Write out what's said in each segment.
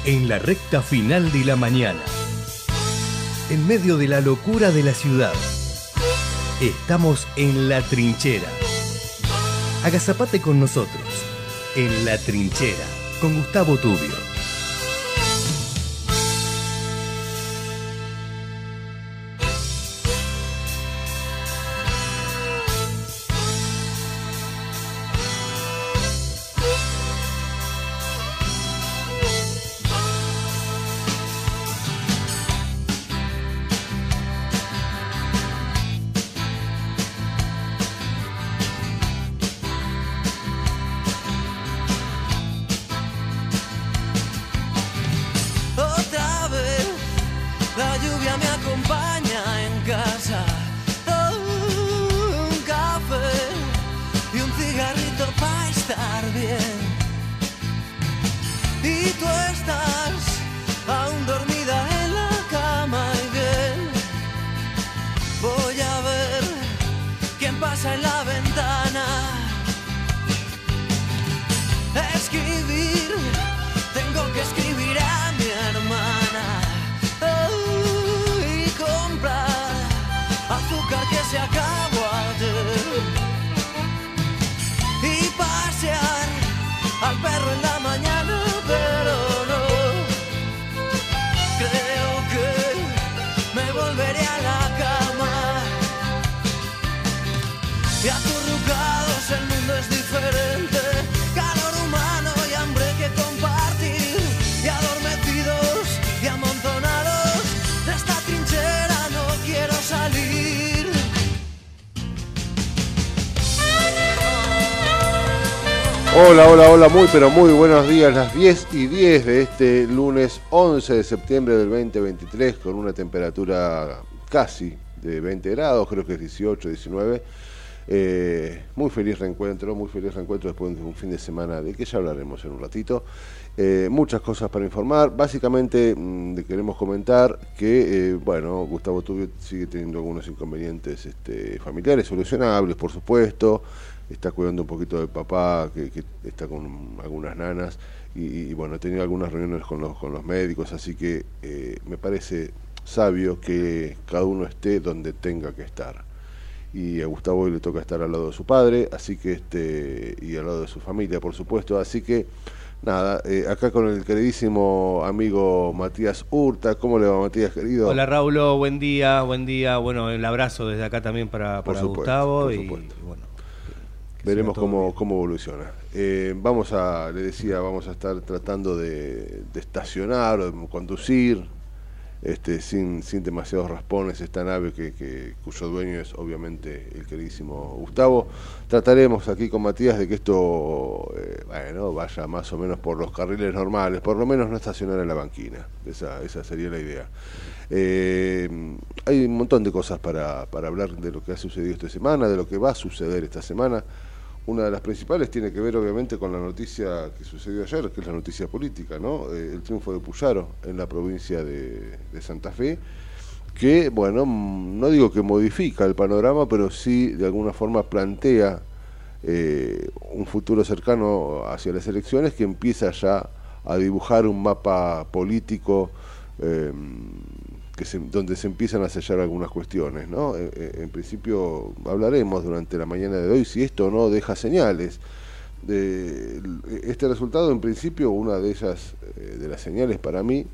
en la recta final de la mañana, en medio de la locura de la ciudad. Estamos en La Trinchera. Agazapate con nosotros, en La Trinchera, con Gustavo Tubio. Hola, muy buenos días, las 10:10 de este lunes 11 de septiembre del 2023, con una temperatura casi de 20 grados, creo que es 18, 19. Muy feliz reencuentro después de un fin de semana de que ya hablaremos en un ratito. Muchas cosas para informar, básicamente queremos comentar que, Gustavo Tubio sigue teniendo algunos inconvenientes familiares, solucionables, por supuesto. Está cuidando un poquito de papá, que está con algunas nanas, y ha tenido algunas reuniones con los médicos, así que me parece sabio que cada uno esté donde tenga que estar. Y a Gustavo hoy le toca estar al lado de su padre, así que y al lado de su familia, por supuesto, así que nada, acá con el queridísimo amigo Matías Hurta. ¿Cómo le va, Matías, querido? Hola, Raúl, buen día, bueno, el abrazo desde acá también para Gustavo, y bueno, veremos cómo evoluciona. Vamos a estar tratando de estacionar o de conducir sin demasiados raspones esta nave cuyo dueño es obviamente el queridísimo Gustavo. Trataremos aquí con Matías de que esto vaya más o menos por los carriles normales, por lo menos no estacionar en la banquina. Esa sería la idea. Hay un montón de cosas para hablar de lo que ha sucedido esta semana, de lo que va a suceder esta semana. Una de las principales tiene que ver obviamente con la noticia que sucedió ayer, que es la noticia política, ¿no? El triunfo de Puyaro en la provincia de Santa Fe, que, no digo que modifica el panorama, pero sí de alguna forma plantea un futuro cercano hacia las elecciones, que empieza ya a dibujar un mapa político donde se empiezan a sellar algunas cuestiones, ¿no? En principio hablaremos durante la mañana de hoy si esto no deja señales. Este resultado, en principio, una de ellas, de las señales para mí,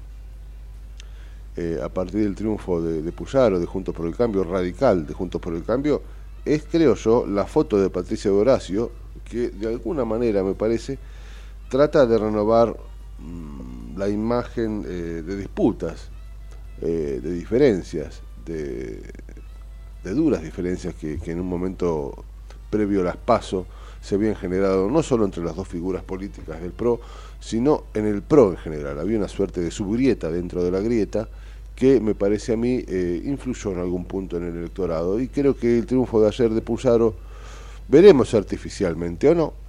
a partir del triunfo de Puyaro, de Juntos por el Cambio, radical de Juntos por el Cambio, es, creo yo, la foto de Patricia de Horacio, que de alguna manera, me parece, trata de renovar la imagen de disputas, de diferencias, de duras diferencias que en un momento previo a las PASO se habían generado no solo entre las dos figuras políticas del PRO, sino en el PRO en general. Había una suerte de subgrieta dentro de la grieta que me parece a mí influyó en algún punto en el electorado, y creo que el triunfo de ayer de Puyaro, veremos si artificialmente o no,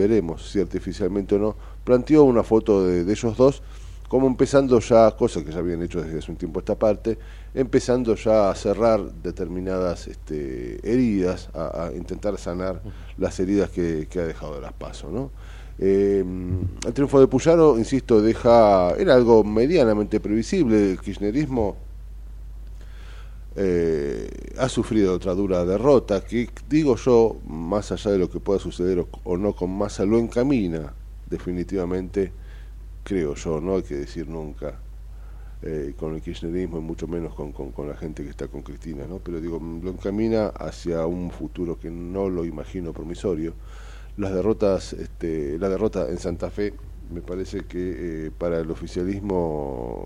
planteó una foto de ellos dos, como empezando ya, cosas que ya habían hecho desde hace un tiempo esta parte, empezando ya a cerrar determinadas heridas, a intentar sanar las heridas que ha dejado de las PASO, ¿no? El triunfo de Puyaro, insisto, era algo medianamente previsible. El kirchnerismo ha sufrido otra dura derrota que, digo yo, más allá de lo que pueda suceder o no con Massa, lo encamina definitivamente, creo yo, no hay que decir nunca, con el kirchnerismo y mucho menos con la gente que está con Cristina, ¿no? Pero digo, lo encamina hacia un futuro que no lo imagino promisorio. La derrota en Santa Fe me parece que para el oficialismo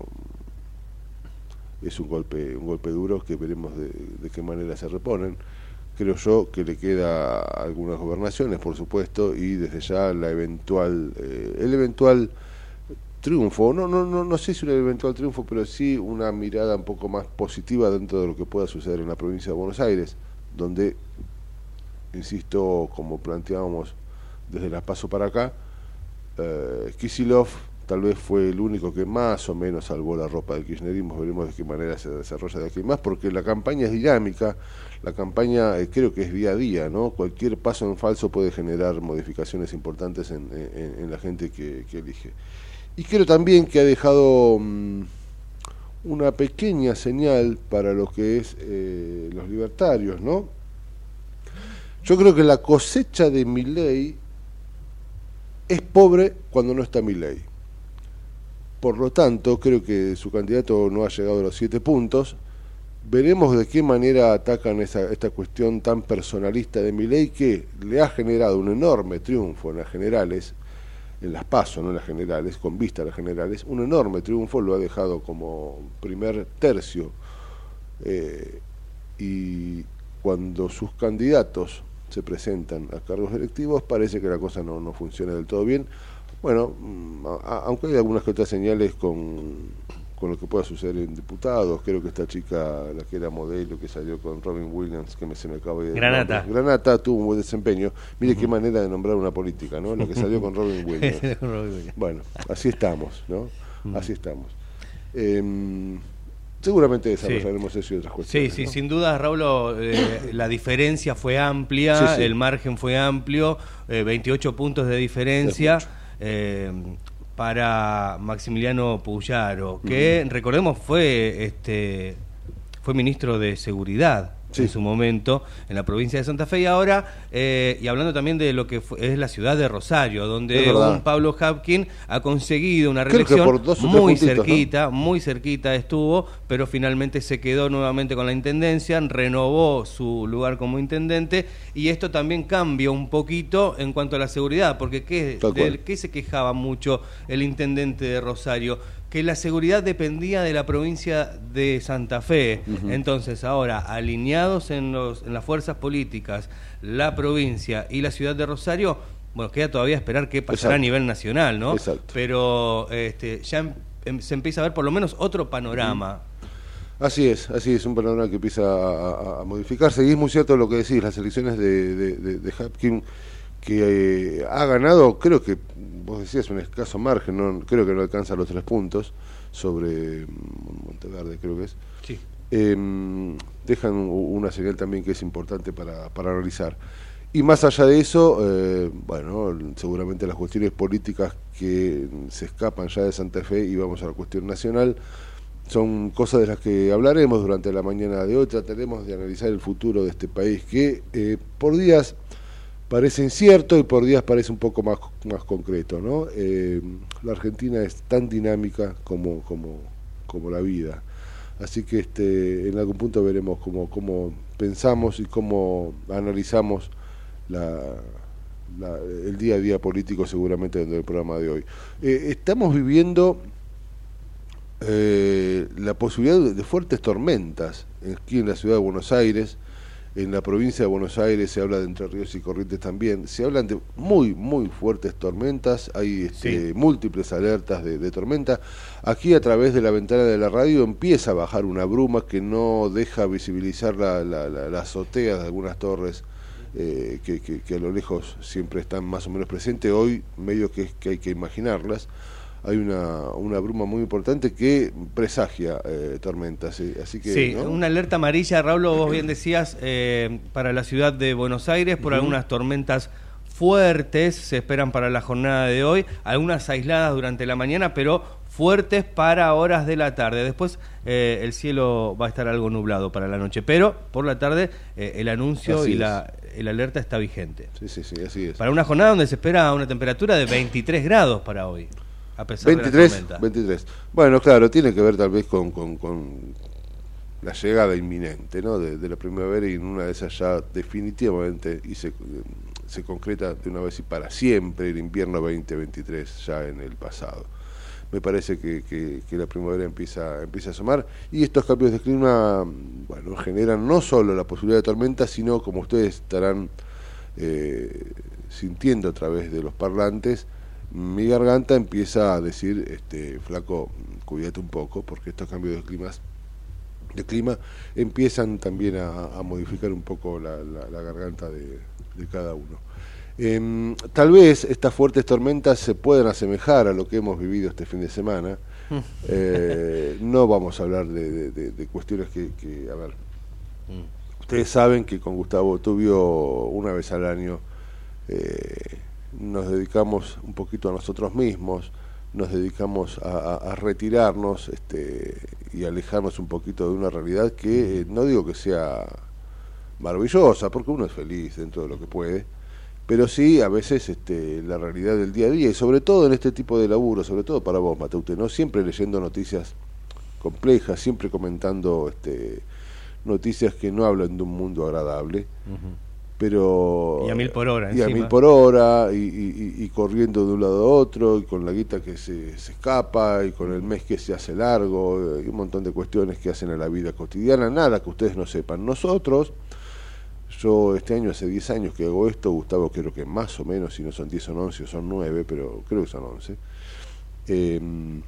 es un golpe duro, que veremos de qué manera se reponen. Creo yo que le queda algunas gobernaciones, por supuesto, y desde ya el eventual triunfo, no sé si un eventual triunfo, pero sí una mirada un poco más positiva dentro de lo que pueda suceder en la provincia de Buenos Aires, donde, insisto, como planteábamos desde las PASO para acá, Kicillof tal vez fue el único que más o menos salvó la ropa del kirchnerismo. Veremos de qué manera se desarrolla de aquí más, porque la campaña es dinámica, la campaña creo que es día a día, ¿no? Cualquier paso en falso puede generar modificaciones importantes en la gente que elige. Y creo también que ha dejado una pequeña señal para lo que es los libertarios, ¿no? Yo creo que la cosecha de Milei es pobre cuando no está Milei. Por lo tanto, creo que su candidato no ha llegado a los 7 puntos. Veremos de qué manera atacan esta cuestión tan personalista de Milei, que le ha generado un enorme triunfo en las generales, en las PASO, no en las generales, con vista a las generales, un enorme triunfo, lo ha dejado como primer tercio, y cuando sus candidatos se presentan a cargos electivos parece que la cosa no funciona del todo bien. Bueno, aunque hay algunas que otras señales con lo que pueda suceder en diputados. Creo que esta chica, la que era modelo, que salió con Robin Williams, que se me acaba de... Granata tuvo un buen desempeño. Mire qué manera de nombrar una política, ¿no? La que salió con Robin Williams. Bueno, así estamos, ¿no? Así estamos. Seguramente desarrollaremos eso y otras cuestiones. Sí, ¿no? Sin duda, Raúl, la diferencia fue amplia, el margen fue amplio, 28 puntos de diferencia para Maximiliano Puyaro, que recordemos fue ministro de Seguridad en su momento en la provincia de Santa Fe, y ahora, y hablando también de lo que es la ciudad de Rosario, donde un Pablo Habkin ha conseguido una reelección muy cerquita, ¿no? Muy cerquita estuvo, pero finalmente se quedó nuevamente con la intendencia, renovó su lugar como intendente, y esto también cambia un poquito en cuanto a la seguridad, porque ¿qué se quejaba mucho el intendente de Rosario? Que la seguridad dependía de la provincia de Santa Fe. Entonces ahora, alineados en las fuerzas políticas, la provincia y la ciudad de Rosario, bueno, queda todavía esperar qué pasará a nivel nacional, ¿no? Pero ya se empieza a ver por lo menos otro panorama. Así es, un panorama que empieza a modificarse, y es muy cierto lo que decís, las elecciones de Habkin, que ha ganado, creo que vos decías, un escaso margen, creo que no alcanza los 3 puntos sobre Monteverde, creo que es. Sí. Dejan una señal también que es importante para analizar. Y más allá de eso, bueno, seguramente las cuestiones políticas que se escapan ya de Santa Fe, y vamos a la cuestión nacional, son cosas de las que hablaremos durante la mañana de hoy. Trataremos de analizar el futuro de este país, que por días parece incierto y por días parece un poco más concreto, ¿no? La Argentina es tan dinámica como la vida, así que en algún punto veremos cómo pensamos y cómo analizamos el día a día político, seguramente dentro del programa de hoy. Estamos viviendo la posibilidad de fuertes tormentas aquí en la ciudad de Buenos Aires. En la provincia de Buenos Aires se habla de Entre Ríos y Corrientes también. Se hablan de muy fuertes tormentas. Hay múltiples alertas de tormenta. Aquí, a través de la ventana de la radio, empieza a bajar una bruma que no deja visibilizar la azotea de algunas torres que a lo lejos siempre están más o menos presentes. Hoy, medio que hay que imaginarlas. Hay una bruma muy importante que presagia tormentas, así que... ¿no? Una alerta amarilla, Raúl, vos bien decías, para la ciudad de Buenos Aires por algunas tormentas fuertes se esperan para la jornada de hoy, algunas aisladas durante la mañana, pero fuertes para horas de la tarde. Después el cielo va a estar algo nublado para la noche, pero por la tarde el anuncio Así y es. el alerta está vigente. Sí, así es. Para una jornada donde se espera una temperatura de 23 grados para hoy, a pesar de la tormenta. 23. Bueno, claro, tiene que ver tal vez con la llegada inminente, ¿no? de la primavera, y en una de esas ya definitivamente se concreta de una vez y para siempre el invierno 2023 ya en el pasado. Me parece que la primavera empieza a asomar, y estos cambios de clima, bueno, generan no solo la posibilidad de tormentas, sino, como ustedes estarán sintiendo a través de los parlantes, mi garganta empieza a decir, flaco, cuídate un poco, porque estos cambios de clima empiezan también a modificar un poco la garganta de cada uno. Tal vez estas fuertes tormentas se puedan asemejar a lo que hemos vivido este fin de semana. No vamos a hablar de cuestiones que a ver, ustedes saben que con Gustavo Tubio una vez al año nos dedicamos un poquito a nosotros mismos, nos dedicamos a retirarnos y alejarnos un poquito de una realidad que no digo que sea maravillosa, porque uno es feliz dentro de lo que puede, pero sí a veces la realidad del día a día, y sobre todo en este tipo de laburo, sobre todo para vos, Mateute, ¿no? Siempre leyendo noticias complejas, siempre comentando noticias que no hablan de un mundo agradable, pero y a 1000 por hora y a 1000 por hora, y corriendo de un lado a otro, y con la guita que se escapa, y con el mes que se hace largo, y un montón de cuestiones que hacen a la vida cotidiana, nada que ustedes no sepan. Nosotros, yo este año hace 10 años que hago esto, Gustavo creo que más o menos, si no son 10 son 11 o son 9, pero creo que son 11,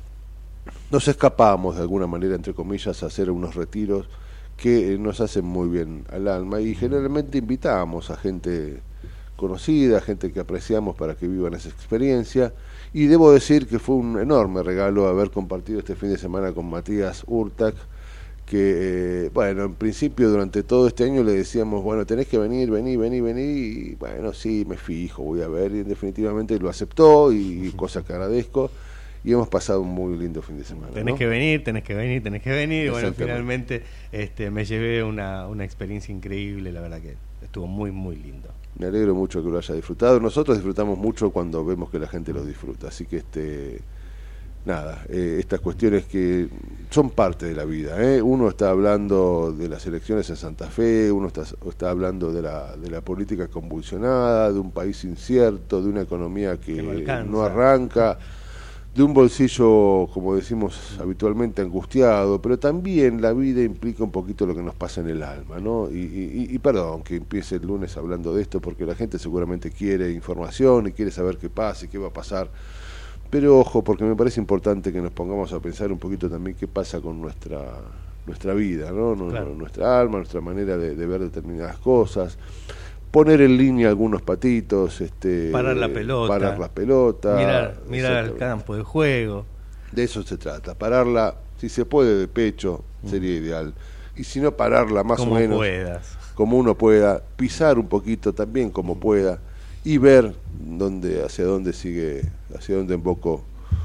nos escapamos de alguna manera, entre comillas, a hacer unos retiros que nos hacen muy bien al alma, y generalmente invitamos a gente conocida, gente que apreciamos, para que vivan esa experiencia, y debo decir que fue un enorme regalo haber compartido este fin de semana con Matías Urtac, que bueno, en principio durante todo este año le decíamos, bueno, tenés que venir, y bueno, sí, me fijo, voy a ver, y definitivamente lo aceptó, y cosa que agradezco, y hemos pasado un muy lindo fin de semana. Tenés que venir, y bueno, finalmente me llevé una experiencia increíble, la verdad que estuvo muy, muy lindo. Me alegro mucho que lo haya disfrutado. Nosotros disfrutamos mucho cuando vemos que la gente lo disfruta, así que nada, estas cuestiones que son parte de la vida, uno está hablando de las elecciones en Santa Fe, uno está hablando de la política convulsionada, de un país incierto, de una economía que no arranca, de un bolsillo, como decimos habitualmente, angustiado, pero también la vida implica un poquito lo que nos pasa en el alma, ¿no? Y perdón que empiece el lunes hablando de esto, porque la gente seguramente quiere información y quiere saber qué pasa y qué va a pasar. Pero ojo, porque me parece importante que nos pongamos a pensar un poquito también qué pasa con nuestra vida, ¿no? Claro. Nuestra alma, nuestra manera de ver determinadas cosas, poner en línea algunos patitos, parar la pelota, mirar el campo de juego. De eso se trata, pararla, si se puede de pecho, sería ideal, y si no, pararla más como o menos puedas, como uno pueda, pisar un poquito también como pueda, y ver hacia dónde emboco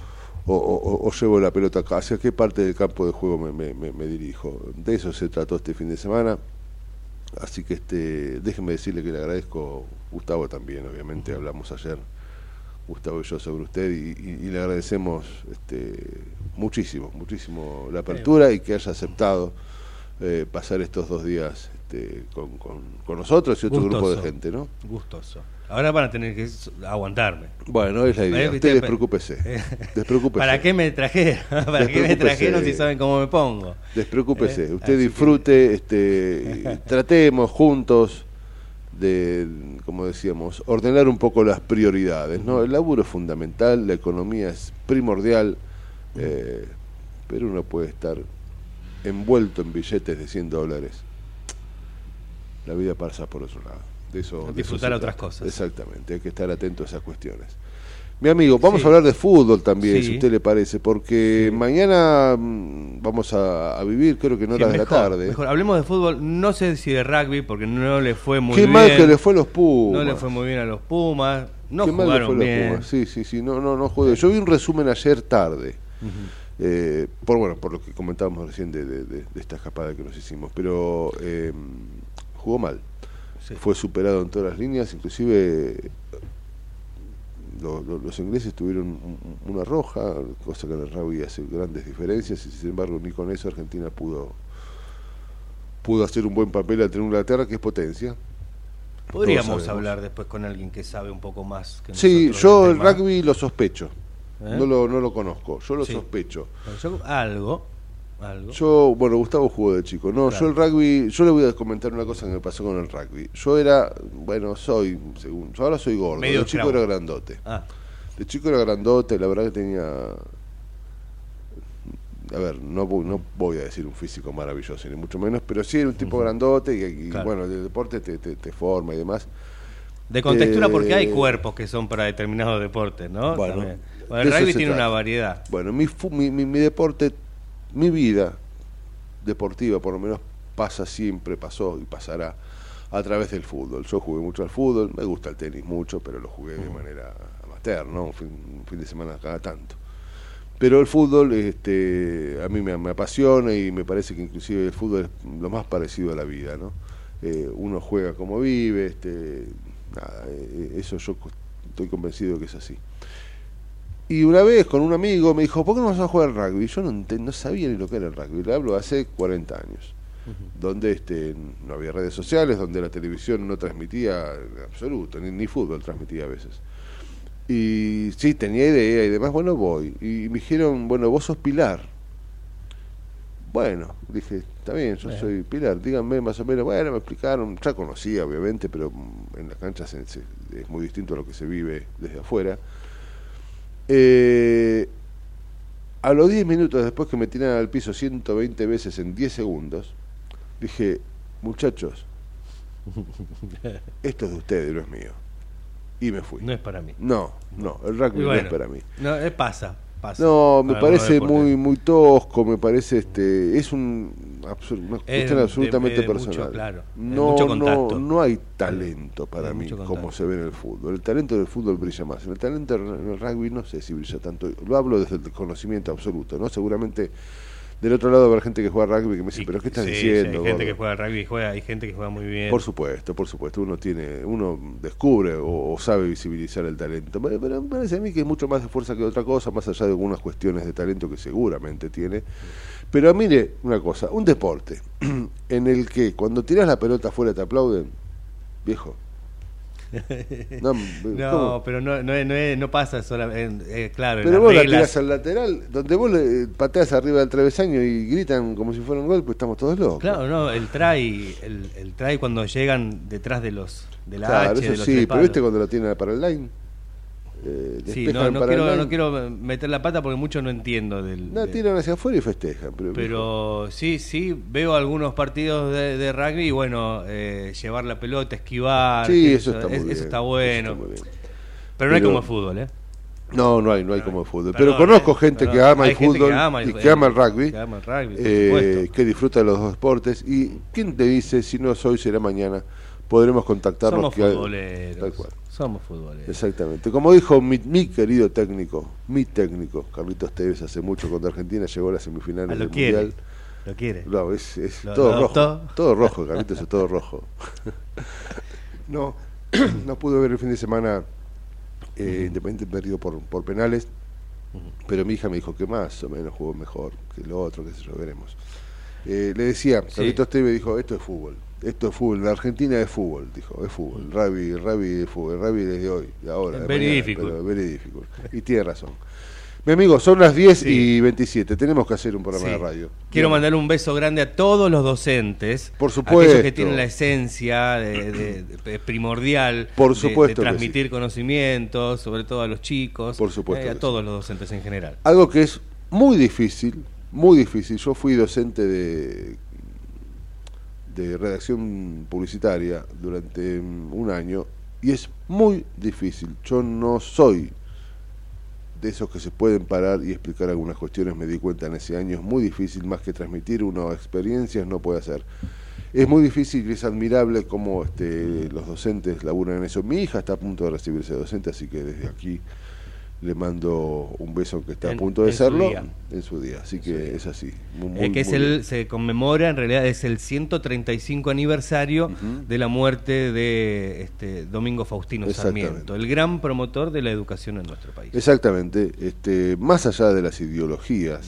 o llevo la pelota acá, hacia qué parte del campo de juego me dirijo. De eso se trató este fin de semana, así que déjenme decirle que le agradezco, Gustavo también, obviamente hablamos ayer, Gustavo y yo, sobre usted, y le agradecemos muchísimo la apertura, y que haya aceptado pasar estos 2 días con nosotros y otro grupo de gente, ¿no? Gustoso. Ahora van a tener que aguantarme. Bueno, es la idea. Usted despreocúpese. ¿Para qué me trajeron? ¿Para qué me trajeron si saben cómo me pongo? Despreocúpese. Usted disfrute, tratemos juntos de, como decíamos, ordenar un poco las prioridades, ¿no? El laburo es fundamental, la economía es primordial, pero uno puede estar envuelto en billetes de $100. La vida pasa por otro lado. De eso disfrutar otras cosas. Exactamente, hay que estar atento a esas cuestiones. Mi amigo, vamos Sí. a hablar de fútbol también, Sí. si a usted le parece, porque Sí. mañana vamos a vivir, creo que en horas de la tarde. Mejor, hablemos de fútbol, no sé si de rugby, porque no le fue muy Qué bien. mal que le fue a los Pumas. No le fue muy bien a los Pumas, no Qué mal le fue jugaron a los bien. Pumas. Sí, no jugué. Yo vi un resumen ayer tarde, por lo que comentábamos recién de esta escapada que nos hicimos, pero jugó mal. Sí. Fue superado en todas las líneas, inclusive los ingleses tuvieron una roja, cosa que en el rugby hace grandes diferencias, y sin embargo ni con eso Argentina pudo hacer un buen papel ante Inglaterra, que es potencia. Podríamos Todos sabemos. hablar después con alguien que sabe un poco más que Sí, nosotros yo del el tema. rugby lo sospecho, ¿Eh? no lo conozco, yo lo Sí. sospecho. Yo, algo. Yo, bueno, Gustavo jugó de chico. No, Claro. yo el rugby, yo le voy a comentar una cosa que me pasó con el rugby. Yo era, ahora soy gordo, Medio de chico esclavo. era grandote. Ah, De chico era grandote, la verdad que tenía, a ver, no voy a decir un físico maravilloso, ni mucho menos, pero sí era un tipo grandote y Claro. bueno, el deporte te forma y demás. de contextura, porque hay Eh, cuerpos que son para determinados deportes, ¿no? Bueno, También. de Bueno, el eso rugby se tiene trata. una variedad. Bueno, mi deporte, mi vida deportiva por lo menos pasó y pasará a través del fútbol. Yo jugué mucho al fútbol, me gusta el tenis mucho, pero lo jugué de manera amateur, ¿no? Un fin de semana cada tanto. Pero el fútbol a mí me apasiona y me parece que inclusive el fútbol es lo más parecido a la vida, ¿no? Uno juega como vive, eso yo estoy convencido que es así. Y una vez con un amigo me dijo, ¿por qué no vas a jugar al rugby? Yo no sabía ni lo que era el rugby, le hablo hace 40 años, donde no había redes sociales, donde la televisión no transmitía en absoluto, ni fútbol transmitía a veces. Y sí, tenía idea y demás, bueno, voy. Y me dijeron, bueno, vos sos Pilar. Bueno, dije, está bien, yo soy Pilar, díganme más o menos. Bueno, me explicaron, ya conocía obviamente, pero en la cancha es muy distinto a lo que se vive desde afuera. A los 10 minutos después que me tiran al piso 120 veces en 10 segundos, dije, muchachos, esto es de ustedes, no es mío. Y me fui. No es para mí. No, el rugby Y no bueno, es para mí. No, pasa. No, me Para algunos parece deportes. muy tosco, me parece una cuestión absolutamente de personal. mucho, claro, de No, mucho contacto. no hay talento para Hay mí mucho como contacto. se ve en el fútbol. El talento del fútbol brilla más. El talento en el rugby no sé si brilla tanto. Lo hablo desde el desconocimiento absoluto, ¿no? Seguramente del otro lado habrá gente que juega rugby que me dice, pero ¿qué estás Sí, diciendo? sí, hay gente gordo? que juega rugby y hay gente que juega muy bien. Por supuesto, uno descubre o sabe visibilizar el talento, pero me parece a mí que es mucho más de fuerza que otra cosa, más allá de algunas cuestiones de talento que seguramente tiene. Pero mire una cosa, un deporte en el que cuando tiras la pelota afuera te aplauden, viejo. No, ¿cómo? pero no pasa solamente, claro, en Pero las vos la reglas. tirás al lateral, donde vos le pateás arriba del travesaño y gritan como si fuera un gol, pues estamos todos locos. Claro, no, el try cuando llegan detrás de la Claro, H, de eso los sí, tres pero viste palos. cuando lo tienen para el line. Sí, despejan para el line. no quiero meter la pata porque mucho no entiendo No, tiran hacia afuera y festejan. Pero sí, veo algunos partidos de rugby y bueno, llevar la pelota, esquivar. Sí, eso está muy bien. Eso está bueno. Eso está muy bien. Pero no hay como el fútbol, ¿eh? No hay como el fútbol. Perdón, Pero conozco gente que ama hay el gente fútbol que ama y que ama el rugby, que ama el rugby, por supuesto. que disfruta de los dos deportes. ¿Y quién te dice, si no es hoy, será mañana? Podremos contactarnos. Somos futboleros. Tal cual. Somos futboleros. Exactamente. Como dijo mi querido técnico, Carlitos Tevez, hace mucho cuando Argentina llegó a las semifinales del Mundial. Lo quiere. No, es Lo todo adoptó. rojo. Todo rojo, Carlitos, es todo rojo. No pude ver el fin de semana Independiente perdido por penales, pero mi hija me dijo que más o menos jugó mejor que lo otro, que se lo veremos. Le decía, Carlitos Tevez dijo, esto es fútbol, la Argentina es fútbol, dijo, es fútbol, el rugby es fútbol, el rugby desde hoy, de ahora, de Very mañana, difficult. pero very difficult. Y tiene razón. Mi amigo, son las 10 Sí. y 27, tenemos que hacer un programa Sí. de radio. Quiero Bien. mandar un beso grande a todos los docentes. Por supuesto. Aquellos que tienen la esencia primordial Por supuesto de que transmitir conocimientos, sobre todo a los chicos, Por supuesto a que todos los docentes en general. Algo que es muy difícil. Yo fui docente de redacción publicitaria durante un año y es muy difícil. Yo no soy de esos que se pueden parar y explicar algunas cuestiones, me di cuenta en ese año, es muy difícil, más que transmitir unas experiencias, no puede hacer. Es muy difícil y es admirable cómo los docentes laburan en eso. Mi hija está a punto de recibirse de docente, así que desde aquí le mando un beso, aunque está a punto de serlo, en su día. Así que es así. Se conmemora, en realidad es el 135 aniversario de la muerte de Domingo Faustino Sarmiento, el gran promotor de la educación en nuestro país. Exactamente. Más allá de las ideologías,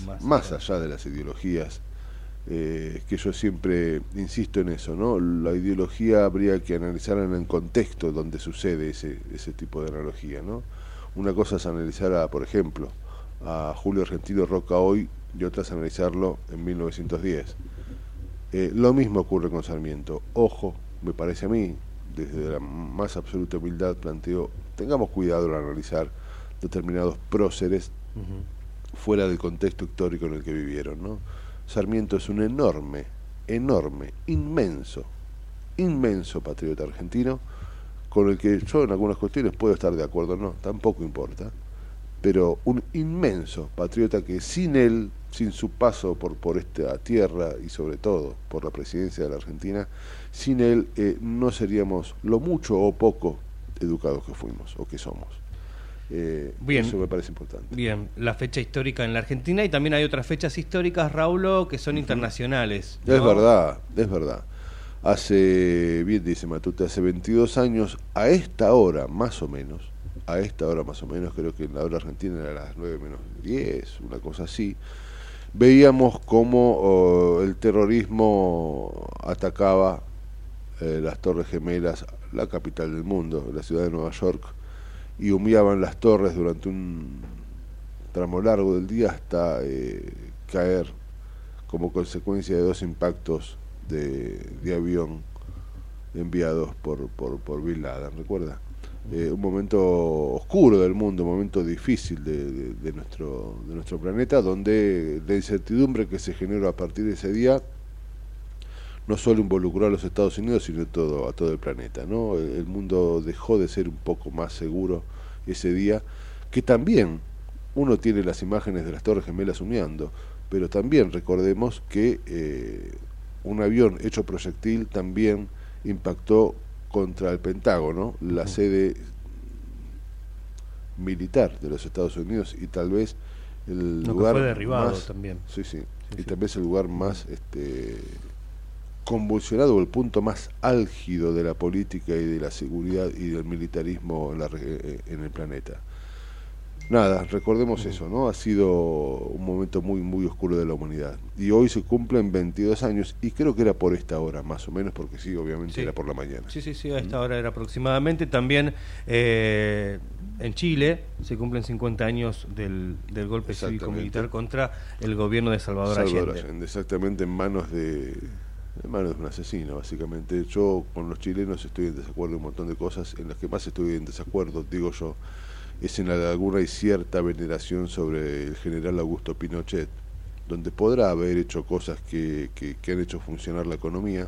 que yo siempre insisto en eso, ¿no? La ideología habría que analizarla en el contexto donde sucede ese tipo de analogía, ¿no? Una cosa es analizar, por ejemplo, a Julio Argentino Roca hoy, y otra es analizarlo en 1910. Lo mismo ocurre con Sarmiento. Ojo, me parece a mí, desde la más absoluta humildad planteo, tengamos cuidado al analizar determinados próceres fuera del contexto histórico en el que vivieron, ¿no? Sarmiento es un enorme, inmenso patriota argentino, con el que yo en algunas cuestiones puedo estar de acuerdo, no, tampoco importa, pero un inmenso patriota que sin él, sin su paso por esta tierra y sobre todo por la presidencia de la Argentina, sin él no seríamos lo mucho o poco educados que fuimos o que somos. Bien, eso me parece importante. Bien, la fecha histórica en la Argentina, y también hay otras fechas históricas, Raúl, que son internacionales, ¿no? Es verdad. Bien dice Matute, hace 22 años, a esta hora más o menos, creo que en la hora argentina era las 9 menos 10, una cosa así, veíamos cómo el terrorismo atacaba las Torres Gemelas, la capital del mundo, la ciudad de Nueva York, y humeaban las torres durante un tramo largo del día hasta caer como consecuencia de 2 impactos de avión enviados por Bin Laden, ¿recuerda? Un momento oscuro del mundo, un momento difícil de nuestro planeta, donde la incertidumbre que se generó a partir de ese día no solo involucró a los Estados Unidos, sino a todo el planeta, ¿no? El mundo dejó de ser un poco más seguro ese día, que también uno tiene las imágenes de las Torres Gemelas humeando, pero también recordemos que un avión hecho proyectil también impactó contra el Pentágono, la sede militar de los Estados Unidos, y tal vez el lugar que fue derribado más, también. Sí, tal vez el lugar más convulsionado, o el punto más álgido de la política y de la seguridad y del militarismo en el planeta. Nada, recordemos eso, ¿no? Ha sido un momento muy, muy oscuro de la humanidad. Y hoy se cumplen 22 años, y creo que era por esta hora, más o menos, porque sí, obviamente era por la mañana. Sí, a esta hora era aproximadamente. También en Chile se cumplen 50 años del golpe cívico-militar contra el gobierno de Salvador Allende. Exactamente, en manos de un asesino, básicamente. Yo con los chilenos estoy en desacuerdo en un montón de cosas. En las que más estoy en desacuerdo, digo yo, es en alguna y cierta veneración sobre el general Augusto Pinochet, donde podrá haber hecho cosas que han hecho funcionar la economía,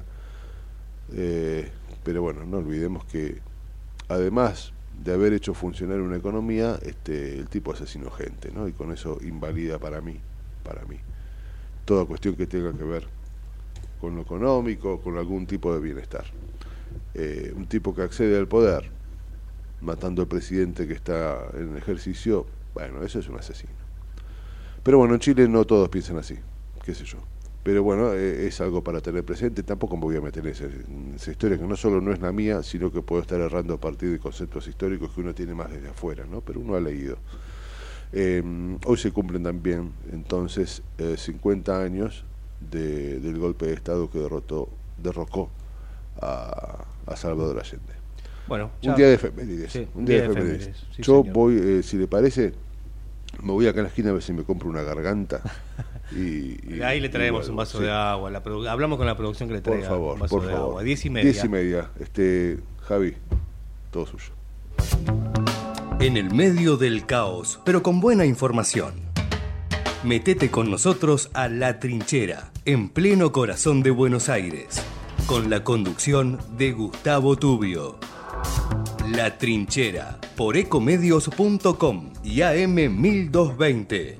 pero bueno, no olvidemos que además de haber hecho funcionar una economía, el tipo asesinó gente, ¿no? Y con eso invalida para mí toda cuestión que tenga que ver con lo económico, con algún tipo de bienestar. Un tipo que accede al poder matando al presidente que está en ejercicio, bueno, eso es un asesino. Pero bueno, en Chile no todos piensan así, qué sé yo. Pero bueno, es algo para tener presente. Tampoco me voy a meter en esa historia, que no solo no es la mía, sino que puedo estar errando a partir de conceptos históricos que uno tiene más desde afuera, ¿no? Pero uno ha leído. Hoy se cumplen también, entonces, 50 años del golpe de Estado que derrocó a Salvador Allende. Bueno, un día de efemérides. Sí, un día de efemérides. Sí, yo señor. voy, si le parece, me voy acá a la esquina a ver si me compro una garganta. y ahí le traemos un vaso de agua. Hablamos con la producción que le traiga un vaso de agua. 10:30. 10:30. Javi, todo suyo. En el medio del caos, pero con buena información. Metete con nosotros a La Trinchera, en pleno corazón de Buenos Aires, con la conducción de Gustavo Tubio. La Trinchera, por ecomedios.com y AM 1220.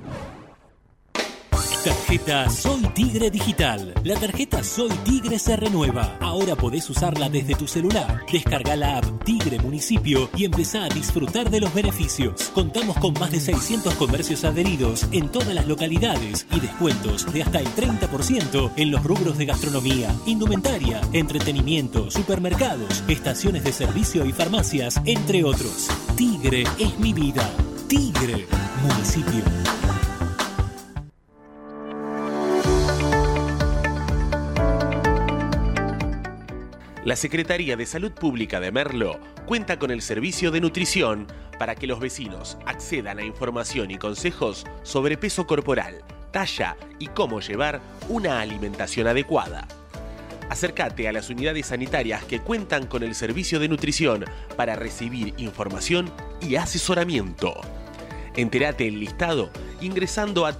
Tarjeta Soy Tigre Digital. La tarjeta Soy Tigre se renueva. Ahora podés usarla desde tu celular. Descarga la app Tigre Municipio y empezá a disfrutar de los beneficios. Contamos con más de 600 comercios adheridos en todas las localidades y descuentos de hasta el 30% en los rubros de gastronomía, indumentaria, entretenimiento, supermercados, estaciones de servicio y farmacias, entre otros. Tigre es mi vida. Tigre Municipio. La Secretaría de Salud Pública de Merlo cuenta con el servicio de nutrición para que los vecinos accedan a información y consejos sobre peso corporal, talla y cómo llevar una alimentación adecuada. Acércate a las unidades sanitarias que cuentan con el servicio de nutrición para recibir información y asesoramiento. Entérate el listado ingresando a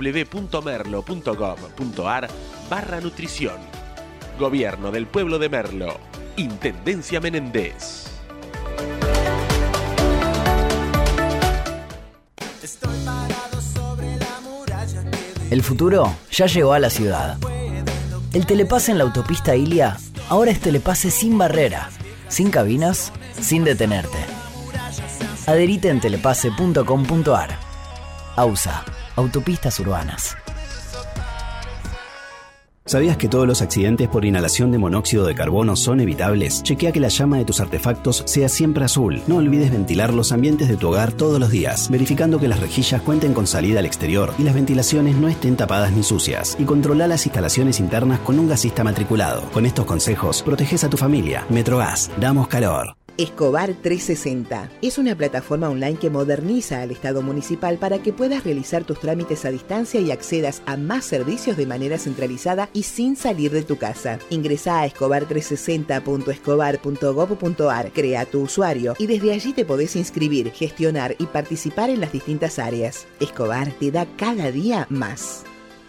www.merlo.gov.ar/nutrición. Gobierno del Pueblo de Merlo. Intendencia Menéndez. El futuro ya llegó a la ciudad. El telepase en la autopista Ilia ahora es telepase sin barrera, sin cabinas, sin detenerte. Adherite en telepase.com.ar. AUSA, Autopistas Urbanas. ¿Sabías que todos los accidentes por inhalación de monóxido de carbono son evitables? Chequea que la llama de tus artefactos sea siempre azul. No olvides ventilar los ambientes de tu hogar todos los días, verificando que las rejillas cuenten con salida al exterior y las ventilaciones no estén tapadas ni sucias. Y controla las instalaciones internas con un gasista matriculado. Con estos consejos, proteges a tu familia. Metrogas, damos calor. Escobar 360 es una plataforma online que moderniza al Estado municipal para que puedas realizar tus trámites a distancia y accedas a más servicios de manera centralizada y sin salir de tu casa. Ingresá a escobar360.escobar.gov.ar, crea tu usuario y desde allí te podés inscribir, gestionar y participar en las distintas áreas. Escobar te da cada día más.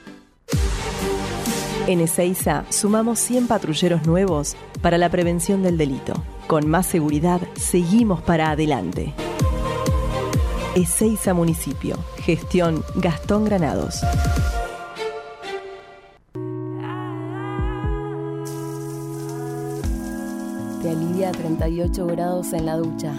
En Ezeiza sumamos 100 patrulleros nuevos para la prevención del delito. Con más seguridad, seguimos para adelante. Ezeiza Municipio. Gestión Gastón Granados. Te alivia a 38 grados en la ducha.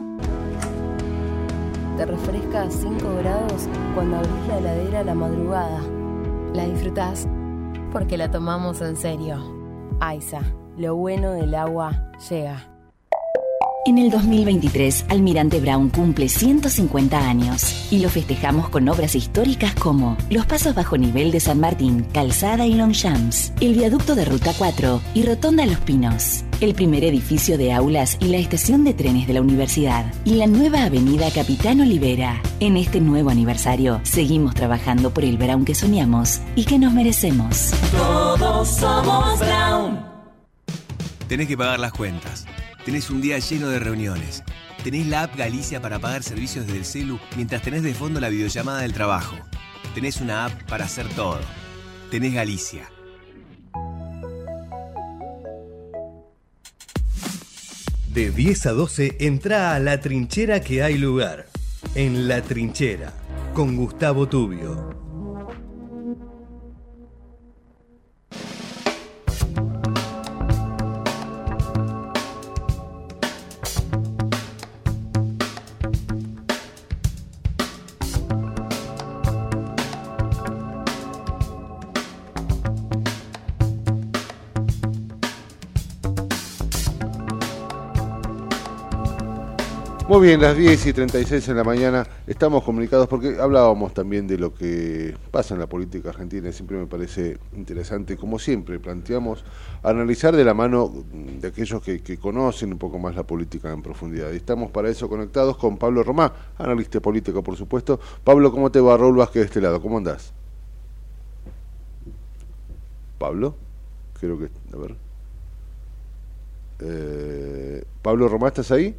Te refresca a 5 grados cuando abrís la heladera a la madrugada. La disfrutás porque la tomamos en serio. AISA, lo bueno del agua llega. En el 2023, Almirante Brown cumple 150 años y lo festejamos con obras históricas como los pasos bajo nivel de San Martín, Calzada y Longchamps, el viaducto de Ruta 4 y Rotonda Los Pinos, el primer edificio de aulas y la estación de trenes de la universidad y la nueva avenida Capitán Olivera. En este nuevo aniversario, seguimos trabajando por el Brown que soñamos y que nos merecemos. Todos somos Brown. Tenés que pagar las cuentas. Tenés un día lleno de reuniones. Tenés la app Galicia para pagar servicios desde el celu mientras tenés de fondo la videollamada del trabajo. Tenés una app para hacer todo. Tenés Galicia. De 10 a 12, entra a La Trinchera que hay lugar. En La Trinchera, con Gustavo Tubio. Muy bien, las 10:36 en la mañana estamos comunicados porque hablábamos también de lo que pasa en la política argentina y siempre me parece interesante, como siempre planteamos, analizar de la mano de aquellos que conocen un poco más la política en profundidad. Y estamos para eso conectados con Pablo Romá, analista político por supuesto. Pablo, ¿cómo te va? Raúl Vázquez de este lado, ¿cómo andás? Pablo, creo que, a ver. Pablo Romá, ¿estás ahí?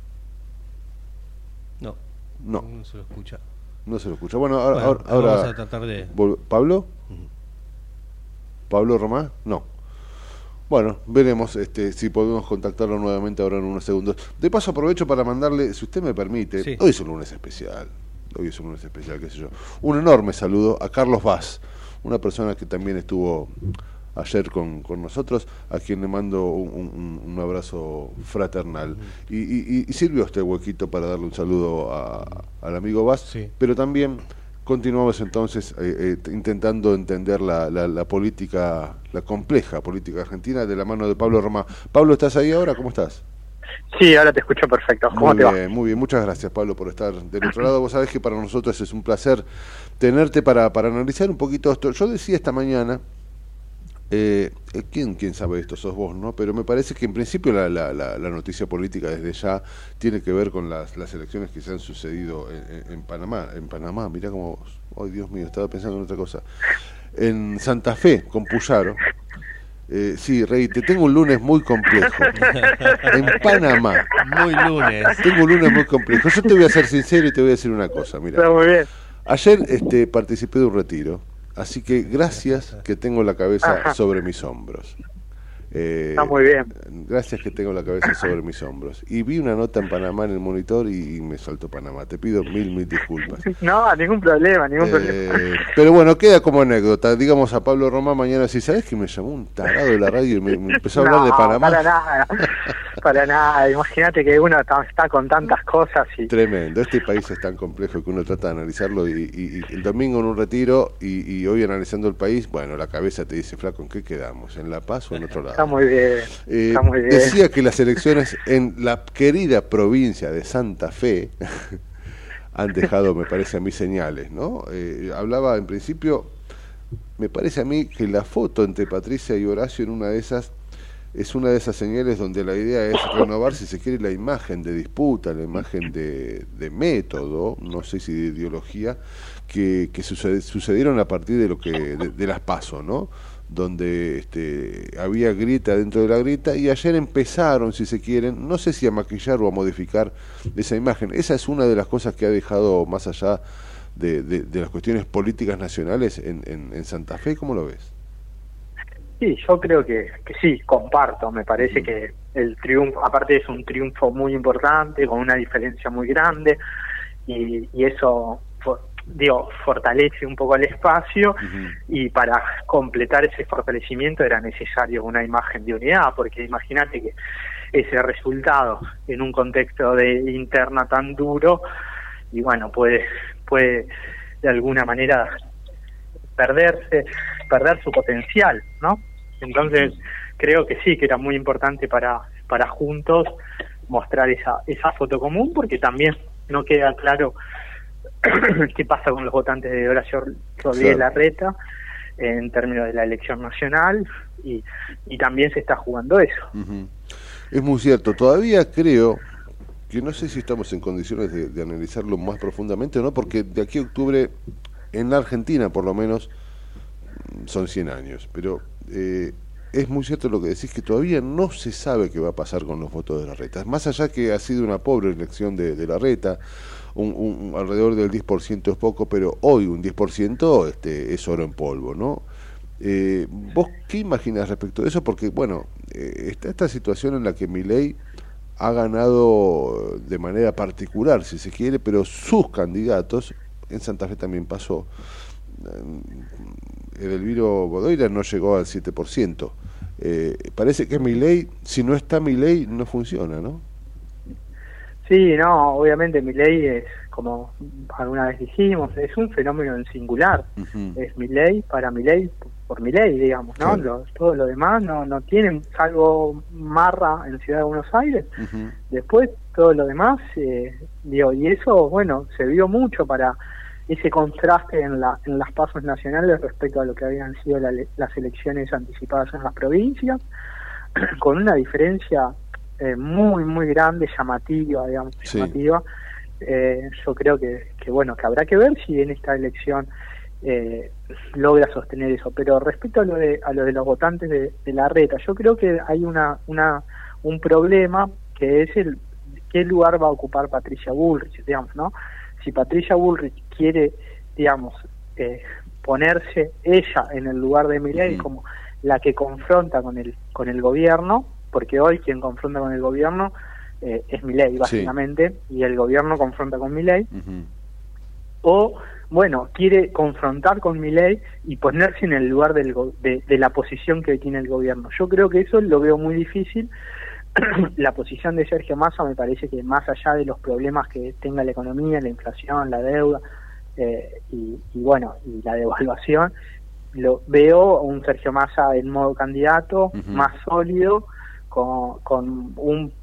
No se lo escucha. No se lo escucha. Bueno, ahora vamos a tratar de... ¿Pablo? ¿Pablo Romá? No. Bueno, veremos si podemos contactarlo nuevamente ahora en unos segundos. De paso aprovecho para mandarle, si usted me permite, sí. Hoy es un lunes especial, qué sé yo, un enorme saludo a Carlos Vaz, una persona que también estuvo ayer con nosotros, a quien le mando un abrazo fraternal. Y sirvió este huequito para darle un saludo al amigo Vaz, sí. Pero también continuamos entonces intentando entender la política, la compleja política argentina de la mano de Pablo Romá. Pablo, ¿estás ahí ahora? ¿Cómo estás? Sí, ahora te escucho perfecto. ¿Cómo te va? Muy bien, muchas gracias, Pablo, por estar del otro lado. Vos sabés que para nosotros es un placer tenerte para analizar un poquito esto. Yo decía esta mañana, ¿quién sabe esto? Sos vos, ¿no? Pero me parece que en principio la noticia política desde ya tiene que ver con las elecciones que se han sucedido en Panamá. En Panamá, mirá cómo... ¡Ay, Dios mío! Estaba pensando en otra cosa. En Santa Fe, con Puyaro. Sí, Rey, te tengo un lunes muy complejo. En Panamá. Muy lunes. Tengo un lunes muy complejo. Yo te voy a ser sincero y te voy a decir una cosa. Mira. Está muy bien. Ayer participé de un retiro. Así que gracias que tengo la cabeza sobre mis hombros. Está muy bien. Gracias que tengo la cabeza sobre mis hombros. Y vi una nota en Panamá en el monitor y me saltó Panamá. Te pido mil disculpas. No, ningún problema. Pero bueno, queda como anécdota. Digamos a Pablo Romá mañana, si sabes que me llamó un tarado de la radio y me empezó a hablar de Panamá. Para nada. Imagínate que uno está con tantas cosas. Tremendo. Este país es tan complejo que uno trata de analizarlo y el domingo en un retiro y hoy analizando el país, bueno, la cabeza te dice, flaco, ¿en qué quedamos? ¿En La Paz o en otro lado? Está muy bien. Decía que las elecciones en la querida provincia de Santa Fe han dejado, me parece a mí, señales, ¿no? Hablaba en principio, me parece a mí que la foto entre Patricia y Horacio en una de esas es una de esas señales donde la idea es renovar, si se quiere, la imagen de disputa, la imagen de método, no sé si de ideología, que sucedieron a partir de las PASO, ¿no? Donde había grieta dentro de la grieta y ayer empezaron, si se quieren, no sé si a maquillar o a modificar esa imagen. Esa es una de las cosas que ha dejado, más allá de las cuestiones políticas nacionales en Santa Fe. ¿Cómo lo ves? Sí, yo creo que sí, comparto. Me parece que el triunfo, aparte es un triunfo muy importante, con una diferencia muy grande, y eso... fortalece un poco el espacio, y para completar ese fortalecimiento era necesario una imagen de unidad, porque imagínate que ese resultado en un contexto de interna tan duro, y bueno, puede de alguna manera perder su potencial, ¿no? Entonces creo que sí, que era muy importante para juntos mostrar esa foto común, porque también no queda claro qué pasa con los votantes de Horacio Rodríguez Larreta en términos de la elección nacional, y también se está jugando eso. Es muy cierto. Todavía creo que no sé si estamos en condiciones de analizarlo más profundamente o no, porque de aquí a octubre en la Argentina por lo menos son 100 años, pero es muy cierto lo que decís, que todavía no se sabe qué va a pasar con los votos de Larreta, más allá que ha sido una pobre elección de Larreta. Alrededor del 10% es poco, pero hoy un 10% es oro en polvo, ¿no? ¿Vos qué imaginás respecto de eso? Porque, bueno, está esta situación en la que Milei ha ganado de manera particular, si se quiere, pero sus candidatos, en Santa Fe también pasó, Edelmiro Godoy no llegó al 7%. Parece que Milei, si no está Milei, no funciona, ¿no? Sí, no, obviamente Milei es, como alguna vez dijimos, es un fenómeno en singular. Es Milei para Milei, por Milei, digamos, ¿no? Claro. Todo lo demás no tienen, salvo Marra en Ciudad de Buenos Aires. Después todo lo demás, y eso, bueno, se vio mucho para ese contraste en las pasos nacionales respecto a lo que habían sido las elecciones anticipadas en las provincias, con una diferencia muy muy grande, llamativa, digamos, llamativa. Yo creo que bueno, que habrá que ver si en esta elección logra sostener eso. Pero respecto a lo de los votantes de Larreta, yo creo que hay un problema, que es qué lugar va a ocupar Patricia Bullrich, digamos, ¿no? Si Patricia Bullrich quiere, digamos, ponerse ella en el lugar de Milei como la que confronta con el gobierno, porque hoy quien confronta con el gobierno es Milei, básicamente, y el gobierno confronta con Milei, o, bueno, quiere confrontar con Milei y ponerse en el lugar de la posición que tiene el gobierno. Yo creo que eso lo veo muy difícil. La posición de Sergio Massa me parece que más allá de los problemas que tenga la economía, la inflación, la deuda y la devaluación, lo veo un Sergio Massa en modo candidato, más sólido, con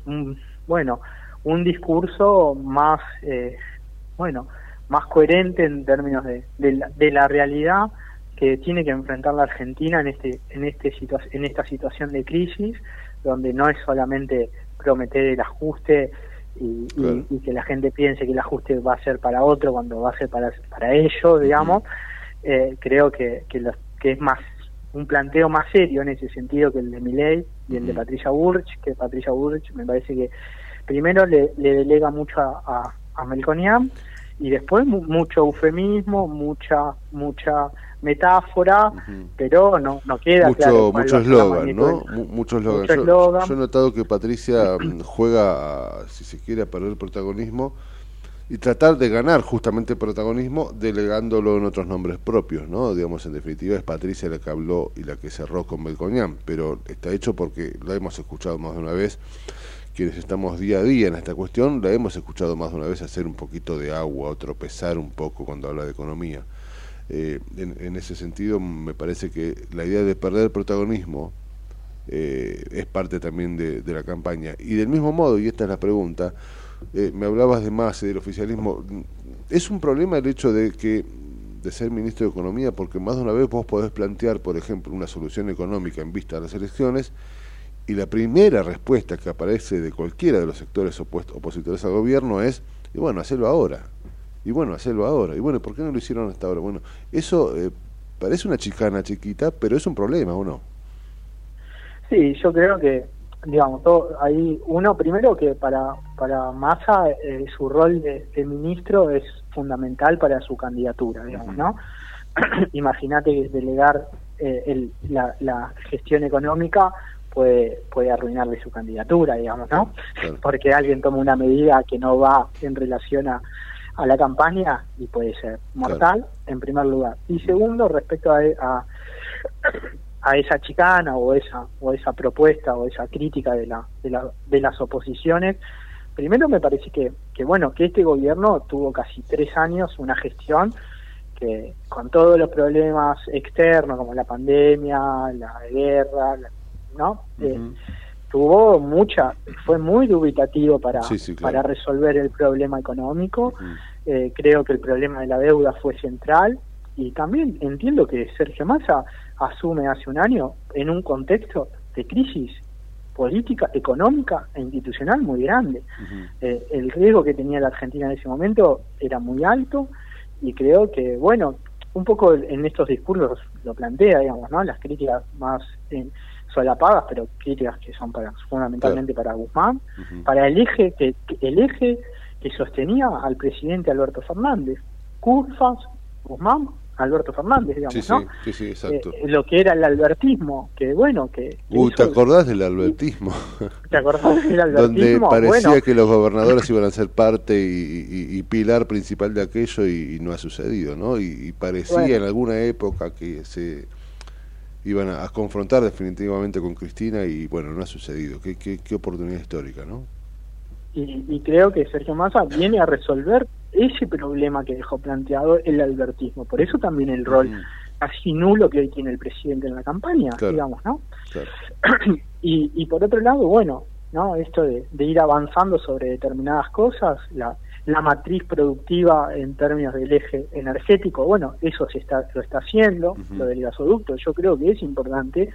un discurso más más coherente en términos de la realidad que tiene que enfrentar la Argentina en esta situación de crisis, donde no es solamente prometer el ajuste y que la gente piense que el ajuste va a ser para otro cuando va a ser para ellos, digamos. Creo que es más un planteo más serio en ese sentido que el de Milei y el de Patricia Bullrich, que Patricia Bullrich me parece que primero le delega mucho a Melconian, y después mucho eufemismo, mucha metáfora, pero no queda mucho eslogan, ¿no? Mucho eslogan. Yo he notado que Patricia juega, si se quiere, a perder protagonismo y tratar de ganar justamente protagonismo delegándolo en otros nombres propios, ¿no? Digamos, en definitiva es Patricia la que habló y la que cerró con Melconian, pero está hecho porque lo hemos escuchado más de una vez. Quienes estamos día a día en esta cuestión, la hemos escuchado más de una vez hacer un poquito de agua o tropezar un poco cuando habla de economía. En ese sentido, me parece que la idea de perder protagonismo es parte también de la campaña. Y del mismo modo, y esta es la pregunta, me hablabas de Massa y del oficialismo. ¿Es un problema el hecho de ser ministro de Economía? Porque más de una vez vos podés plantear, por ejemplo, una solución económica en vista de las elecciones, y la primera respuesta que aparece de cualquiera de los sectores opositores al gobierno es, y bueno, hacelo ahora. Y bueno, ¿por qué no lo hicieron hasta ahora? Bueno, eso parece una chicana chiquita, pero es un problema, ¿o no? Sí, yo creo que, digamos, hay uno primero que para Massa su rol de ministro es fundamental para su candidatura, digamos, ¿no? Imagínate que delegar la gestión económica puede arruinarle su candidatura, digamos, ¿no? Claro. Porque alguien toma una medida que no va en relación a la campaña y puede ser mortal, en primer lugar. Y segundo, respecto a esa chicana o esa propuesta o esa crítica de las oposiciones, primero me parece que este gobierno tuvo casi 3 años una gestión que, con todos los problemas externos como la pandemia, la guerra, ¿no? Fue muy dubitativo para resolver el problema económico. Creo que el problema de la deuda fue central, y también entiendo que Sergio Massa asume hace un año en un contexto de crisis política, económica e institucional muy grande. El riesgo que tenía la Argentina en ese momento era muy alto, y creo que, un poco en estos discursos lo plantea, digamos, ¿no? Las críticas más solapadas, pero críticas que son fundamentalmente para Guzmán, para el eje que sostenía al presidente Alberto Fernández, Curfas, Guzmán, Alberto Fernández, digamos, ¿no? Sí, exacto. Lo que era el albertismo, ¿te acordás del albertismo? ¿Te acordás del albertismo? Donde parecía que los gobernadores iban a ser parte y pilar principal de aquello, y no ha sucedido, ¿no? Y parecía en alguna época que se iban a confrontar definitivamente con Cristina, y no ha sucedido. Qué oportunidad histórica, ¿no? Y creo que Sergio Massa viene a resolver ese problema que dejó planteado el albertismo. Por eso también el rol casi nulo que hoy tiene el presidente en la campaña, digamos, ¿no? Claro. Y por otro lado, ¿no? Esto de ir avanzando sobre determinadas cosas, la matriz productiva en términos del eje energético, eso lo está haciendo, lo del gasoducto. Yo creo que es importante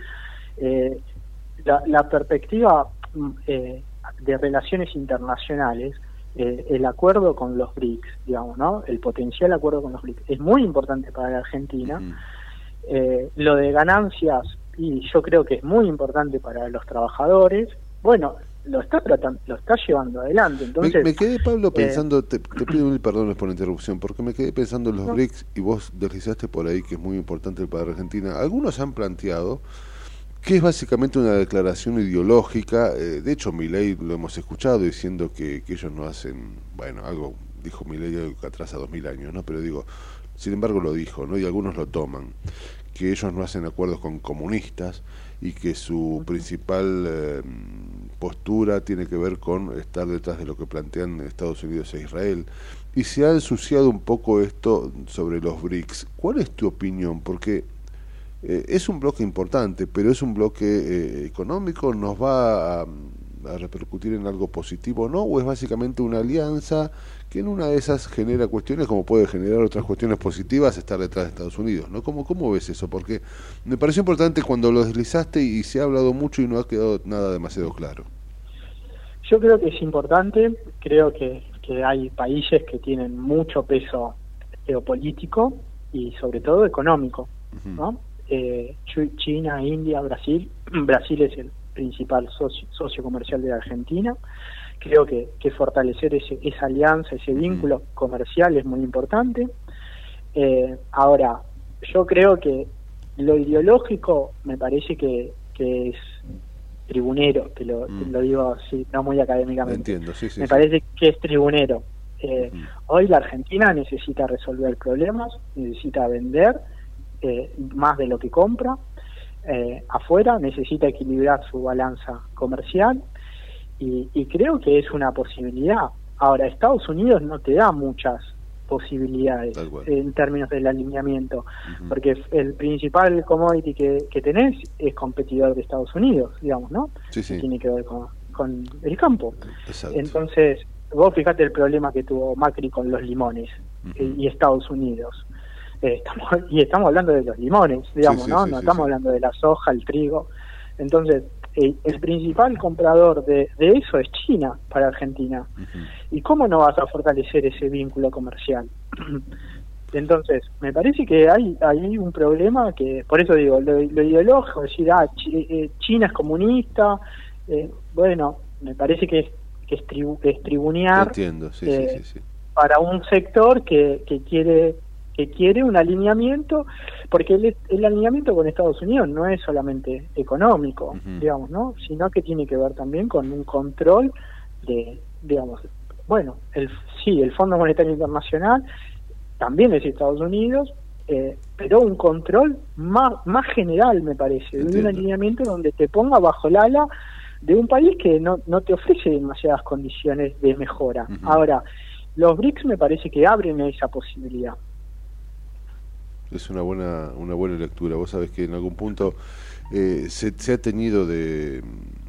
la perspectiva de relaciones internacionales, el acuerdo con los BRICS, digamos, ¿no? El potencial acuerdo con los BRICS es muy importante para la Argentina. Lo de ganancias, y yo creo que es muy importante para los trabajadores. Lo está llevando adelante. Entonces me quedé, Pablo, pensando, te pido mil perdones por la interrupción, porque me quedé pensando en los BRICS, y vos deslizaste por ahí que es muy importante para Argentina. Algunos han planteado que es básicamente una declaración ideológica. De hecho, Milei lo hemos escuchado diciendo que ellos no hacen, bueno, algo, dijo Milei algo que atrasa 2000 años, ¿no? Pero digo, sin embargo lo dijo, ¿no? Y algunos lo toman, que ellos no hacen acuerdos con comunistas y que su principal postura tiene que ver con estar detrás de lo que plantean Estados Unidos e Israel. Y se ha ensuciado un poco esto sobre los BRICS. ¿Cuál es tu opinión? Porque es un bloque importante, pero es un bloque económico. ¿Nos va a repercutir en algo positivo, no? ¿O es básicamente una alianza que en una de esas genera cuestiones, como puede generar otras cuestiones positivas, estar detrás de Estados Unidos, ¿no? ¿Cómo ves eso? Porque me pareció importante cuando lo deslizaste y se ha hablado mucho y no ha quedado nada demasiado claro. Yo creo que es importante, creo que hay países que tienen mucho peso geopolítico y sobre todo económico, ¿no? China, India, Brasil es el principal socio comercial de la Argentina. Creo que fortalecer esa alianza, ese vínculo comercial es muy importante. Ahora, yo creo que lo ideológico me parece que es tribunero, te lo digo así, no muy académicamente. Entiendo, sí, me parece que es tribunero. Hoy la Argentina necesita resolver problemas, necesita vender más de lo que compra afuera, necesita equilibrar su balanza comercial y creo que es una posibilidad. Ahora, Estados Unidos no te da muchas posibilidades en términos del alineamiento, porque el principal commodity que tenés es competidor de Estados Unidos, digamos, ¿no? Sí. Tiene que ver con el campo. Exacto. Entonces, vos fijate el problema que tuvo Macri con los limones y Estados Unidos. Estamos hablando de los limones, digamos, ¿no? No estamos hablando de la soja, el trigo. Entonces, el principal comprador de eso es China para Argentina. ¿Y cómo no vas a fortalecer ese vínculo comercial? Entonces, me parece que hay un problema que, por eso digo, lo ideológico, decir, China es comunista, bueno, me parece que es tribunear. Entiendo, sí. Para un sector que quiere un alineamiento, porque el alineamiento con Estados Unidos no es solamente económico, digamos, ¿no? Sino que tiene que ver también con un control de, digamos, bueno, el Fondo Monetario Internacional también es Estados Unidos, pero un control más general, me parece, de un alineamiento donde te ponga bajo el ala de un país que no te ofrece demasiadas condiciones de mejora. Ahora, los BRICS me parece que abren esa posibilidad. Es una buena lectura. Vos sabés que en algún punto se ha tenido de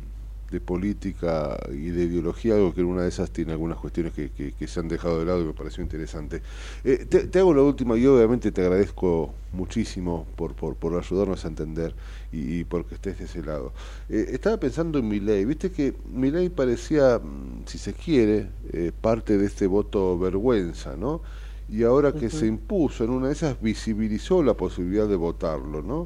política y de ideología, algo que en una de esas tiene algunas cuestiones que se han dejado de lado y me pareció interesante. Te hago la última y obviamente te agradezco muchísimo por ayudarnos a entender y porque estés de ese lado. Estaba pensando en Milei. Viste que Milei parecía, si se quiere, parte de este voto vergüenza, ¿no? Y ahora que se impuso, en una de esas visibilizó la posibilidad de votarlo, ¿no?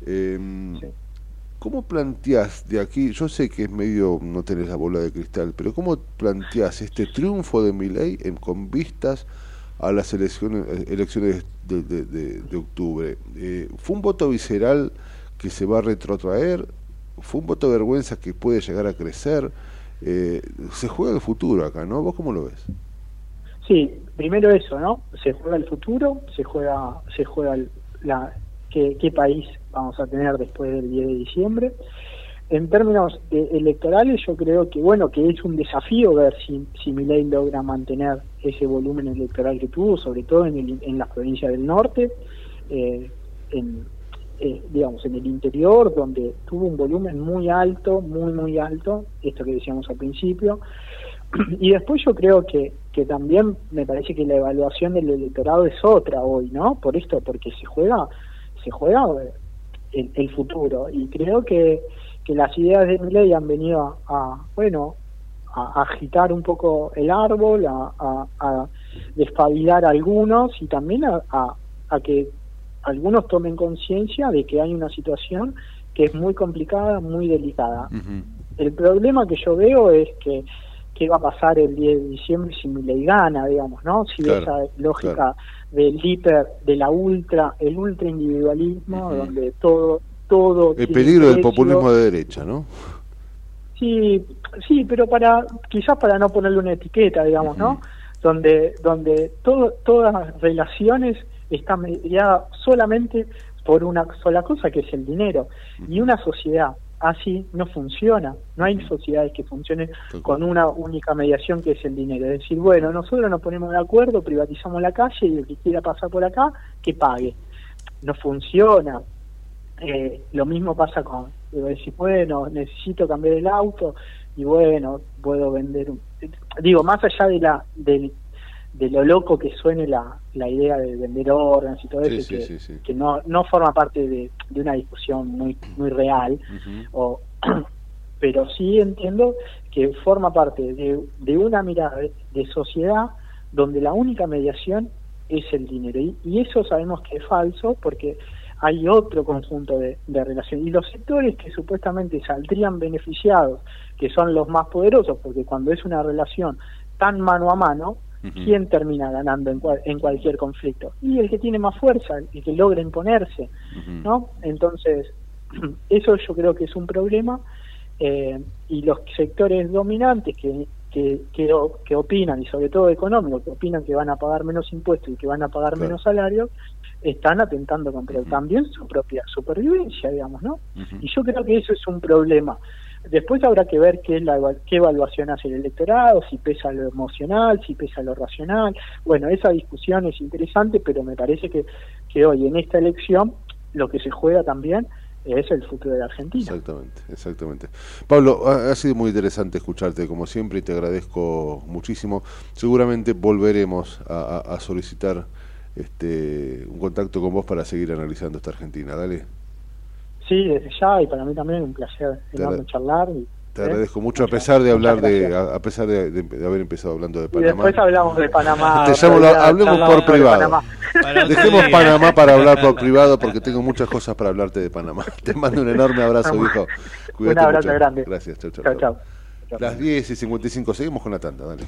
¿Cómo planteás de aquí? Yo sé que es medio, no tenés la bola de cristal, pero ¿cómo planteás este triunfo de Milei con vistas a las elecciones de octubre? ¿Fue un voto visceral que se va a retrotraer? ¿Fue un voto de vergüenza que puede llegar a crecer? Se juega el futuro acá, ¿no? ¿Vos cómo lo ves? Sí, primero eso, ¿no? Se juega el futuro, se juega qué país vamos a tener después del 10 de diciembre. En términos electorales, yo creo que que es un desafío ver si Milei logra mantener ese volumen electoral que tuvo, sobre todo en las provincias del norte, digamos, en el interior, donde tuvo un volumen muy alto, muy alto, esto que decíamos al principio. Y después yo creo que también me parece que la evaluación del electorado es otra hoy, ¿no? Porque se juega el futuro, y creo que las ideas de Milei han venido a agitar un poco el árbol, a despabilar a algunos, y también a que algunos tomen conciencia de que hay una situación que es muy complicada, muy delicada. El problema que yo veo es que qué va a pasar el 10 de diciembre si Milei gana, digamos, ¿no? Si esa lógica del hiper, de el ultra individualismo, donde todo todo. El peligro del populismo de derecha, ¿no? Sí, pero quizás para no ponerle una etiqueta, digamos, ¿no? Donde todas las relaciones están mediadas solamente por una sola cosa, que es el dinero. Y una sociedad así no funciona. No hay sociedades que funcionen con una única mediación, que es el dinero. Es decir, bueno, nosotros nos ponemos de acuerdo, privatizamos la calle y el que quiera pasar por acá, que pague. No funciona. Lo mismo pasa con, decir, bueno, necesito cambiar el auto y bueno, puedo vender más allá de lo loco que suene la idea de vender órganos y todo eso, que no forma parte de una discusión muy real, pero sí entiendo que forma parte de una mirada de sociedad donde la única mediación es el dinero, y eso sabemos que es falso, porque hay otro conjunto de relaciones, y los sectores que supuestamente saldrían beneficiados, que son los más poderosos, porque cuando es una relación tan mano a mano, ¿quién termina ganando en cualquier conflicto? Y el que tiene más fuerza, el que logra imponerse, ¿no? Entonces, eso yo creo que es un problema, y los sectores dominantes que opinan, y sobre todo económicos, que opinan que van a pagar menos impuestos y que van a pagar menos salarios, están atentando contra también su propia supervivencia, digamos, ¿no? Y yo creo que eso es un problema. Después habrá que ver qué evaluación hace el electorado, si pesa lo emocional, si pesa lo racional. Bueno, esa discusión es interesante, pero me parece que hoy en esta elección lo que se juega también es el futuro de la Argentina. Exactamente. Pablo, ha sido muy interesante escucharte como siempre y te muchísimo. Seguramente volveremos a solicitar un contacto con vos para seguir analizando esta Argentina. Dale. Sí, desde ya, y para mí también un placer enorme charlar. Te agradezco mucho, a pesar de hablar de haber empezado hablando de Panamá. Y después hablamos de Panamá. Hablemos por privado. Dejemos Panamá para hablar por privado, porque tengo muchas cosas para hablarte de Panamá. Te mando un enorme abrazo, viejo. Cuídate un abrazo mucho. Grande. Gracias, chau. Las 10:55, seguimos con la tanda, dale.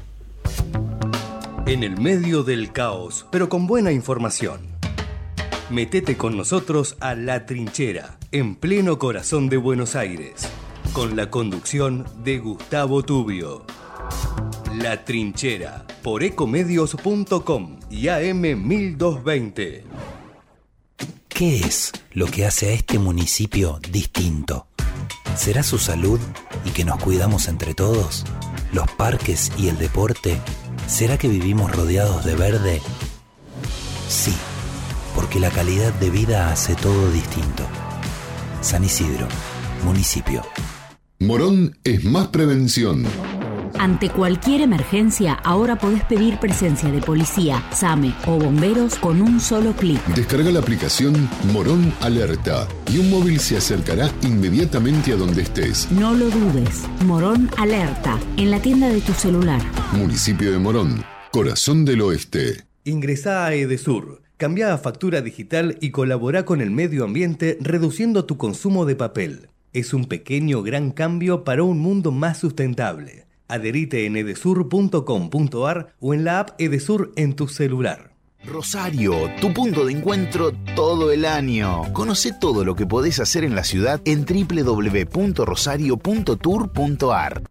En el medio del caos, pero con buena información. Metete con nosotros a La Trinchera, en pleno corazón de Buenos Aires, con la conducción de Gustavo Tubio. La Trinchera, por ecomedios.com y AM 1220. ¿Qué es lo que hace a este municipio distinto? ¿Será su salud y que nos cuidamos entre todos? ¿Los parques y el deporte? ¿Será que vivimos rodeados de verde? Sí, porque la calidad de vida hace todo distinto. San Isidro, municipio. Morón es más prevención. Ante cualquier emergencia, ahora podés pedir presencia de policía, SAME o bomberos con un solo clic. Descarga la aplicación Morón Alerta y un móvil se acercará inmediatamente a donde estés. No lo dudes. Morón Alerta, en la tienda de tu celular. Municipio de Morón, corazón del oeste. Ingresá a Edesur, cambia a factura digital y colabora con el medio ambiente reduciendo tu consumo de papel. Es un pequeño gran cambio para un mundo más sustentable. Adherite en edesur.com.ar o en la app Edesur en tu celular. Rosario, tu punto de encuentro todo el año. Conoce todo lo que podés hacer en la ciudad en www.rosario.tour.ar.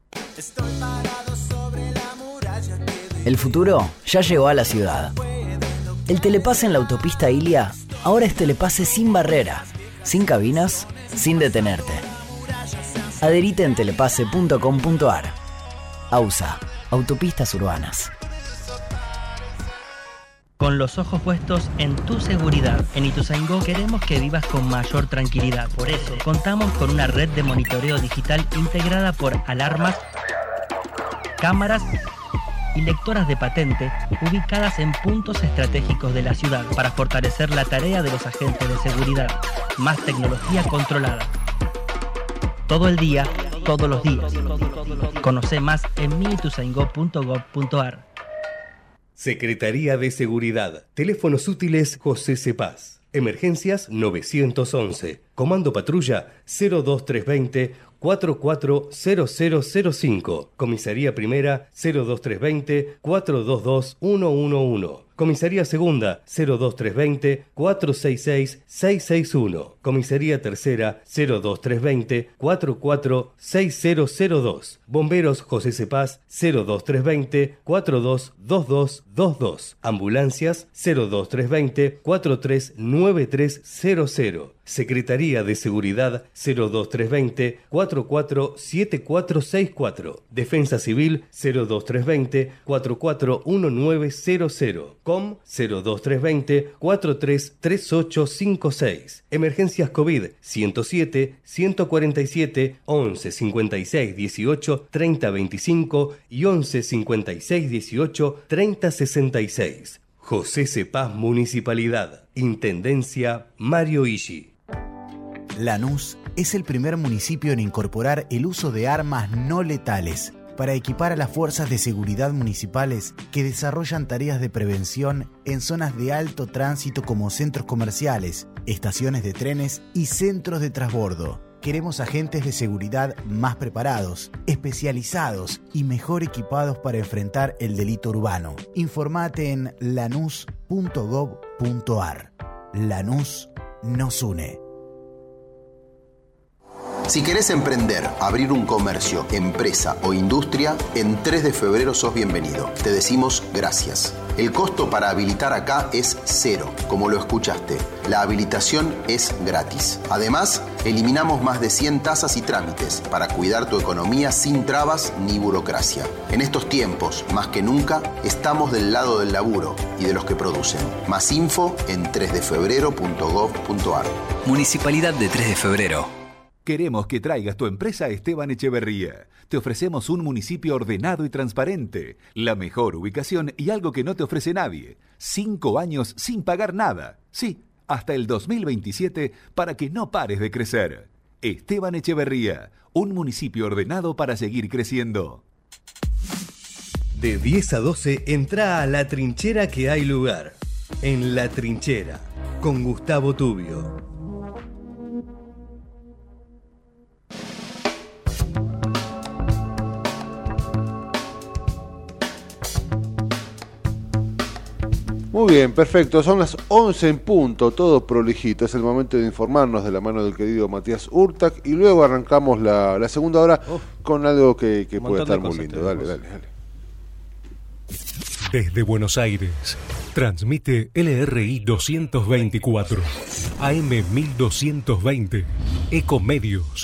El futuro ya llegó a la ciudad. El telepase en la autopista Ilia ahora es telepase sin barrera, sin cabinas, sin detenerte. Adherite en telepase.com.ar. AUSA, Autopistas Urbanas. Con los ojos puestos en tu seguridad. En Ituzaingó queremos que vivas con mayor tranquilidad. Por eso, contamos con una red de monitoreo digital integrada por alarmas, cámaras y lectoras de patente ubicadas en puntos estratégicos de la ciudad para fortalecer la tarea de los agentes de seguridad. Más tecnología controlada. Todo el día, todos los días. Conoce más en miituzaingó.gov.ar. Secretaría de Seguridad. Teléfonos útiles José Cepaz. Emergencias 911. Comando Patrulla 02320 440005. Comisaría Primera 02320 422 111. Comisaría Segunda 02320 466 661. Comisaría Tercera 02320 446002. Bomberos José Cepaz 02320 422222. Ambulancias 02320 439300. Secretaría de Seguridad 02320 447464. Defensa Civil 02320 441900. COM 02320 433856. Emergencias COVID 107 147 11 56 18 30 25 y 11 56 18 30 66. José Cepaz Municipalidad. Intendencia Mario Ishi. Lanús es el primer municipio en incorporar el uso de armas no letales para equipar a las fuerzas de seguridad municipales que desarrollan tareas de prevención en zonas de alto tránsito como centros comerciales, estaciones de trenes y centros de transbordo. Queremos agentes de seguridad más preparados, especializados y mejor equipados para enfrentar el delito urbano. Informate en lanús.gov.ar. Lanús nos une. Si querés emprender, abrir un comercio, empresa o industria, en 3 de febrero sos bienvenido. Te decimos gracias. El costo para habilitar acá es 0, como lo escuchaste. La habilitación es gratis. Además, eliminamos más de 100 tasas y trámites para cuidar tu economía sin trabas ni burocracia. En estos tiempos, más que nunca, estamos del lado del laburo y de los que producen. Más info en 3defebrero.gov.ar. Municipalidad de 3 de Febrero. Queremos que traigas tu empresa a Esteban Echeverría. Te ofrecemos un municipio ordenado y transparente, la mejor ubicación y algo que no te ofrece nadie. 5 años sin pagar nada. Sí, hasta el 2027 para que no pares de crecer. Esteban Echeverría, un municipio ordenado para seguir creciendo. De 10 a 12 entra a La Trinchera que hay lugar. En La Trinchera, con Gustavo Tubio. Muy bien, perfecto. Son las 11 en punto, todo prolijito. Es el momento de informarnos de la mano del querido Matías Urtac y luego arrancamos la segunda hora con algo que puede estar muy lindo. Dale. Desde Buenos Aires, transmite LRI 224, AM 1220, Ecomedios.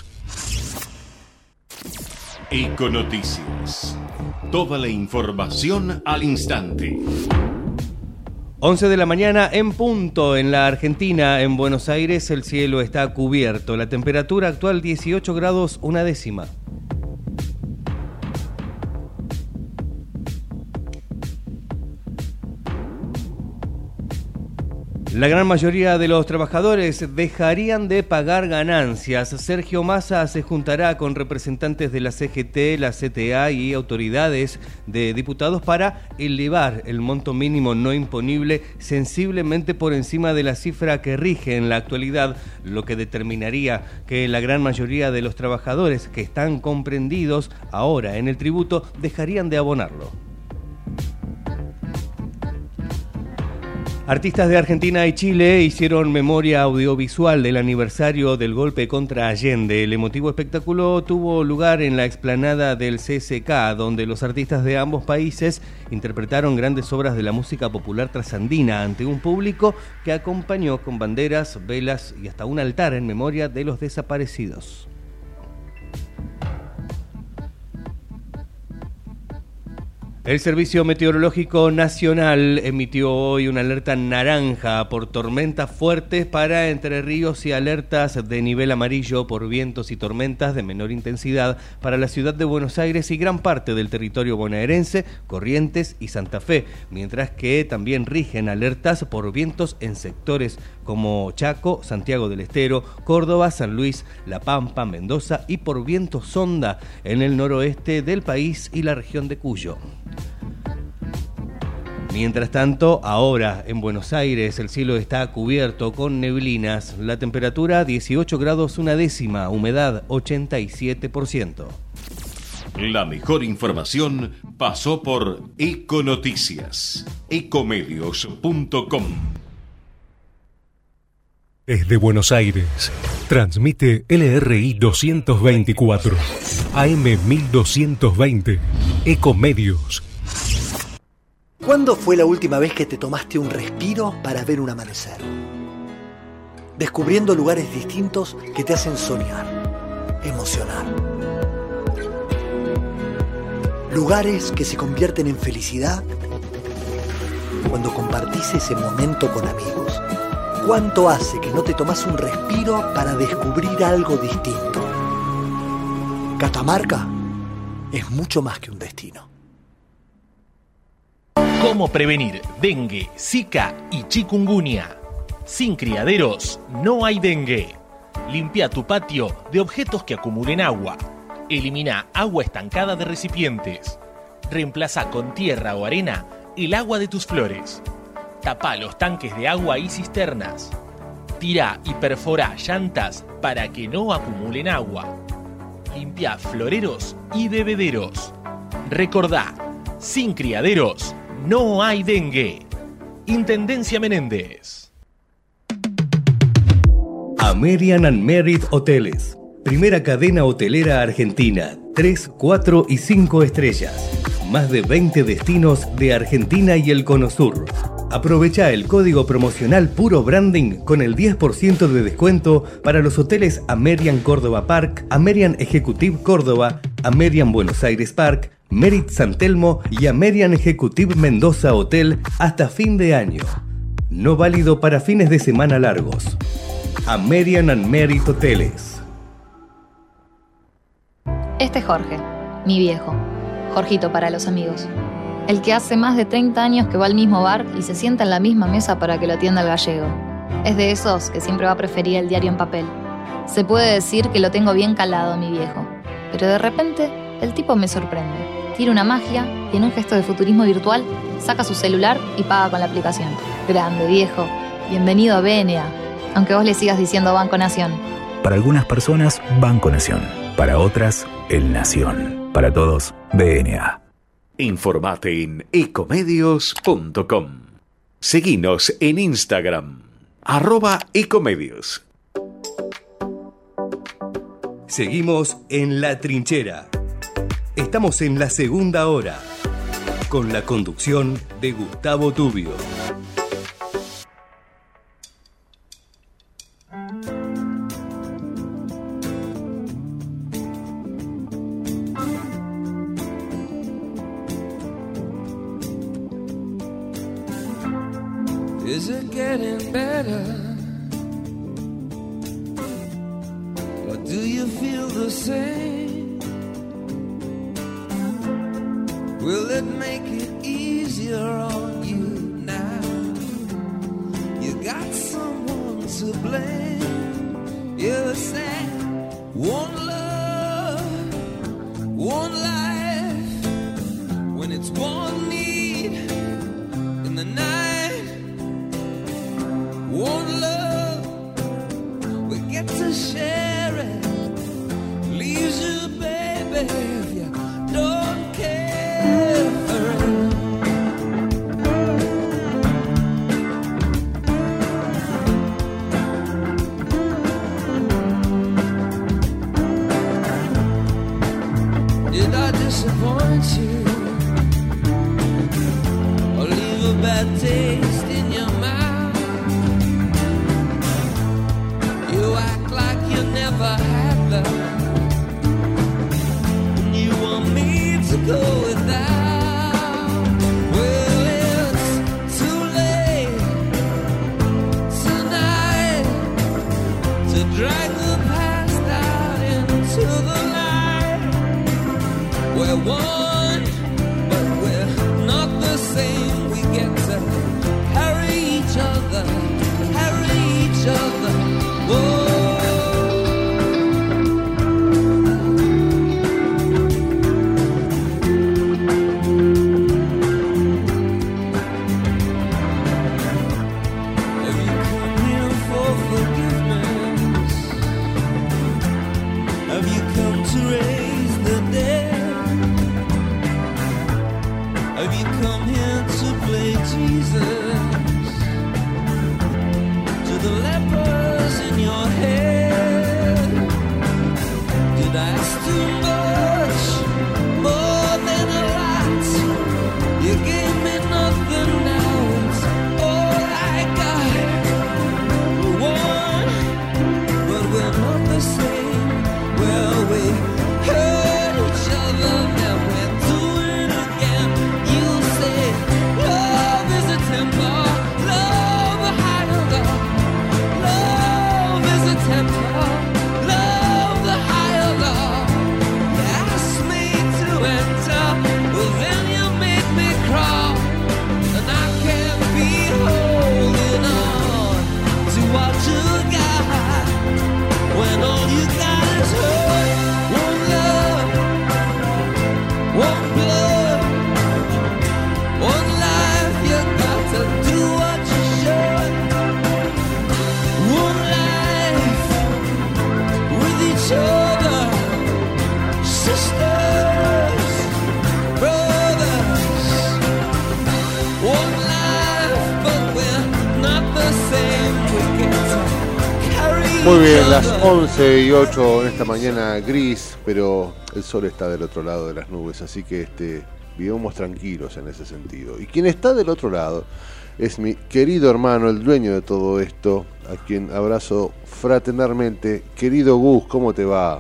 Econoticias. Toda la información al instante. 11 de la mañana en punto en la Argentina, en Buenos Aires el cielo está cubierto, la temperatura actual 18 grados una décima. La gran mayoría de los trabajadores dejarían de pagar ganancias. Sergio Massa se juntará con representantes de la CGT, la CTA y autoridades de diputados para elevar el monto mínimo no imponible sensiblemente por encima de la cifra que rige en la actualidad, lo que determinaría que la gran mayoría de los trabajadores que están comprendidos ahora en el tributo dejarían de abonarlo. Artistas de Argentina y Chile hicieron memoria audiovisual del aniversario del golpe contra Allende. El emotivo espectáculo tuvo lugar en la explanada del CCK, donde los artistas de ambos países interpretaron grandes obras de la música popular trasandina ante un público que acompañó con banderas, velas y hasta un altar en memoria de los desaparecidos. El Servicio Meteorológico Nacional emitió hoy una alerta naranja por tormentas fuertes para Entre Ríos y alertas de nivel amarillo por vientos y tormentas de menor intensidad para la ciudad de Buenos Aires y gran parte del territorio bonaerense, Corrientes y Santa Fe, mientras que también rigen alertas por vientos en sectores como Chaco, Santiago del Estero, Córdoba, San Luis, La Pampa, Mendoza y por viento sonda en el noroeste del país y la región de Cuyo. Mientras tanto, ahora en Buenos Aires el cielo está cubierto con neblinas, la temperatura 18 grados una décima, humedad 87%. La mejor información pasó por Econoticias. Ecomedios.com. Desde Buenos Aires, transmite LRI 224, AM 1220, Ecomedios. ¿Cuándo fue la última vez que te tomaste un respiro para ver un amanecer? Descubriendo lugares distintos que te hacen soñar, emocionar. Lugares que se convierten en felicidad cuando compartís ese momento con amigos. ¿Cuánto hace que no te tomás un respiro para descubrir algo distinto? Catamarca es mucho más que un destino. ¿Cómo prevenir dengue, zika y chikungunya? Sin criaderos no hay dengue. Limpia tu patio de objetos que acumulen agua. Elimina agua estancada de recipientes. Reemplaza con tierra o arena el agua de tus flores. Tapa los tanques de agua y cisternas. Tira y perfora llantas para que no acumulen agua. Limpia floreros y bebederos. Recordá, sin criaderos no hay dengue. Intendencia Menéndez. American and Merit Hoteles. Primera cadena hotelera argentina. 3, 4 y 5 estrellas. Más de 20 destinos de Argentina y el Cono Sur. Aprovecha el código promocional Puro Branding con el 10% de descuento para los hoteles American Córdoba Park, American Executive Córdoba, American Buenos Aires Park, Merit San Telmo y American Executive Mendoza Hotel hasta fin de año. No válido para fines de semana largos. American and Merit Hoteles. Este es Jorge, mi viejo. Jorgito para los amigos. El que hace más de 30 años que va al mismo bar y se sienta en la misma mesa para que lo atienda el gallego. Es de esos que siempre va a preferir el diario en papel. Se puede decir que lo tengo bien calado, mi viejo. Pero de repente, el tipo me sorprende. Tira una magia y en un gesto de futurismo virtual, saca su celular y paga con la aplicación. Grande, viejo. Bienvenido a BNA. Aunque vos le sigas diciendo Banco Nación. Para algunas personas, Banco Nación. Para otras, El Nación. Para todos, BNA. Informate en ecomedios.com. Seguinos en Instagram, @ecomedios. Seguimos en La Trinchera. Estamos en la segunda hora, con la conducción de Gustavo Tubio. Is it getting better? Or do you feel the same? Will it make it easier on you now? You got someone to blame. You're sad. One love, one life. When it's one need in the night. One love, we get to share it. Leaves you, baby, if you don't care for it. Did I disappoint you? Or leave a bad taste in your mouth? You act like you never had love. You want me to go without. Well, it's too late tonight to drag the past out into the light. We're one, but we're not the same. We get to carry each other, carry each other. Whoa. Have you come here for forgiveness? Have you come to raise the dead? Muy bien, las 11:08 en esta mañana gris, pero el sol está del otro lado de las nubes, así que vivamos tranquilos en ese sentido. Y quien está del otro lado es mi querido hermano, el dueño de todo esto, a quien abrazo fraternalmente. Querido Gus, ¿cómo te va?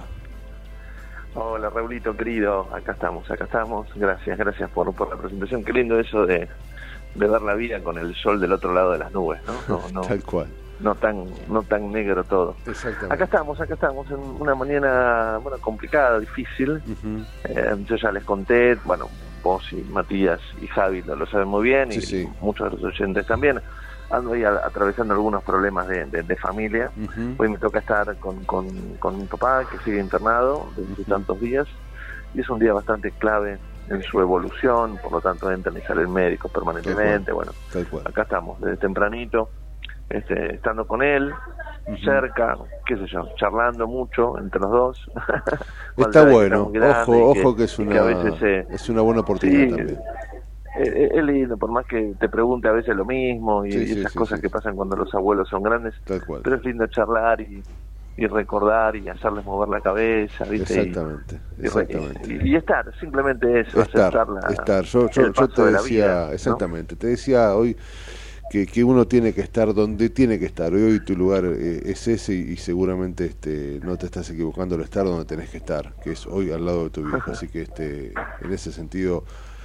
Hola, Raulito, querido, acá estamos. Gracias por la presentación. Qué lindo eso de ver la vida con el sol del otro lado de las nubes, ¿no? Tal cual. No tan negro todo. Exactamente. Acá estamos en una mañana, complicada, difícil. Yo ya les conté, vos y Matías y Javi lo saben muy bien, y muchos de los oyentes también. Ando ahí atravesando algunos problemas de familia. Hoy me toca estar con mi papá, que sigue internado desde tantos días, y es un día bastante clave en su evolución, por lo tanto entra y sale el médico permanentemente. Tal cual. Acá estamos desde tempranito, estando con él, cerca, qué sé yo, charlando mucho entre los dos. Está bueno, ojo que es una buena oportunidad también. Es lindo, por más que te pregunte a veces lo mismo y esas cosas que pasan cuando los abuelos son grandes, pero es lindo charlar y recordar y hacerles mover la cabeza, ¿viste? Exactamente. Y estar, simplemente eso, estar. Yo te decía, exactamente, te decía hoy que uno tiene que estar donde tiene que estar. Hoy tu lugar es ese, y seguramente no te estás equivocando al estar donde tenés que estar, que es hoy al lado de tu viejo. Así que en ese sentido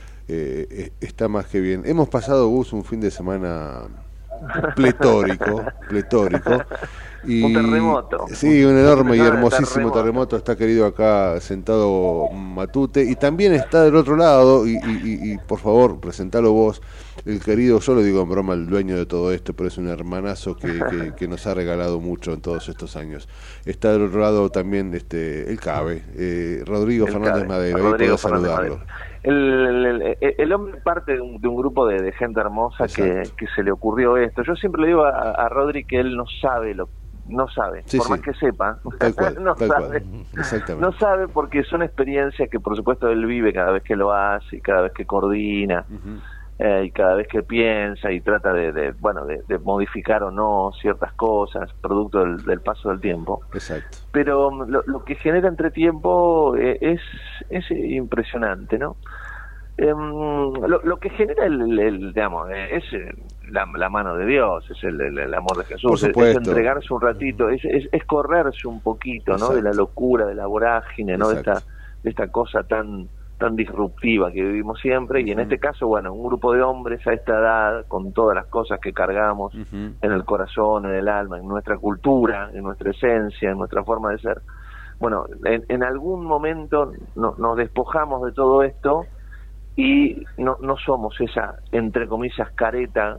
está más que bien. Hemos pasado, Gus, un fin de semana pletórico y un terremoto. Sí, un enorme y hermosísimo terremoto. Está querido acá sentado Matute, y también está del otro lado, y por favor, presentalo vos, el querido, yo lo digo en broma, el dueño de todo esto, pero es un hermanazo que nos ha regalado mucho en todos estos años. Está del otro lado también el CABE, Rodrigo Fernández Madero, ahí podés saludarlo. El hombre parte de un grupo de gente hermosa que se le ocurrió esto. Yo siempre le digo a Rodri que él no sabe, por más que sepa, no sabe, porque son experiencias que por supuesto él vive cada vez que lo hace, y cada vez que coordina, y cada vez que piensa y trata de modificar o no ciertas cosas producto del paso del tiempo. Exacto. Pero lo que genera entre tiempo es impresionante, ¿no? Lo que genera es la mano de Dios, es el amor de Jesús, es entregarse un ratito, es correrse un poquito, ¿no? De la locura, de la vorágine, ¿no? De esta cosa tan disruptiva que vivimos siempre, y en este caso, un grupo de hombres a esta edad, con todas las cosas que cargamos en el corazón, en el alma, en nuestra cultura, en nuestra esencia, en nuestra forma de ser. En algún momento nos despojamos de todo esto, y no somos esa, entre comillas, careta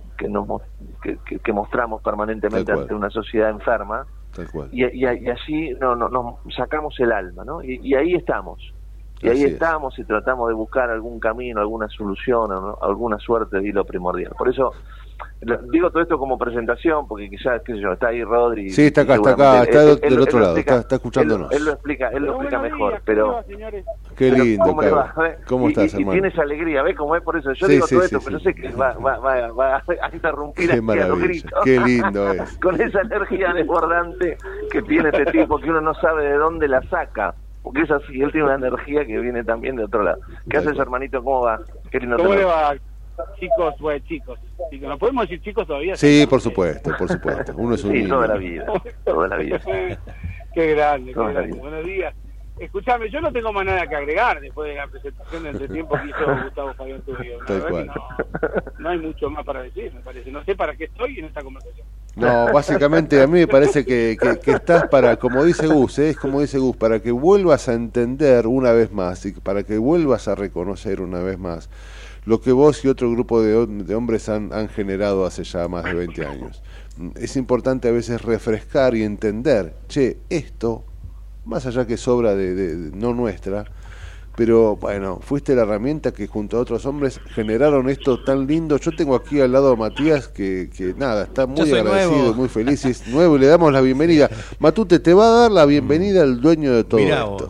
que mostramos permanentemente ante una sociedad enferma, y así nos sacamos el alma, ¿no? Y ahí estamos. Y ahí estamos y tratamos de buscar algún camino, alguna solución, alguna suerte de hilo primordial. Por eso digo todo esto como presentación, porque quizás, qué sé yo, está ahí Rodri. Sí, está acá, está del otro lado, está escuchándonos. Él lo explica mejor, pero... Qué lindo, ¿cómo le va? ¿Cómo estás, hermano? Y tienes alegría, ¿ves cómo es? Por eso yo digo todo esto, pero yo sé que va a interrumpir a los gritos. Qué lindo es. Con esa energía desbordante que tiene este tipo, que uno no sabe de dónde la saca. Porque es así, él tiene una energía que viene también de otro lado. ¿Qué haces, hermanito? ¿Cómo va? Qué lindo. ¿Cómo le va, chicos? Chicos. ¿Nos podemos decir chicos todavía? Sí, por supuesto. Uno es un niño. Toda la vida. Qué grande. Buenos días. Escuchame, yo no tengo más nada que agregar después de la presentación de Entretiempo que hizo Gustavo Fabián Tubio. No hay mucho más para decir, me parece. No sé para qué estoy en esta conversación. No, básicamente a mí me parece que estás para, como dice Gus, para que vuelvas a entender una vez más, y para que vuelvas a reconocer una vez más lo que vos y otro grupo de hombres han generado hace ya más de 20 años. Es importante a veces refrescar y entender, esto, más allá que sobra no nuestra, pero fuiste la herramienta que junto a otros hombres generaron esto tan lindo. Yo tengo aquí al lado a Matías que está muy agradecido, nuevo. Muy feliz, es nuevo, y le damos la bienvenida. Matute, te va a dar la bienvenida el dueño de todo esto.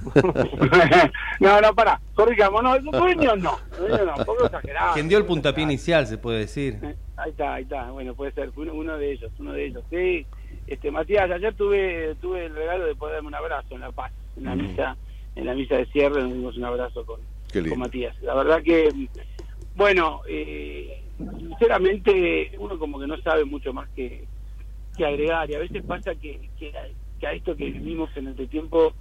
No, pará, corrigamos, dueño no, un poco exagerado. Quien dio el puntapié inicial, se puede decir. Ahí está, bueno, puede ser, uno de ellos, sí. Matías, ayer tuve el regalo de poder darme un abrazo en La Paz, en la misa de cierre, nos dimos un abrazo con Matías. La verdad que, bueno, sinceramente uno como que no sabe mucho más que agregar, y a veces pasa que a esto que vivimos en este tiempo,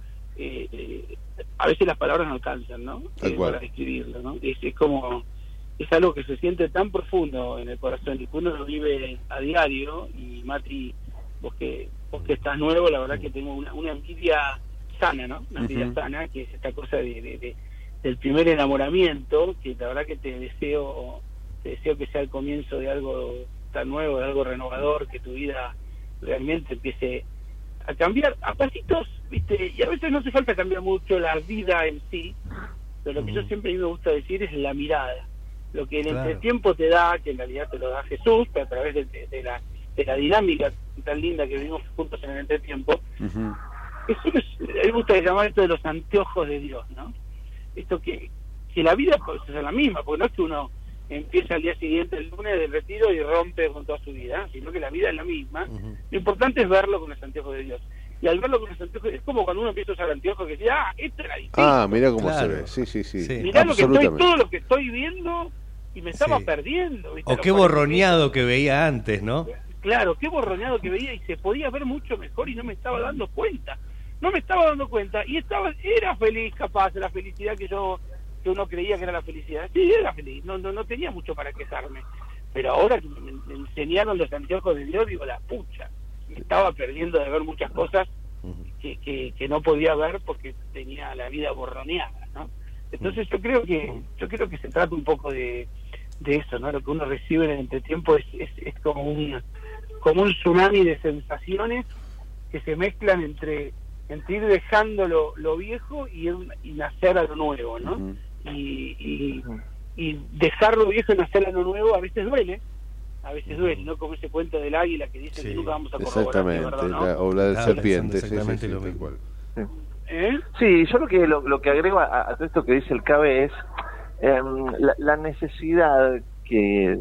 a veces las palabras no alcanzan, ¿no? Para describirlo, ¿no? Es como, es algo que se siente tan profundo en el corazón y que uno lo vive a diario. Y Mati, vos que estás nuevo, la verdad que tengo una envidia sana, ¿no? Una envidia sana, que es esta cosa del primer enamoramiento, que la verdad que te deseo que sea el comienzo de algo tan nuevo, de algo renovador, que tu vida realmente empiece a cambiar a pasitos, ¿viste? Y a veces no hace falta cambiar mucho la vida en sí, pero lo que yo siempre me gusta decir es la mirada. Lo que el entretiempo te da, que en realidad te lo da Jesús, pero a través de la dinámica tan linda que vivimos juntos en el entretiempo, eso me gusta llamar esto de los anteojos de Dios, ¿no? Esto que la vida es la misma, porque no es que uno empieza al día siguiente, el lunes del retiro, y rompe con toda su vida, sino que la vida es la misma. Lo importante es verlo con los anteojos de Dios. Y al verlo con los anteojos, es como cuando uno empieza a usar anteojos que dice, esto era distinto. Mira cómo se ve, sí. Mirá todo lo que estoy viendo y me estaba perdiendo, ¿viste? O qué borroneado que veía antes, ¿no? Claro, qué borroneado que veía, y se podía ver mucho mejor y no me estaba dando cuenta. Y era feliz, capaz, la felicidad que uno creía que era la felicidad. Sí, era feliz, no tenía mucho para quejarme. Pero ahora que me enseñaron los anteojos de Dios, digo, la pucha, me estaba perdiendo de ver muchas cosas que no podía ver porque tenía la vida borroneada, ¿no? Entonces yo creo que se trata un poco de eso, ¿no? Lo que uno recibe en el entretiempo es como un tsunami de sensaciones que se mezclan entre ir dejando lo viejo y nacer a lo nuevo, ¿no? Y dejar lo viejo y nacer a lo nuevo a veces duele, ¿no? Como ese cuento del águila que dice que nunca vamos a corroborar, exactamente, ¿no? O la del serpiente, exactamente lo mismo. Sí, yo lo que agrego a todo esto que dice el Cabe es la necesidad que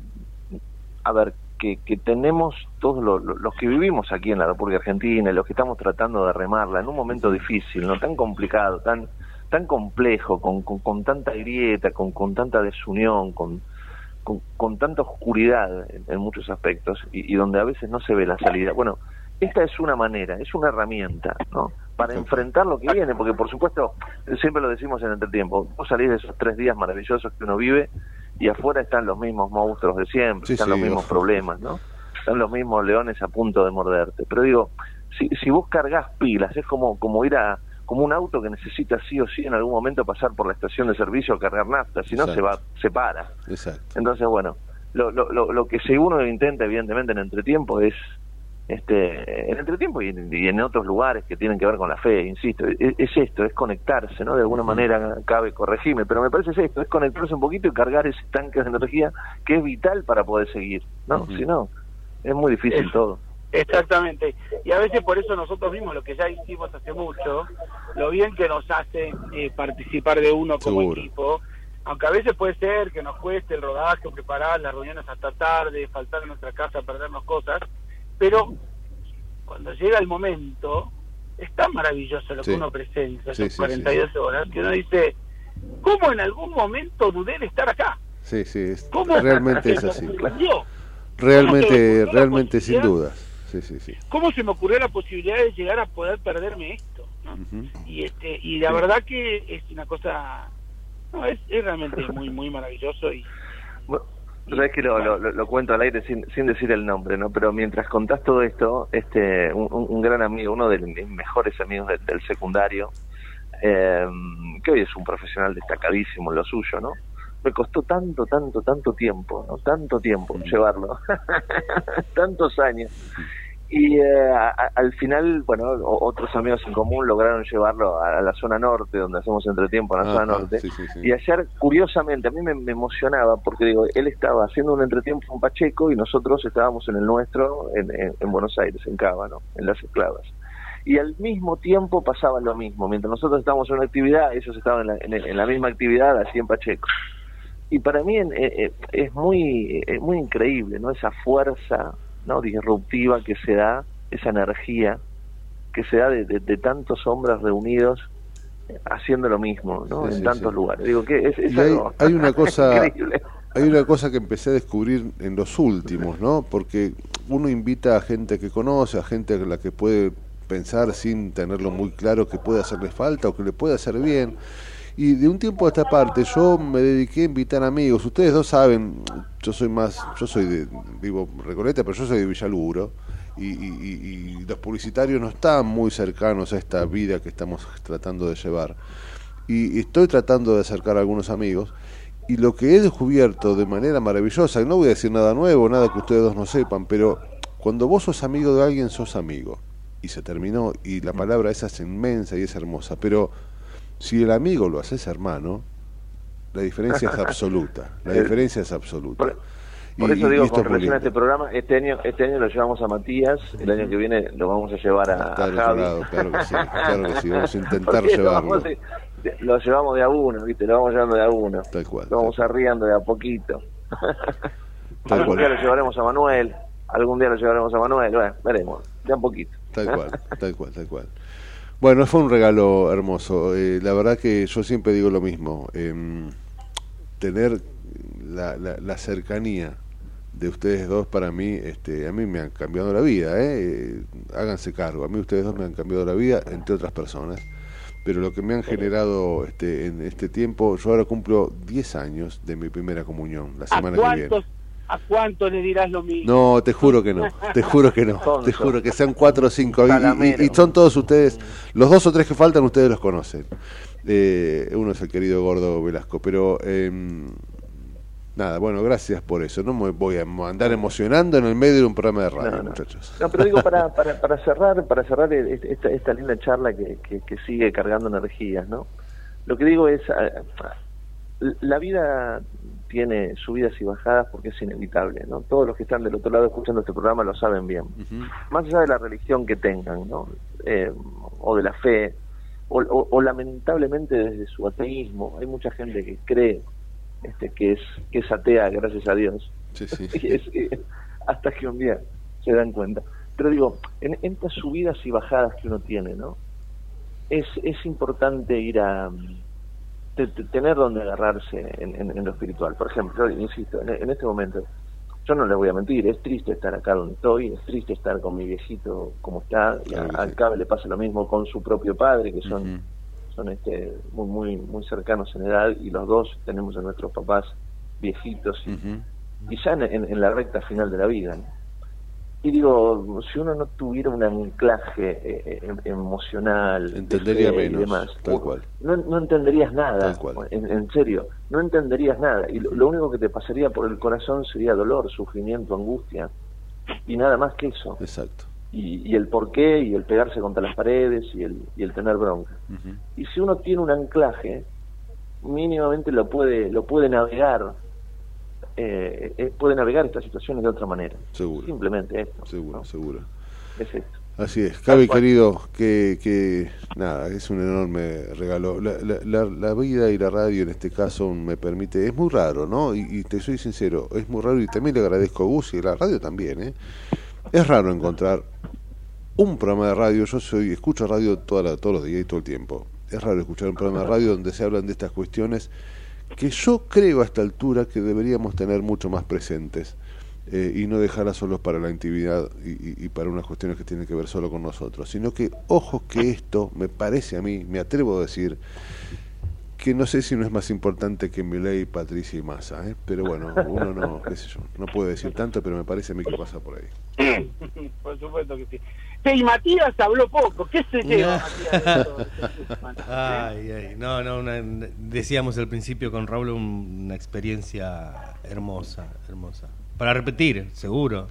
tenemos todos los que vivimos aquí en la República Argentina, y los que estamos tratando de remarla en un momento difícil, no tan complicado, tan complejo, con tanta grieta, con tanta desunión, con tanta oscuridad en muchos aspectos, y donde a veces no se ve la salida. Bueno, esta es una manera, es una herramienta, ¿no?, para enfrentar lo que viene, porque por supuesto, siempre lo decimos en el entretiempo, vos salís de esos 3 días maravillosos que uno vive, y afuera están los mismos monstruos de siempre, están los mismos problemas, ¿no? Están los mismos leones a punto de morderte. Pero digo, si vos cargas pilas, es como ir como un auto que necesita sí o sí en algún momento pasar por la estación de servicio a cargar nafta, si no se para. Exacto. Entonces, bueno, lo que si uno intenta evidentemente en entretiempo es en entretiempo y en otros lugares que tienen que ver con la fe, insisto, es esto, es conectarse, ¿no? De alguna manera, Cabe, corregime, pero me parece esto, es conectarse un poquito y cargar ese tanque de energía que es vital para poder seguir, ¿no? Si no, es muy difícil todo. Exactamente, y a veces por eso nosotros mismos, lo que ya hicimos hace mucho, lo bien que nos hace participar de uno como equipo, aunque a veces puede ser que nos cueste el rodaje, preparar las reuniones hasta tarde, faltar en nuestra casa, perdernos cosas, pero cuando llega el momento, es tan maravilloso lo que uno presencia, esas 42 horas, que uno dice, ¿cómo en algún momento dudé de estar acá? Realmente es así. Realmente sin dudas. ¿Cómo se me ocurrió la posibilidad de llegar a poder perderme esto, ¿no? Y la verdad que es una cosa, es realmente muy muy maravilloso. Y bueno, sabes que lo cuento al aire sin decir el nombre, ¿no? Pero mientras contás todo esto, un gran amigo, uno de mis mejores amigos del secundario, que hoy es un profesional destacadísimo en lo suyo, ¿no? Me costó tanto tiempo, ¿no? Tanto tiempo llevarlo, tantos años. Y al final, bueno, otros amigos en común lograron llevarlo a la zona norte, donde hacemos entretiempo en la zona norte. Y ayer, curiosamente, a mí me emocionaba, porque digo, él estaba haciendo un entretiempo en Pacheco y nosotros estábamos en el nuestro, en Buenos Aires, en Cava, ¿no? En Las Esclavas. Y al mismo tiempo pasaba lo mismo. Mientras nosotros estábamos en una actividad, ellos estaban en la misma actividad, así en Pacheco. Y para mí es muy increíble, ¿no? Esa fuerza, ¿no?, disruptiva que se da esa energía que se da de tantos hombres reunidos haciendo lo mismo, ¿no? En tantos lugares. Digo que es algo hay una cosa increíble. Hay una cosa que empecé a descubrir en los últimos, ¿no? Porque uno invita a gente que conoce, a gente a la que puede pensar sin tenerlo muy claro que puede hacerle falta o que le puede hacer bien. Y de un tiempo a esta parte yo me dediqué a invitar amigos. Ustedes dos saben, vivo en Recoleta, pero yo soy de Villaluro. Y los publicitarios no están muy cercanos a esta vida que estamos tratando de llevar. Y estoy tratando de acercar a algunos amigos. Y lo que he descubierto de manera maravillosa, y no voy a decir nada nuevo, nada que ustedes dos no sepan, pero cuando vos sos amigo de alguien, sos amigo. Y se terminó, y la palabra esa es inmensa y es hermosa. Pero si el amigo lo haces hermano, la diferencia es absoluta. La diferencia es absoluta. Por eso digo, con relación a este programa, este año lo llevamos a Matías, el año que viene lo vamos a llevar a Javi. Claro que sí, vamos a intentar llevarlo. Lo llevamos de a uno, ¿viste? Lo vamos llevando de a uno. Tal cual. Lo vamos arriando de a poquito. Algún día lo llevaremos a Manuel, bueno, veremos, de a poquito. Tal cual. Bueno, fue un regalo hermoso. La verdad que yo siempre digo lo mismo. Tener la cercanía de ustedes dos para mí, a mí me han cambiado la vida, háganse cargo, a mí ustedes dos me han cambiado la vida, entre otras personas, pero lo que me han generado en este tiempo, yo ahora cumplo 10 años de mi primera comunión, la semana que viene. ¿A cuánto le dirás lo mismo? No, te juro que no, te juro que sean 4 o 5, y son todos ustedes, los 2 o 3 que faltan ustedes los conocen, uno es el querido Gordo Velasco, pero nada, bueno, gracias por eso. No me voy a andar emocionando en el medio de un programa de radio, muchachos. No, pero digo, para cerrar esta linda charla que sigue cargando energías, ¿no? Lo que digo es, la vida tiene subidas y bajadas porque es inevitable, ¿no? Todos los que están del otro lado escuchando este programa lo saben bien. Más allá de la religión que tengan, ¿no? O de la fe, o lamentablemente desde su ateísmo. Hay mucha gente que cree que es atea, gracias a Dios. Sí. Hasta que un día se dan cuenta. Pero digo, en estas subidas y bajadas que uno tiene, ¿no? Es importante ir a tener donde agarrarse en lo espiritual. Por ejemplo, yo insisto, en este momento, yo no les voy a mentir, es triste estar acá donde estoy, es triste estar con mi viejito como está, y al Cabe le pasa lo mismo con su propio padre, que son muy muy cercanos en edad, y los dos tenemos a nuestros papás viejitos y ya en la recta final de la vida, ¿no? Y digo, si uno no tuviera un anclaje emocional, entendería de fe menos, y demás, tal cual. No entenderías nada, Tal cual. en serio, no entenderías nada, y lo único que te pasaría por el corazón sería dolor, sufrimiento, angustia, y nada más que eso. Exacto. Y el porqué, y el pegarse contra las paredes, y el tener bronca. Y si uno tiene un anclaje, mínimamente lo puede navegar, puede navegar estas situaciones de otra manera. Seguro. Simplemente esto. Seguro. Es esto. Así es. Cabi, querido, que nada, es un enorme regalo. La vida y la radio en este caso me permite, es muy raro, ¿no? Y te soy sincero, es muy raro, y también le agradezco a Gus y a la radio también, Es raro encontrar un programa de radio. Yo escucho radio todos los días y todo el tiempo. Es raro escuchar un programa de radio donde se hablan de estas cuestiones que yo creo a esta altura que deberíamos tener mucho más presentes, y no dejarlas solos para la intimidad y para unas cuestiones que tienen que ver solo con nosotros, sino que, ojo, que esto me parece a mí, me atrevo a decir que no sé si no es más importante que Milei, Patricia y Massa, pero bueno, uno no, qué sé yo, no puede decir tanto, pero me parece a mí que pasa por ahí. Por supuesto que sí. Y Matías habló poco, ¿qué se lleva Matías? No, decíamos al principio con Raúl, una experiencia hermosa. Para repetir, seguro.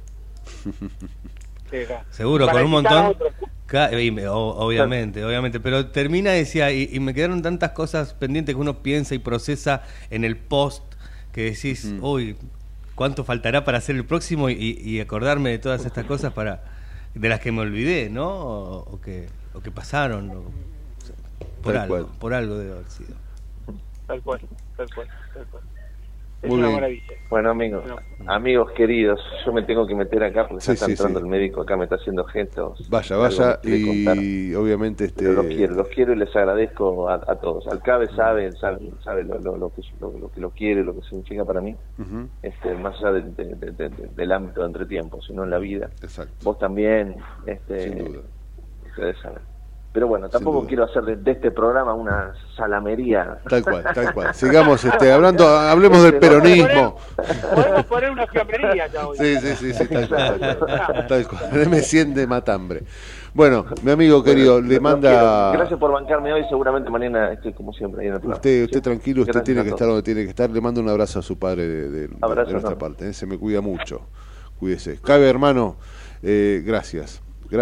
Seguro, con un montón. Obviamente, pero termina, decía, y me quedaron tantas cosas pendientes que uno piensa y procesa en el post, que decís, uy, ¿cuánto faltará para hacer el próximo? Y acordarme de todas estas cosas de las que me olvidé, ¿no? O que pasaron, por algo debe haber sido. Tal cual. Es una maravilla. Bueno, amigos queridos, yo me tengo que meter acá porque está entrando el médico acá, me está haciendo gestos. Vaya, y obviamente pero los quiero y les agradezco a todos. Al CABE sabe lo que lo quiere, lo que significa para mí, más allá del ámbito de entretiempo, sino en la vida. Exacto. Vos también, sin duda. Ustedes saben. Pero bueno, tampoco quiero hacer de este programa una salamería. Tal cual. Sigamos hablemos del peronismo. Podemos poner una fiambrería ya hoy. Sí, tal cual. Me siente matambre. Bueno, mi amigo querido, le manda... Gracias por bancarme hoy, seguramente mañana estoy como siempre ahí en el programa. Usted tranquilo, usted tiene que estar donde tiene que estar. Le mando un abrazo a su padre de nuestra parte. Se me cuida mucho. Cuídese. Cabe, hermano, gracias,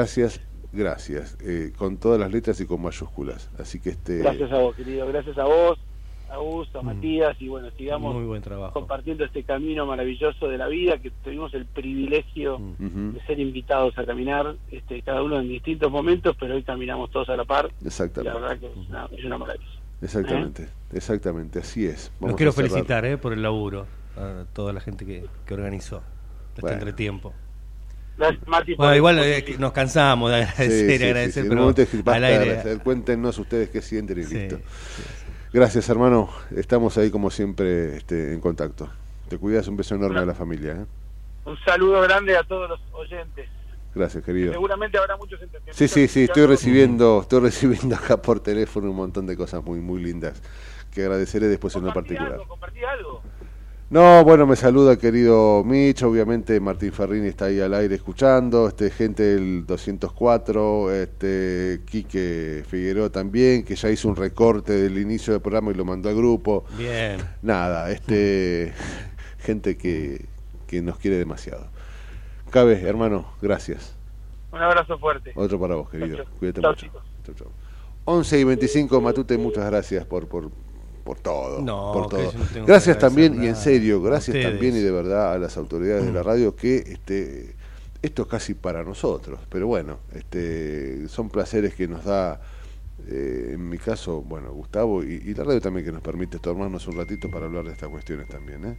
con todas las letras y con mayúsculas. Así que Gracias a vos, querido. Gracias a vos, a Augusto, a Matías, y bueno, sigamos muy buen trabajo, compartiendo este camino maravilloso de la vida, que tuvimos el privilegio de ser invitados a caminar, cada uno en distintos momentos, pero hoy caminamos todos a la par. Exactamente. La verdad que es una maravilla. Exactamente, así es. Los quiero felicitar por el laburo a toda la gente que organizó este entretiempo. Bueno, igual nos cansamos de agradecer, pero al aire. Cuéntenos ustedes qué sienten y listo. Gracias, hermano. Estamos ahí como siempre en contacto. Te cuidas, un beso enorme a la familia. Un saludo grande a todos los oyentes. Gracias, querido. Seguramente habrá muchos entendidos. Sí, estoy recibiendo acá por teléfono un montón de cosas muy, muy lindas que agradeceré después en lo particular. ¿Compartí algo? No, bueno, me saluda querido Mitch, obviamente Martín Ferrini está ahí al aire escuchando, gente del 204, Quique Figueroa también, que ya hizo un recorte del inicio del programa y lo mandó al grupo. Bien. Nada, gente que nos quiere demasiado. Cabe, hermano, gracias. Un abrazo fuerte. Otro para vos, querido. Chau. Cuídate Chau, mucho. chicos. Chau. 11:25, Matute, muchas gracias por todo. Por todo. Gracias también, y en serio, gracias también y de verdad a las autoridades de la radio, que esto es casi para nosotros, pero bueno, son placeres que nos da, en mi caso, bueno, Gustavo, y la radio también, que nos permite tomarnos un ratito para hablar de estas cuestiones también.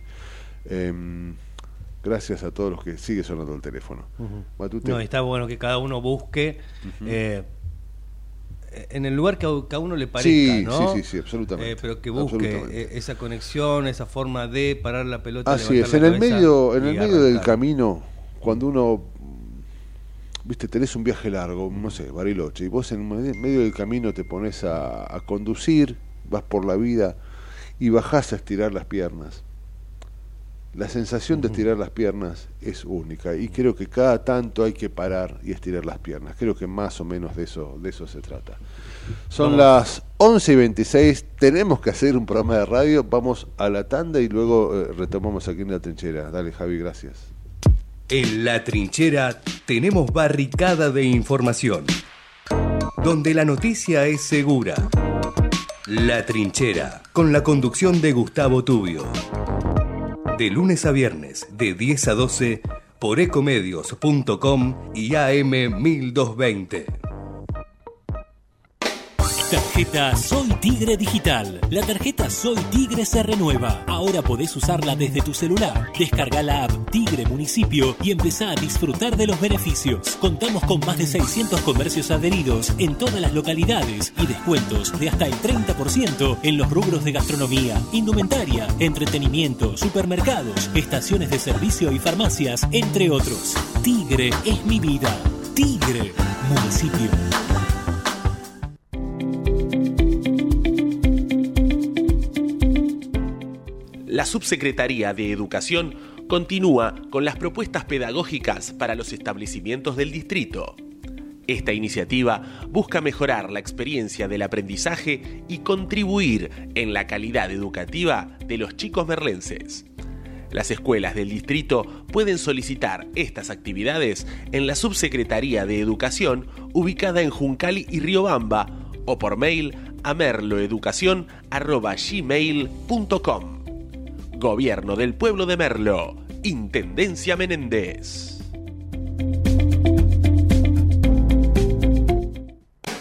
Gracias a todos los que sigue sonando el teléfono. Matute. No, está bueno que cada uno busque en el lugar que a uno le parezca, ¿no? Sí, absolutamente. Pero que busque esa conexión, esa forma de parar la pelota. Así es, en el medio del camino, cuando uno, tenés un viaje largo, no sé, Bariloche, y vos en medio del camino te pones a conducir, vas por la vida y bajás a estirar las piernas. La sensación de estirar las piernas es única, y creo que cada tanto hay que parar y estirar las piernas. Creo que más o menos de eso se trata. Son las 11:26, tenemos que hacer un programa de radio, vamos a la tanda y luego retomamos aquí en La Trinchera. Dale, Javi, gracias. En La Trinchera tenemos barricada de información, donde la noticia es segura. La Trinchera, con la conducción de Gustavo Tubio. De lunes a viernes, de 10 a 12, por ecomedios.com y AM 1220. Tarjeta Soy Tigre Digital. La tarjeta Soy Tigre se renueva. Ahora podés usarla desde tu celular. Descarga la app Tigre Municipio y empezá a disfrutar de los beneficios. Contamos con más de 600 comercios adheridos en todas las localidades y descuentos de hasta el 30% en los rubros de gastronomía, indumentaria, entretenimiento, supermercados, estaciones de servicio y farmacias, entre otros. Tigre es mi vida. Tigre Municipio. La Subsecretaría de Educación continúa con las propuestas pedagógicas para los establecimientos del distrito. Esta iniciativa busca mejorar la experiencia del aprendizaje y contribuir en la calidad educativa de los chicos merlenses. Las escuelas del distrito pueden solicitar estas actividades en la Subsecretaría de Educación ubicada en Juncal y Riobamba o por mail a merloeducacion@gmail.com. Gobierno del Pueblo de Merlo, Intendencia Menéndez.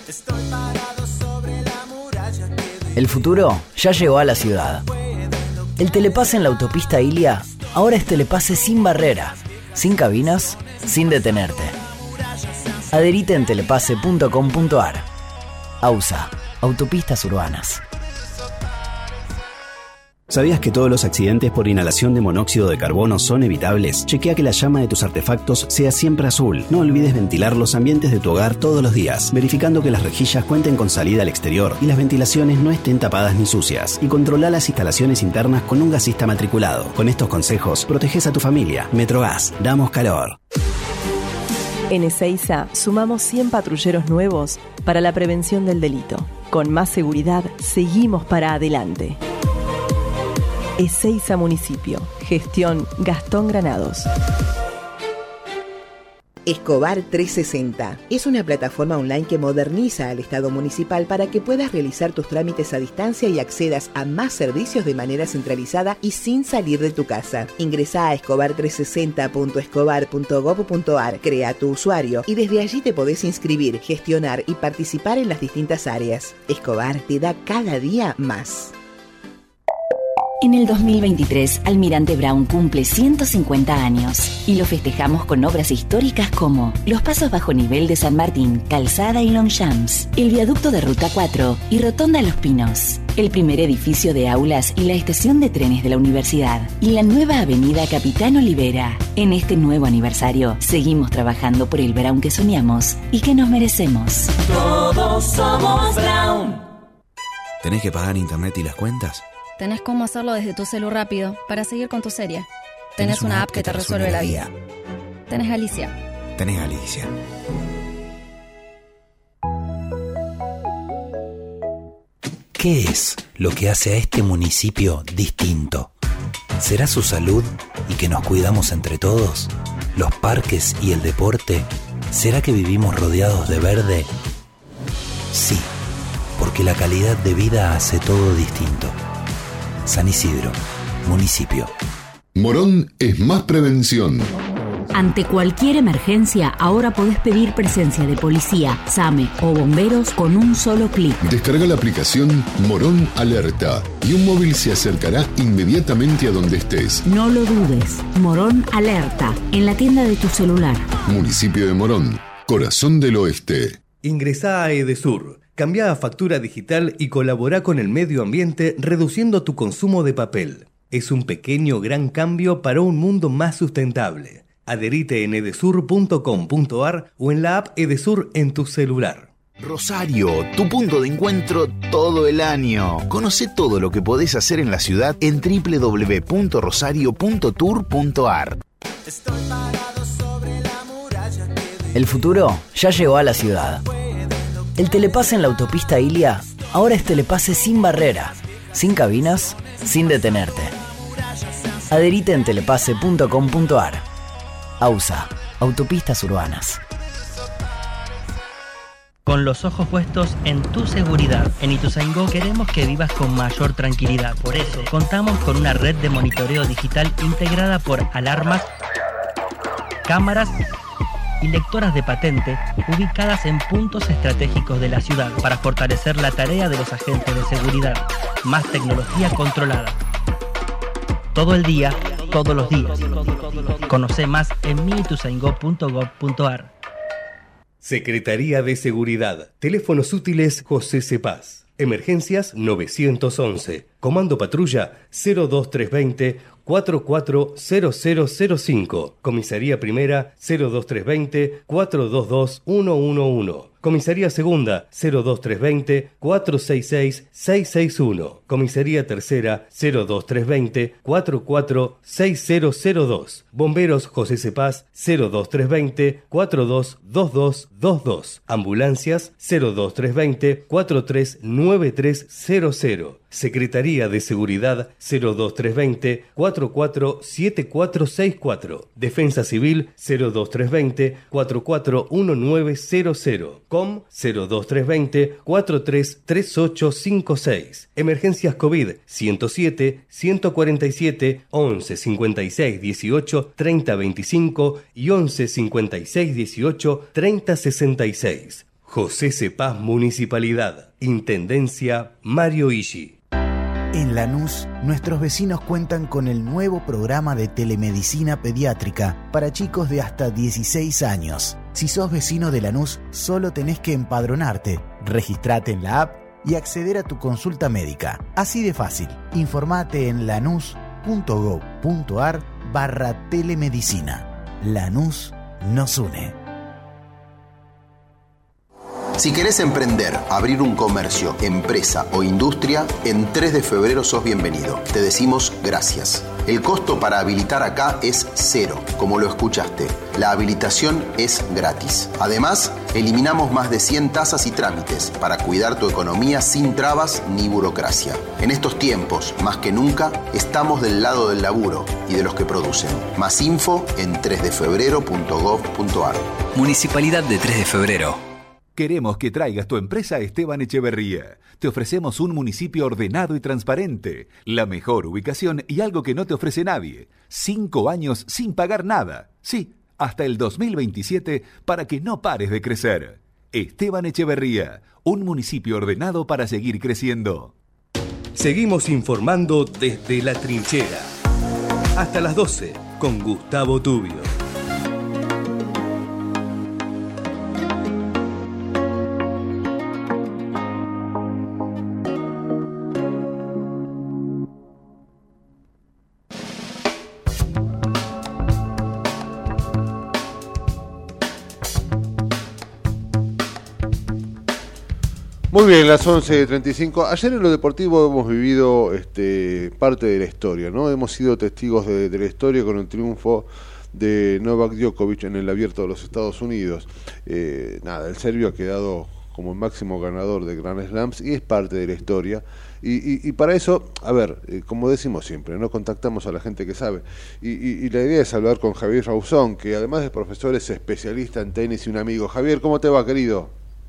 El futuro ya llegó a la ciudad. El telepase en la autopista Ilia ahora es telepase sin barrera, sin cabinas, sin detenerte. Adherite en telepase.com.ar. AUSA, Autopistas Urbanas. ¿Sabías que todos los accidentes por inhalación de monóxido de carbono son evitables? Chequea que la llama de tus artefactos sea siempre azul. No olvides ventilar los ambientes de tu hogar todos los días, verificando que las rejillas cuenten con salida al exterior y las ventilaciones no estén tapadas ni sucias. Y controla las instalaciones internas con un gasista matriculado. Con estos consejos, proteges a tu familia. Metrogas, damos calor. En Ezeiza sumamos 100 patrulleros nuevos para la prevención del delito. Con más seguridad, seguimos para adelante. Ezeiza Municipio. Gestión Gastón Granados. Escobar 360 es una plataforma online que moderniza al Estado municipal para que puedas realizar tus trámites a distancia y accedas a más servicios de manera centralizada y sin salir de tu casa. Ingresa a escobar360.escobar.gov.ar, crea tu usuario y desde allí te podés inscribir, gestionar y participar en las distintas áreas. Escobar te da cada día más. En el 2023, Almirante Brown cumple 150 años y lo festejamos con obras históricas como los pasos bajo nivel de San Martín, Calzada y Longchamps, el viaducto de Ruta 4 y Rotonda Los Pinos, el primer edificio de aulas y la estación de trenes de la universidad y la nueva avenida Capitán Olivera. En este nuevo aniversario, seguimos trabajando por el Brown que soñamos y que nos merecemos. Todos somos Brown. ¿Tenés que pagar internet y las cuentas? Tenés cómo hacerlo desde tu celu rápido para seguir con tu serie. Tenés una app que te resuelve la vida. Tenés Alicia. Tenés Alicia. ¿Qué es lo que hace a este municipio distinto? ¿Será su salud y que nos cuidamos entre todos? ¿Los parques y el deporte? ¿Será que vivimos rodeados de verde? Sí, porque la calidad de vida hace todo distinto. San Isidro, municipio. Morón es más prevención. Ante cualquier emergencia, ahora podés pedir presencia de policía, SAME o bomberos con un solo clic. Descarga la aplicación Morón Alerta y un móvil se acercará inmediatamente a donde estés. No lo dudes. Morón Alerta, en la tienda de tu celular. Municipio de Morón, corazón del oeste. Ingresá a Edesur. Cambia a factura digital y colabora con el medio ambiente reduciendo tu consumo de papel. Es un pequeño gran cambio para un mundo más sustentable. Adherite en edesur.com.ar o en la app Edesur en tu celular. Rosario, tu punto de encuentro todo el año. Conoce todo lo que podés hacer en la ciudad en www.rosario.tour.ar. El futuro ya llegó a la ciudad. El telepase en la autopista Ilia ahora es telepase sin barrera, sin cabinas, sin detenerte. Adherite en telepase.com.ar. AUSA, Autopistas Urbanas. Con los ojos puestos en tu seguridad. En Ituzaingó queremos que vivas con mayor tranquilidad. Por eso, contamos con una red de monitoreo digital integrada por alarmas, cámaras y lectoras de patente ubicadas en puntos estratégicos de la ciudad para fortalecer la tarea de los agentes de seguridad. Más tecnología controlada. Todo el día, todos los días. Conoce más en miituzaingó.gov.ar. Secretaría de Seguridad. Teléfonos útiles José Cepaz. Emergencias 911. Comando Patrulla 02320 440005. Comisaría Primera 02320 422 111. Comisaría Segunda 02320 466 661. Comisaría Tercera 02320 446002. Bomberos José Cepaz 02320 422222. Ambulancias 02320 439300. Secretaría de Seguridad 02320 447464. Defensa Civil 02320 441900. COM 02320 433856. Emergencias COVID 107 147 11 56 18 30 25 y 11 56 18 30 66. José Cepaz Municipalidad. Intendencia Mario Ishi. En Lanús, nuestros vecinos cuentan con el nuevo programa de telemedicina pediátrica para chicos de hasta 16 años. Si sos vecino de Lanús, solo tenés que empadronarte, registrate en la app y acceder a tu consulta médica. Así de fácil. Informate en lanús.gov.ar/telemedicina. Lanús nos une. Si querés emprender, abrir un comercio, empresa o industria, en 3 de febrero sos bienvenido. Te decimos gracias. El costo para habilitar acá es 0, como lo escuchaste. La habilitación es gratis. Además, eliminamos más de 100 tasas y trámites para cuidar tu economía sin trabas ni burocracia. En estos tiempos, más que nunca, estamos del lado del laburo y de los que producen. Más info en 3defebrero.gov.ar. Municipalidad de 3 de Febrero. Queremos que traigas tu empresa a Esteban Echeverría. Te ofrecemos un municipio ordenado y transparente, la mejor ubicación y algo que no te ofrece nadie. 5 años sin pagar nada. Sí, hasta el 2027 para que no pares de crecer. Esteban Echeverría, un municipio ordenado para seguir creciendo. Seguimos informando desde La Trinchera. Hasta las 12 con Gustavo Tubio. Muy bien, las 11:35. Ayer en lo deportivo hemos vivido parte de la historia, ¿no? Hemos sido testigos de la historia con el triunfo de Novak Djokovic en el Abierto de los Estados Unidos. El serbio ha quedado como el máximo ganador de Grand Slams y es parte de la historia. Y para eso, como decimos siempre, ¿no? Contactamos a la gente que sabe. Y la idea es hablar con Javier Rausón, que además de profesor es especialista en tenis y un amigo. Javier, ¿cómo te va, querido?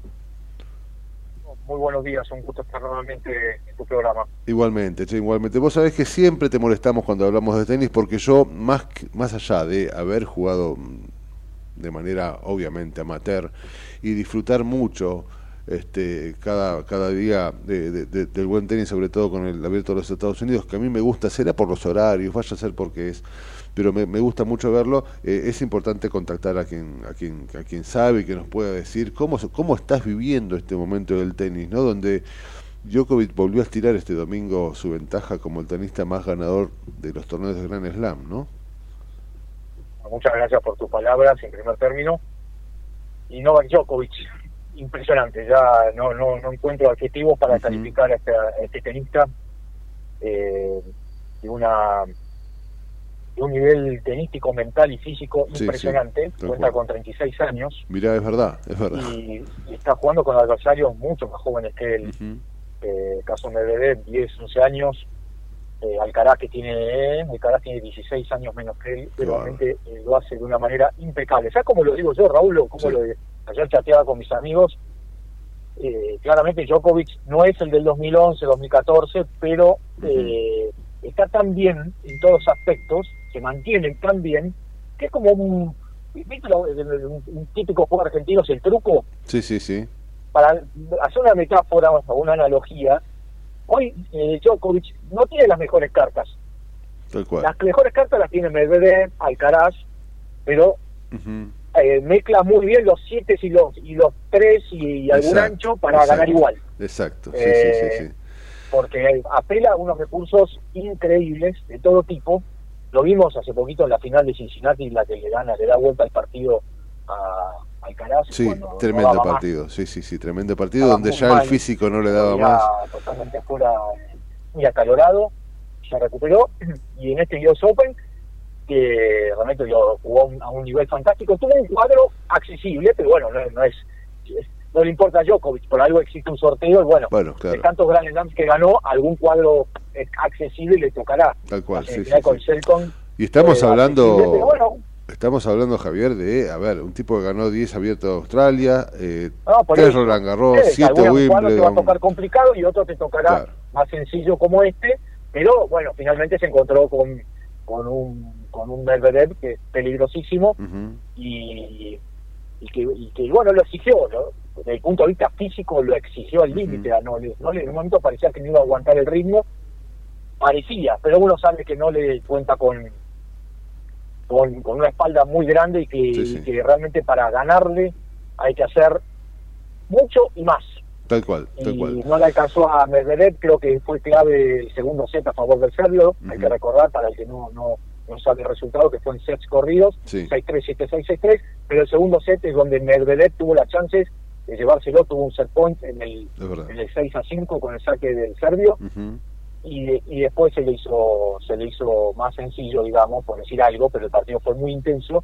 Muy buenos días, un gusto estar nuevamente en tu programa. Igualmente, igualmente. Vos sabés que siempre te molestamos cuando hablamos de tenis porque yo, más allá de haber jugado de manera obviamente amateur y disfrutar mucho cada día del buen tenis, sobre todo con el Abierto de los Estados Unidos, que a mí me gusta, será por los horarios, vaya a ser porque es, pero me gusta mucho verlo. Es importante contactar a quien sabe y que nos pueda decir cómo estás viviendo este momento del tenis, ¿no? Donde Djokovic volvió a estirar este domingo su ventaja como el tenista más ganador de los torneos de Grand Slam, ¿no? Muchas gracias por tus palabras en primer término. Y Novak Djokovic, impresionante, ya no encuentro adjetivos para calificar a este tenista de un nivel tenístico, mental y físico impresionante. Sí, cuenta con 36 años. Mirá, es verdad. Y está jugando con adversarios mucho más jóvenes que él. Caso Medvedev, 10, 11 años. Alcaraz tiene 16 años menos que él, pero realmente lo hace de una manera impecable. ¿Sabes cómo lo digo yo, Raúl? Ayer chateaba con mis amigos. Claramente Djokovic no es el del 2011, 2014, pero está tan bien en todos aspectos, se mantiene tan bien, que es como un típico juego argentino, es el truco. Sí. Para hacer una metáfora o una analogía, hoy Djokovic no tiene las mejores cartas. Tal cual. Las mejores cartas las tiene Medvedev, Alcaraz, pero mezcla muy bien los 7 y los 3 y algún ancho para ganar igual. Exacto, sí. Porque apela a unos recursos increíbles de todo tipo. Lo vimos hace poquito en la final de Cincinnati, la que le da vuelta al partido a Alcaraz. Sí, tremendo partido, sí, tremendo partido donde ya el físico no le daba más. Totalmente fuera, muy acalorado, se recuperó, y en este US Open, que realmente lo jugó a un nivel fantástico, tuvo un cuadro accesible, pero bueno, no le importa a Djokovic, por algo existe un sorteo, y bueno claro. De tantos Grand Slams que ganó, algún cuadro accesible le tocará. Tal cual, sí. Con Shelton, y estamos hablando, Javier, de, un tipo que ganó 10 abiertos de Australia, 3 Roland Garros, 7 Wimbledon. Te va a tocar complicado y otro te tocará más sencillo como este, pero bueno, finalmente se encontró con un Medvedev que es peligrosísimo y que bueno, lo exigió, ¿no? Desde el punto de vista físico lo exigió al límite, en un momento parecía que no iba a aguantar el ritmo, parecía, pero uno sabe que no le cuenta con una espalda muy grande y que realmente para ganarle hay que hacer mucho y más. Tal cual. No le alcanzó a Medvedev, creo que fue clave el segundo set a favor del serbio. Hay que recordar, para el que no sabe el resultado, que fue en sets corridos, 6-3, 7-6, 6-3, pero el segundo set es donde Medvedev tuvo las chances de llevárselo, tuvo un set point en el 6-5 con el saque del serbio, y después se le hizo más sencillo, digamos, por decir algo, pero el partido fue muy intenso,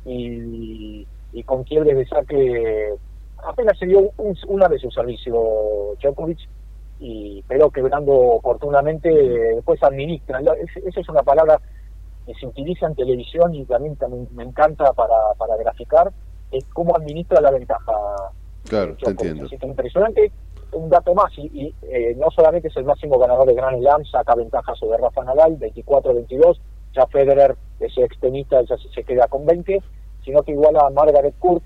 y con quiebres de saque apenas se dio una vez su servicio Djokovic, pero quebrando oportunamente, después administra. Esa es una palabra que se utiliza en televisión y también me encanta para graficar, es cómo administra la ventaja. Claro, te entiendo. Así que impresionante. Un dato más, y no solamente es el máximo ganador de Grand Slam, saca ventaja sobre Rafa Nadal, 24-22, ya Federer, ese extenista, ya se queda con 20, sino que iguala a Margaret Court,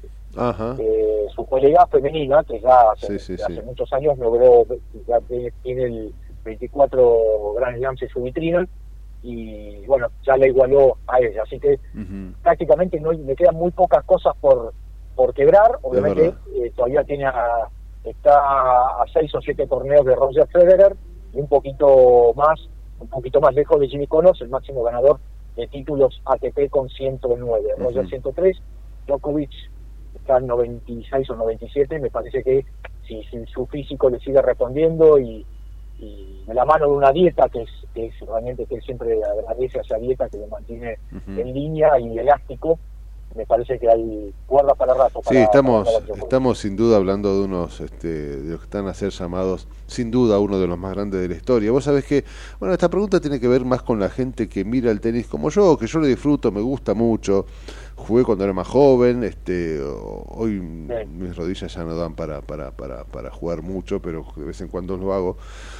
su colega femenina, que ya hace muchos años logró, ya tiene el 24 Grand Slams en su vitrina, y bueno, ya le igualó a ella, así que prácticamente le quedan muy pocas cosas por quebrar. Obviamente todavía está a 6 o 7 torneos de Roger Federer y un poquito más lejos de Jimmy Connors, el máximo ganador de títulos ATP con 109, Roger 103, Djokovic está en 96 o 97. Me parece que si su físico le sigue respondiendo y de la mano de una dieta que es realmente, que él siempre agradece a esa dieta que lo mantiene en línea y elástico, me parece que hay cuerda para rato. Sí, estamos sin duda hablando de unos de los que están a ser llamados, sin duda, uno de los más grandes de la historia. Vos sabés que, bueno, esta pregunta tiene que ver más con la gente que mira el tenis como yo, que yo lo disfruto, me gusta mucho. Jugué cuando era más joven, hoy mis rodillas ya no dan para jugar mucho, pero de vez en cuando lo hago.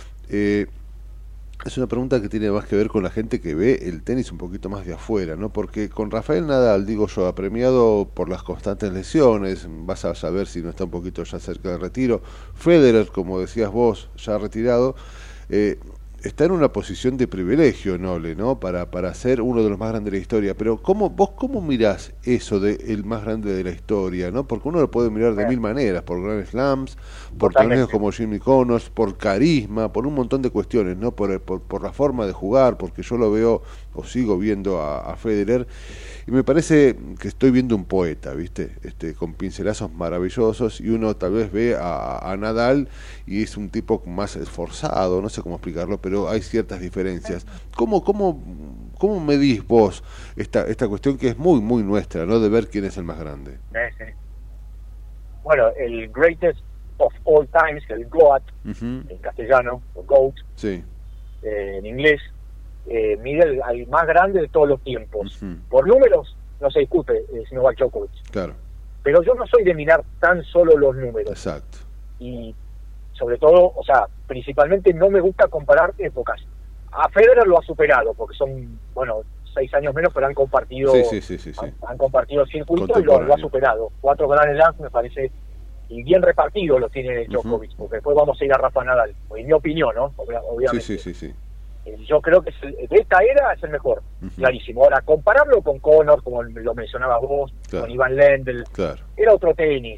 Es una pregunta que tiene más que ver con la gente que ve el tenis un poquito más de afuera, ¿no? Porque con Rafael Nadal, digo yo, apremiado por las constantes lesiones, vas a saber si no está un poquito ya cerca del retiro. Federer, como decías vos, ya retirado, está en una posición de privilegio, Nole, ¿no? Para ser uno de los más grandes de la historia. Pero vos cómo mirás eso de el más grande de la historia, ¿no? Porque uno lo puede mirar de mil maneras, por Grand Slams, por torneos como Jimmy Connors, por carisma, por un montón de cuestiones, ¿no? Por la forma de jugar, porque yo lo veo o sigo viendo a Federer y me parece que estoy viendo un poeta, ¿viste? Con pincelazos maravillosos, y uno tal vez ve a Nadal y es un tipo más esforzado, no sé cómo explicarlo, pero hay ciertas diferencias. ¿Cómo medís vos esta cuestión que es muy, muy nuestra, ¿no? De ver quién es el más grande. Bueno, el greatest of all times, el GOAT, en castellano, o GOAT, en inglés, mide al más grande de todos los tiempos. Por números no se discute, es Novak Djokovic. Claro. Pero yo no soy de mirar tan solo los números. Exacto. Y sobre todo, o sea, principalmente no me gusta comparar épocas. A Federer lo ha superado, porque son, 6 años menos, pero han compartido han compartido circuito y lo ha superado. 4 Grand Slams, me parece, y bien repartido lo tiene Djokovic, porque después vamos a ir a Rafa Nadal. En mi opinión, ¿no? Obviamente. Sí. Yo creo que de esta era es el mejor, clarísimo. Ahora, compararlo con Connors, como lo mencionabas vos, con Ivan Lendl, era otro tenis.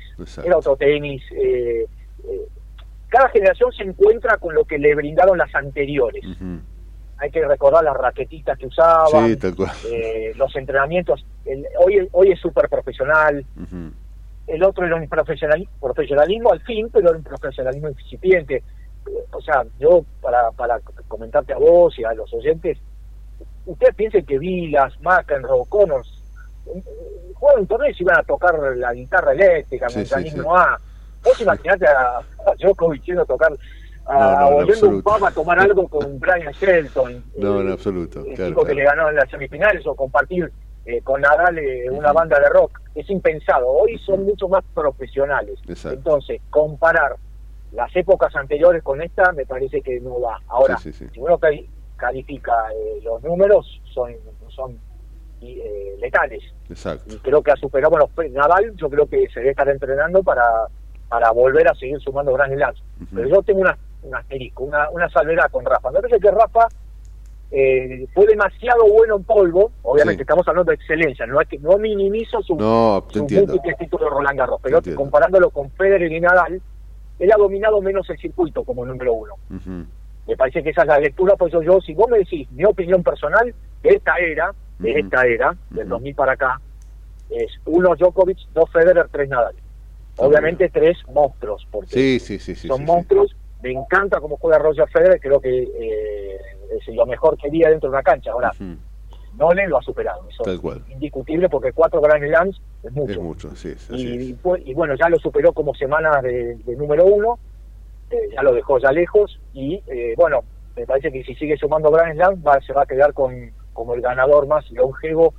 Cada generación se encuentra con lo que le brindaron las anteriores. Hay que recordar las raquetitas que usaban, los entrenamientos. Hoy es súper profesional. El otro era un profesionalismo al fin, pero era un profesionalismo incipiente. O sea, yo para comentarte a vos y a los oyentes, ustedes piensen que Vilas, McEnroe, Connors jugaban un torneo y se iban a tocar la guitarra eléctrica, mecanismo A. Vos imaginate a Djokovic yendo a tocar, volviendo un pub a tomar algo con Brian Shelton. En absoluto. El tipo que le ganó en las semifinales, o compartir con Nadal una banda de rock. Es impensado. Hoy son mucho más profesionales. Exacto. Entonces, comparar las épocas anteriores con esta me parece que no va. Ahora, si uno califica los números, son letales. Exacto. Y creo que ha superado, Nadal yo creo que se debe estar entrenando para volver a seguir sumando Grand Slams. Pero yo tengo un asterisco, una salvedad con Rafa. Me parece que Rafa fue demasiado bueno en polvo. Obviamente estamos hablando de excelencia, no es que no minimizo su múltiples títulos de Roland Garros, pero comparándolo con Federer y Nadal, él ha dominado menos el circuito como número uno. Me parece que esa es la lectura. Por eso yo, si vos me decís mi opinión personal de esta era, del 2000 para acá, es 1 Djokovic, 2 Federer, 3 Nadal. Obviamente 3 monstruos, porque son monstruos. Me encanta cómo juega Roger Federer, creo que es lo mejor que haría dentro de una cancha. Ahora, no le lo ha superado, eso es indiscutible, porque 4 Grand Slams es mucho. Es mucho, y bueno, ya lo superó como semana de número 1, ya lo dejó ya lejos, y bueno, me parece que si sigue sumando Grand Slam se va a quedar como el ganador más longevo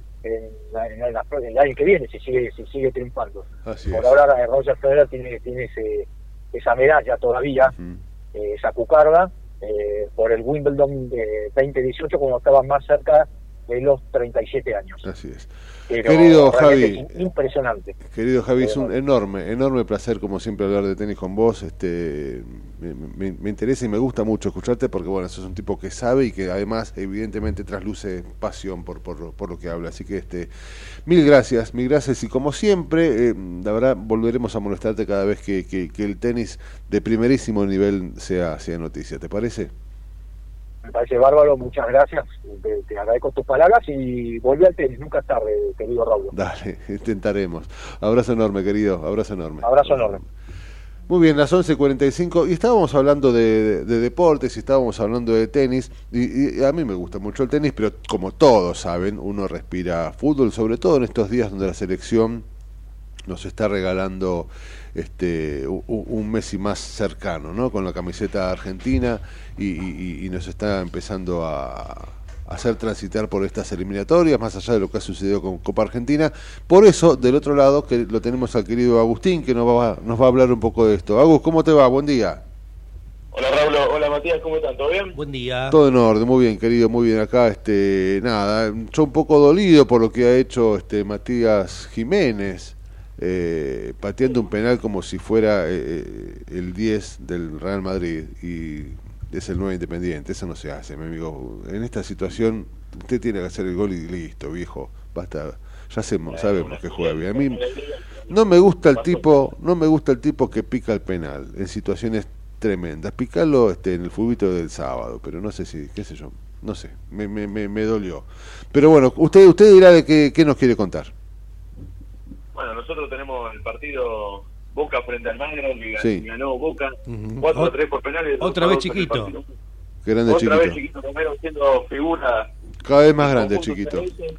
el año que viene, si sigue triunfando. Por ahora Roger Federer tiene esa medalla todavía, esa cucarda, por el Wimbledon de 2018, cuando estaba más cerca de los 37 años. Así es. Pero querido Javi, impresionante. Querido Javi, es un enorme placer, como siempre, hablar de tenis con vos. Me interesa y me gusta mucho escucharte, porque bueno, sos un tipo que sabe y que además evidentemente trasluce pasión por lo que habla. Así que mil gracias, y como siempre, la verdad, volveremos a molestarte cada vez que el tenis de primerísimo nivel sea noticia. ¿Te parece? Me parece bárbaro, muchas gracias, te agradezco tus palabras y volví al tenis, nunca es tarde, querido Raúl. Dale, intentaremos. Abrazo enorme, querido, abrazo enorme. Abrazo enorme. Muy bien, las 11:45, y estábamos hablando de deportes, y estábamos hablando de tenis, y a mí me gusta mucho el tenis, pero como todos saben, uno respira fútbol, sobre todo en estos días donde la selección nos está regalando un Messi más cercano, ¿no? Con la camiseta argentina y nos está empezando a hacer transitar por estas eliminatorias, más allá de lo que ha sucedido con Copa Argentina. Por eso, del otro lado, que lo tenemos al querido Agustín, que nos va a hablar un poco de esto. Agus, ¿cómo te va? Buen día. Hola Raúl, hola Matías, ¿cómo están? ¿Todo bien? Buen día. Todo en orden, muy bien, querido, muy bien. Acá, nada, yo un poco dolido por lo que ha hecho Matías Jiménez, pateando un penal como si fuera el 10 del Real Madrid y es el 9 Independiente. Eso no se hace, mi amigo. En esta situación usted tiene que hacer el gol y listo, viejo, basta. Ya sabemos que juega bien. A mí no me gusta el tipo que pica el penal en situaciones tremendas. Picarlo en el fubito del sábado, pero no sé si, qué sé yo, no sé, me dolió. Pero bueno, usted dirá de qué nos quiere contar. Bueno, nosotros tenemos el partido Boca frente al Magro, que ganó Boca 4-3 por penales. Otra vez chiquito. Otra vez chiquito, Romero siendo figura. Cada vez más grande, chiquito.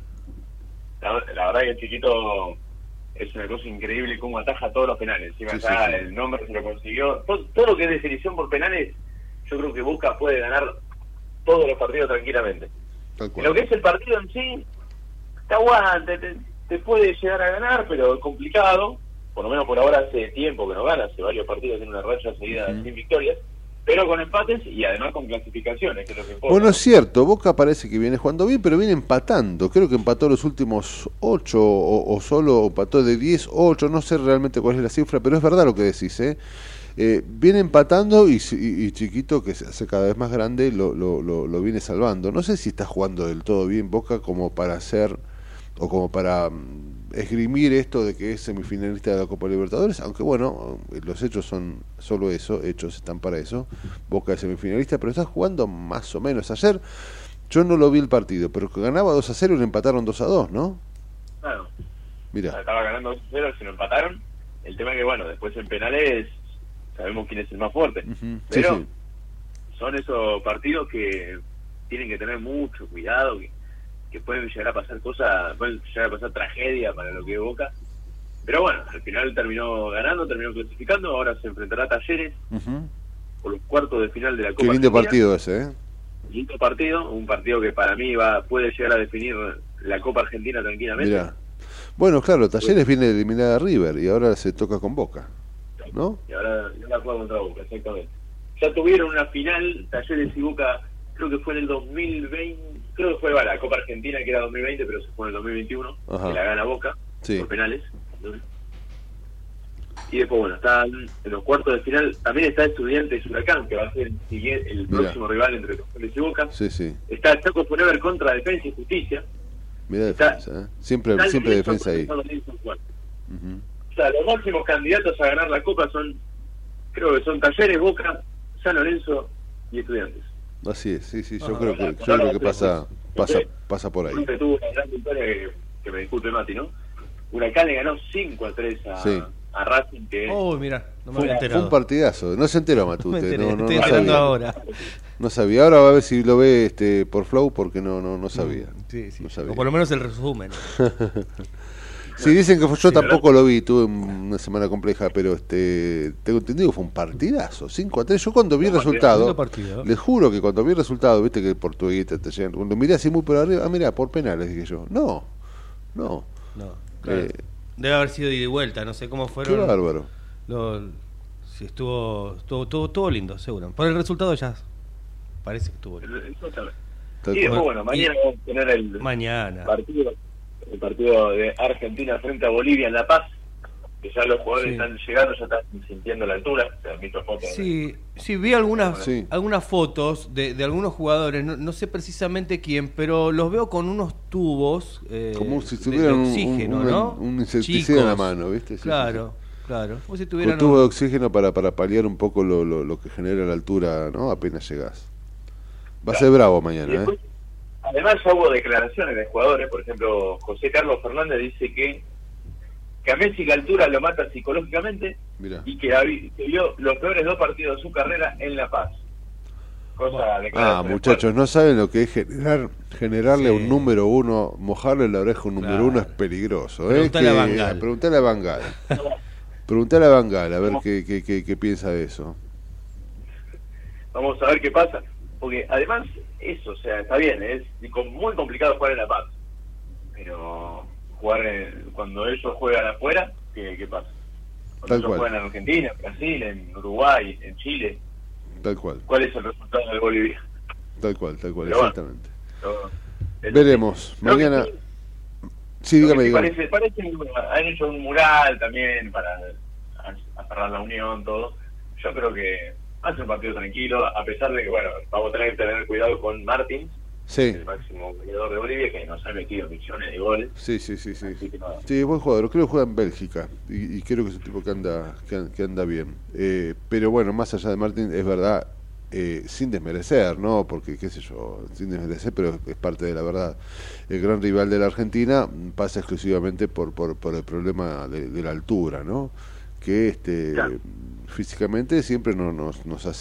La verdad que el chiquito es una cosa increíble cómo ataja todos los penales. El nombre se lo consiguió. Todo lo que es definición por penales, yo creo que Boca puede ganar todos los partidos tranquilamente. Lo que es el partido en sí, está aguante, te puede llegar a ganar, pero es complicado. Por lo menos por ahora hace tiempo que no gana, hace varios partidos en una racha seguida sin victorias, pero con empates y además con clasificaciones, que es lo que importa. Bueno, es cierto, Boca parece que viene jugando bien, pero viene empatando. Creo que empató los últimos 8 o solo empató de 10, 8, no sé realmente cuál es la cifra, pero es verdad lo que decís, viene empatando y Chiquito, que se hace cada vez más grande, lo viene salvando. No sé si está jugando del todo bien Boca como para hacer, o como para esgrimir esto de que es semifinalista de la Copa Libertadores, aunque bueno, los hechos son solo eso, hechos están para eso. Boca es semifinalista, pero está jugando más o menos. Ayer yo no lo vi el partido, pero que ganaba 2-0 y le empataron 2-2, ¿no? Claro. Mira. Estaba ganando 2-0, se lo empataron. El tema es que bueno, después en penales sabemos quién es el más fuerte, pero son esos partidos que tienen que tener mucho cuidado, que pueden llegar a pasar cosas, pueden llegar a pasar tragedia para lo que es Boca. Pero bueno, al final terminó ganando, terminó clasificando, ahora se enfrentará a Talleres por los cuartos de final de la Copa. Qué lindo partido ese, Lindo partido, un partido que para mí puede llegar a definir la Copa Argentina tranquilamente. Mirá. Bueno, claro, Talleres viene eliminada a River y ahora se toca con Boca, ¿no? Y ahora la juega contra Boca, exactamente. Ya tuvieron una final, Talleres y Boca, creo que fue en el 2020, creo que fue la Copa Argentina, que era 2020, pero se fue en el 2021, que la gana Boca, por penales. Y después, bueno, están en los cuartos de final. También está Estudiantes Huracán, que va a ser el próximo rival entre Costumbres y Boca. Sí. Está Chaco Forever contra Defensa y Justicia. Mira defensa, ¿eh? Siempre defensa ahí. O sea, los máximos candidatos a ganar la Copa creo que son Talleres, Boca, San Lorenzo y Estudiantes. Así es, sí. Yo creo que pasa por ahí. Tuvo una gran victoria que me disculpe Mati, ¿no? Huracán le ganó 5-3 a Racing, que mira, no me había enterado. Fue un partidazo, no se enteró Matute, no sabía. Ahora. No sabía, ahora va a ver si lo ve por Flow, porque no sabía. Sí. No sabía. O por lo menos el resumen. Sí, dicen que yo tampoco lo vi, tuve una semana compleja, pero tengo entendido que fue un partidazo, 5-3. Yo cuando vi el resultado, les juro que cuando vi el resultado, viste que Portuguita te llegan, cuando miré así muy por arriba, mirá, por penales, dije yo, no. Claro. Debe haber sido ida y vuelta, no sé cómo fueron. Qué bárbaro. Sí, estuvo lindo, seguro. Por el resultado ya parece que estuvo lindo. Y después, bueno, mañana vamos a tener el partido de Argentina frente a Bolivia en La Paz, que ya los jugadores están llegando, ya están sintiendo la altura. Se han visto fotos. Sí, vi algunas fotos de algunos jugadores, no sé precisamente quién, pero los veo con unos tubos como si tuvieran de oxígeno, ¿no? Un insecticida en la mano, ¿viste? Claro. Como si tuvieran un tubo de oxígeno para paliar un poco lo que genera la altura, ¿no? Apenas llegás. Va a ser bravo mañana, después, además ya hubo declaraciones de jugadores, por ejemplo, José Carlos Fernández dice que a Messi la altura lo mata psicológicamente. Mirá. Y que vio los peores 2 partidos de su carrera en La Paz. Muchachos, no saben lo que es generarle a un número 1, mojarle la oreja a un número 1 es peligroso. Preguntale a Van Gaal. Preguntale a Van Gaal a ver qué piensa de eso. Vamos a ver qué pasa. Porque además, eso, o sea, está bien, es muy complicado jugar en La Paz. Pero cuando ellos juegan afuera, ¿qué pasa? Cuando ellos juegan en Argentina, en Brasil, en Uruguay, en Chile. Tal cual. ¿Cuál es el resultado de Bolivia? Tal cual, Pero exactamente. Bueno, veremos. Mañana. Sí, dígame. Parece han hecho un mural también para aferrar la unión, todo. Yo creo que hace un partido tranquilo, a pesar de que, bueno, vamos a tener que tener cuidado con Martins, el máximo goleador de Bolivia, que nos ha metido millones de goles. Sí. Sí, buen jugador. Creo que juega en Bélgica y creo que es un tipo que anda bien. Pero bueno, más allá de Martins, es verdad, sin desmerecer, ¿no? Porque, qué sé yo, sin desmerecer, pero es parte de la verdad. El gran rival de la Argentina pasa exclusivamente por el problema de la altura, ¿no? Que físicamente siempre nos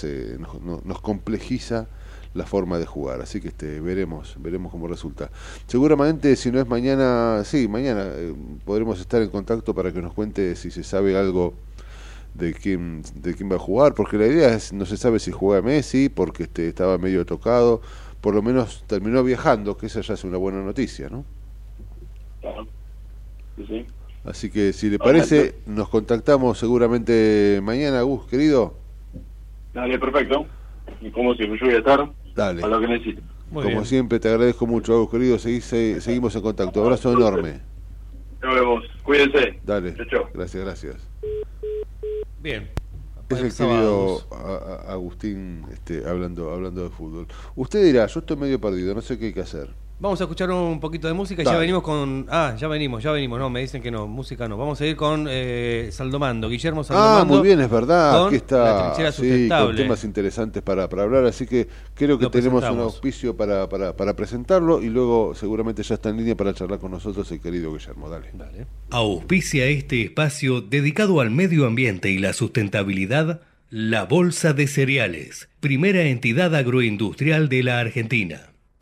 complejiza la forma de jugar, así que veremos cómo resulta. Seguramente si no es mañana, mañana podremos estar en contacto para que nos cuente si se sabe algo de quién va a jugar, porque la idea es, no se sabe si juega Messi porque estaba medio tocado, por lo menos terminó viajando, que esa ya es una buena noticia, ¿no? Claro. Sí. Así que si le parece, nos contactamos seguramente mañana, Gus, querido. Dale, perfecto. Y como siempre, yo voy a estar. Dale. A lo que necesite. Como siempre, te agradezco mucho, Gus, querido. Seguimos en contacto. Abrazo enorme. Nos vemos. Cuídense. Dale. Chau. Gracias. Bien. Es el querido Agustín hablando de fútbol. Usted dirá, yo estoy medio perdido, no sé qué hay que hacer. Vamos a escuchar un poquito de música y ya venimos con... ya venimos, no, me dicen que no, música no. Vamos a ir con Saldomando, Guillermo Saldomando. Muy bien, es verdad, aquí está, La Trinchera Sustentable. Con temas interesantes para hablar, así que creo que tenemos un auspicio para presentarlo y luego seguramente ya está en línea para charlar con nosotros el querido Guillermo. Dale. Auspicia este espacio dedicado al medio ambiente y la sustentabilidad, La Bolsa de Cereales, primera entidad agroindustrial de la Argentina.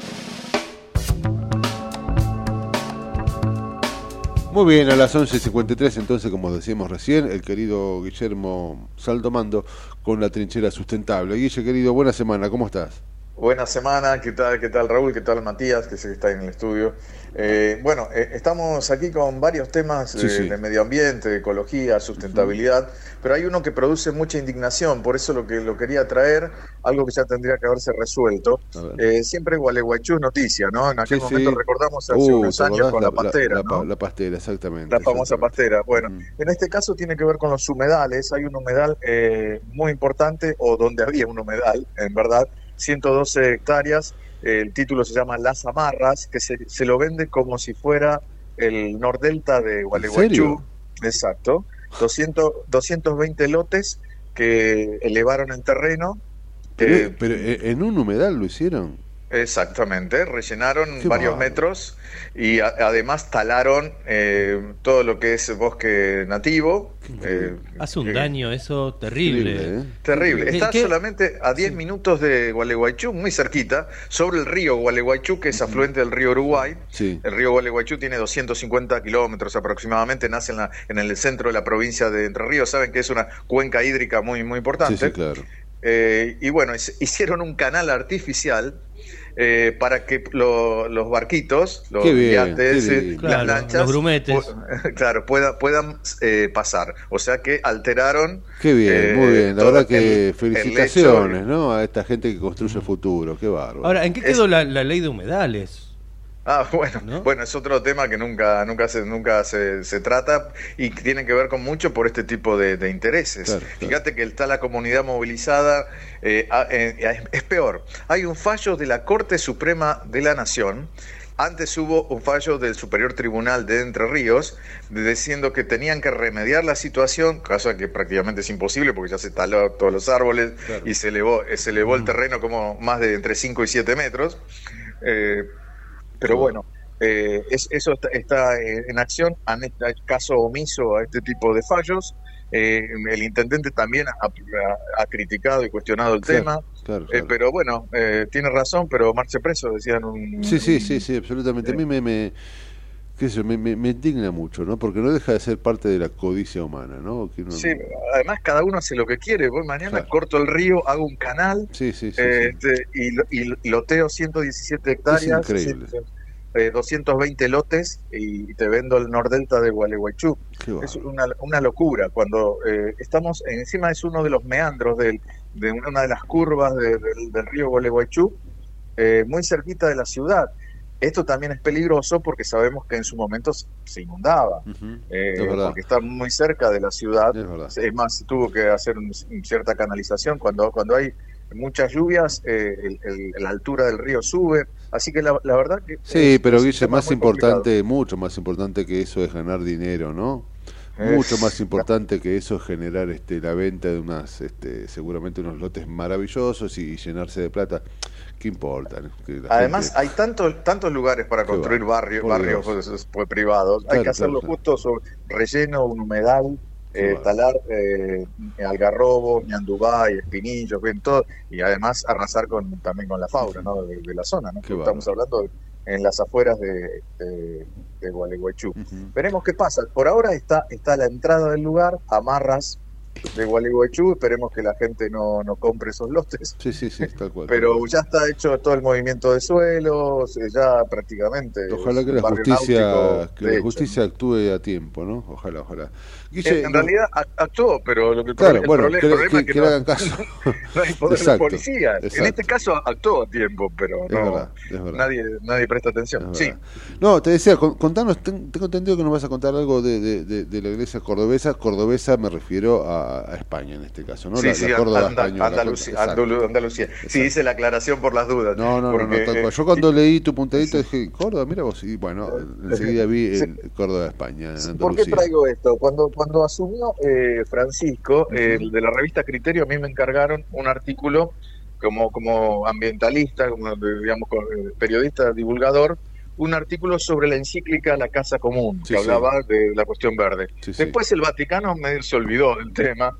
Muy bien, a las 11:53 entonces, como decíamos recién, el querido Guillermo Saldomando con La Trinchera Sustentable. Guille, querido, buena semana, ¿cómo estás? Buena semana, ¿qué tal Raúl? ¿Qué tal Matías? Que sé que está en el estudio. Estamos aquí con varios temas de medio ambiente, de ecología, sustentabilidad, pero hay uno que produce mucha indignación, por eso lo quería traer, algo que ya tendría que haberse resuelto. Siempre Gualeguaychú es noticia, ¿no? En aquel momento recordamos hace unos años con la pastera, ¿no? La pastera, exactamente. La famosa pastera. Bueno, en este caso tiene que ver con los humedales. Hay un humedal muy importante, o donde había un humedal, en verdad, 112 hectáreas. El título se llama Las Amarras, que se lo vende como si fuera el Nordelta de Gualeguaychú. Exacto. 220 lotes que elevaron en terreno. Pero en un humedal lo hicieron. Exactamente, rellenaron varios metros y además talaron todo lo que es bosque nativo. Hace un daño eso terrible. Terrible. Está solamente a 10 minutos de Gualeguaychú, muy cerquita, sobre el río Gualeguaychú, que es afluente del río Uruguay. El río Gualeguaychú tiene 250 kilómetros aproximadamente, nace en el centro de la provincia de Entre Ríos. Saben que es una cuenca hídrica muy, muy importante. Sí, claro. Y bueno, hicieron un canal artificial para que los barquitos, los yates, las lanchas, los grumetes, puedan pasar. O sea que alteraron. Qué bien, muy bien. La verdad que felicitaciones, ¿no? A esta gente que construye el futuro. Qué bárbaro. Ahora, ¿en qué quedó la ley de humedales? Bueno, es otro tema que nunca se trata y que tiene que ver con mucho por este tipo de intereses. Claro. Fíjate que está la comunidad movilizada, es peor. Hay un fallo de la Corte Suprema de la Nación. Antes hubo un fallo del Superior Tribunal de Entre Ríos diciendo que tenían que remediar la situación, cosa que prácticamente es imposible porque ya se taló todos los árboles y se elevó el terreno como más de entre 5 y 7 metros. Pero bueno, eso está en acción, han hecho caso omiso a este tipo de fallos. El intendente también ha criticado y cuestionado el tema, pero bueno, tiene razón, pero marche preso, decían Sí, absolutamente. A mí me indigna mucho, ¿no? Porque no deja de ser parte de la codicia humana, ¿no? Sí, además cada uno hace lo que quiere. Voy mañana, corto el río, hago un canal, y loteo 117 hectáreas, es increíble. 220 lotes y te vendo el Nordelta de Gualeguaychú. Es una locura. Cuando estamos encima, es uno de los meandros de una de las curvas del río Gualeguaychú, muy cerquita de la ciudad. Esto también es peligroso porque sabemos que en su momento se inundaba, porque está muy cerca de la ciudad. Es más, tuvo que hacer cierta canalización. Cuando hay muchas lluvias, la altura del río sube. Así que la verdad que... Sí, pero Guille, mucho más importante que eso es ganar dinero, ¿no? Mucho más importante que eso es generar la venta de seguramente unos lotes maravillosos y llenarse de plata. ¿Qué importa? Además, hay tantos lugares para construir barrios privados. Hay que hacerlo justo sobre relleno, un humedal, talar algarrobos, ñandubay, espinillos, bien todo, y además arrasar también con la fauna, ¿no? de la zona, ¿no? Estamos hablando en las afueras de Gualeguaychú. Veremos qué pasa. Por ahora está la entrada del lugar, amarras de Gualeguaychú. Esperemos que la gente no compre esos lotes. Sí, tal cual. Pero ya está hecho todo el movimiento de suelos, ya prácticamente. Ojalá que la justicia actúe a tiempo, ¿no? Ojalá. Guille, en realidad actuó, pero el problema es que no hagan caso. No hay poder de policía. En este caso actuó a tiempo, pero es verdad. Nadie presta atención. Sí. No, te decía, contanos, tengo entendido que nos vas a contar algo de la iglesia cordobesa. Cordobesa me refiero a España en este caso, ¿no? Sí, la Córdoba española. Andalucía. Sí, hice la aclaración por las dudas. No, tal cual. Yo cuando leí tu puntadito dije, Córdoba, mira vos, y bueno, enseguida vi el Córdoba de España, Andalucía. ¿Por qué traigo esto? Cuando asumió Francisco, de la revista Criterio, a mí me encargaron un artículo como ambientalista, digamos, periodista, divulgador, un artículo sobre la encíclica La Casa Común, que hablaba de la cuestión verde. Después el Vaticano medio se olvidó del tema,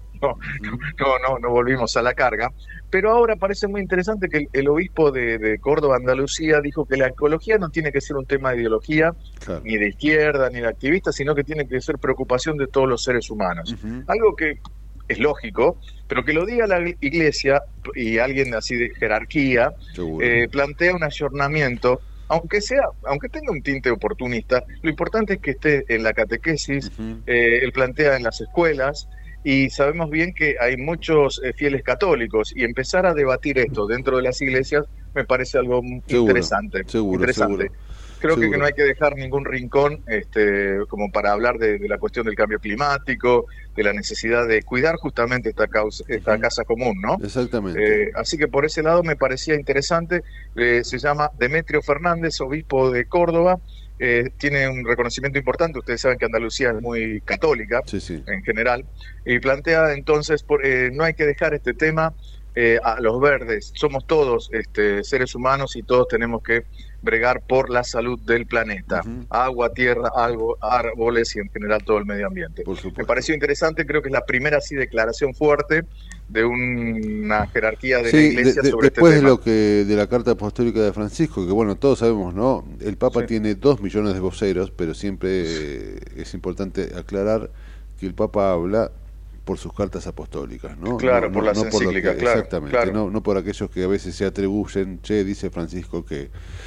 no volvimos a la carga, pero ahora parece muy interesante que el obispo de Córdoba, Andalucía, dijo que la ecología no tiene que ser un tema de ideología, ni de izquierda, ni de activista, sino que tiene que ser preocupación de todos los seres humanos. Algo que es lógico, pero que lo diga la Iglesia y alguien así de jerarquía, plantea un ayornamiento, aunque tenga un tinte oportunista, lo importante es que esté en la catequesis, él plantea en las escuelas, y sabemos bien que hay muchos fieles católicos, y empezar a debatir esto dentro de las iglesias me parece algo interesante. Creo que no hay que dejar ningún rincón como para hablar de la cuestión del cambio climático, de la necesidad de cuidar justamente esta casa común, ¿no? Exactamente. Así que por ese lado me parecía interesante. Se llama Demetrio Fernández, obispo de Córdoba. Tiene un reconocimiento importante. Ustedes saben que Andalucía es muy católica en general, y plantea entonces no hay que dejar este tema a los verdes. Somos todos seres humanos y todos tenemos que bregar por la salud del planeta, agua, tierra, árboles y en general todo el medio ambiente. Me pareció interesante, creo que es la primera así declaración fuerte de una jerarquía de la Iglesia sobre después este tema. de la carta apostólica de Francisco, que bueno, todos sabemos, ¿no? El Papa tiene 2 millones de voceros, pero siempre es importante aclarar que el Papa habla por sus cartas apostólicas, ¿no? Claro, por las encíclicas, claro. Exactamente, claro. No por aquellos que a veces se atribuyen, dice Francisco que...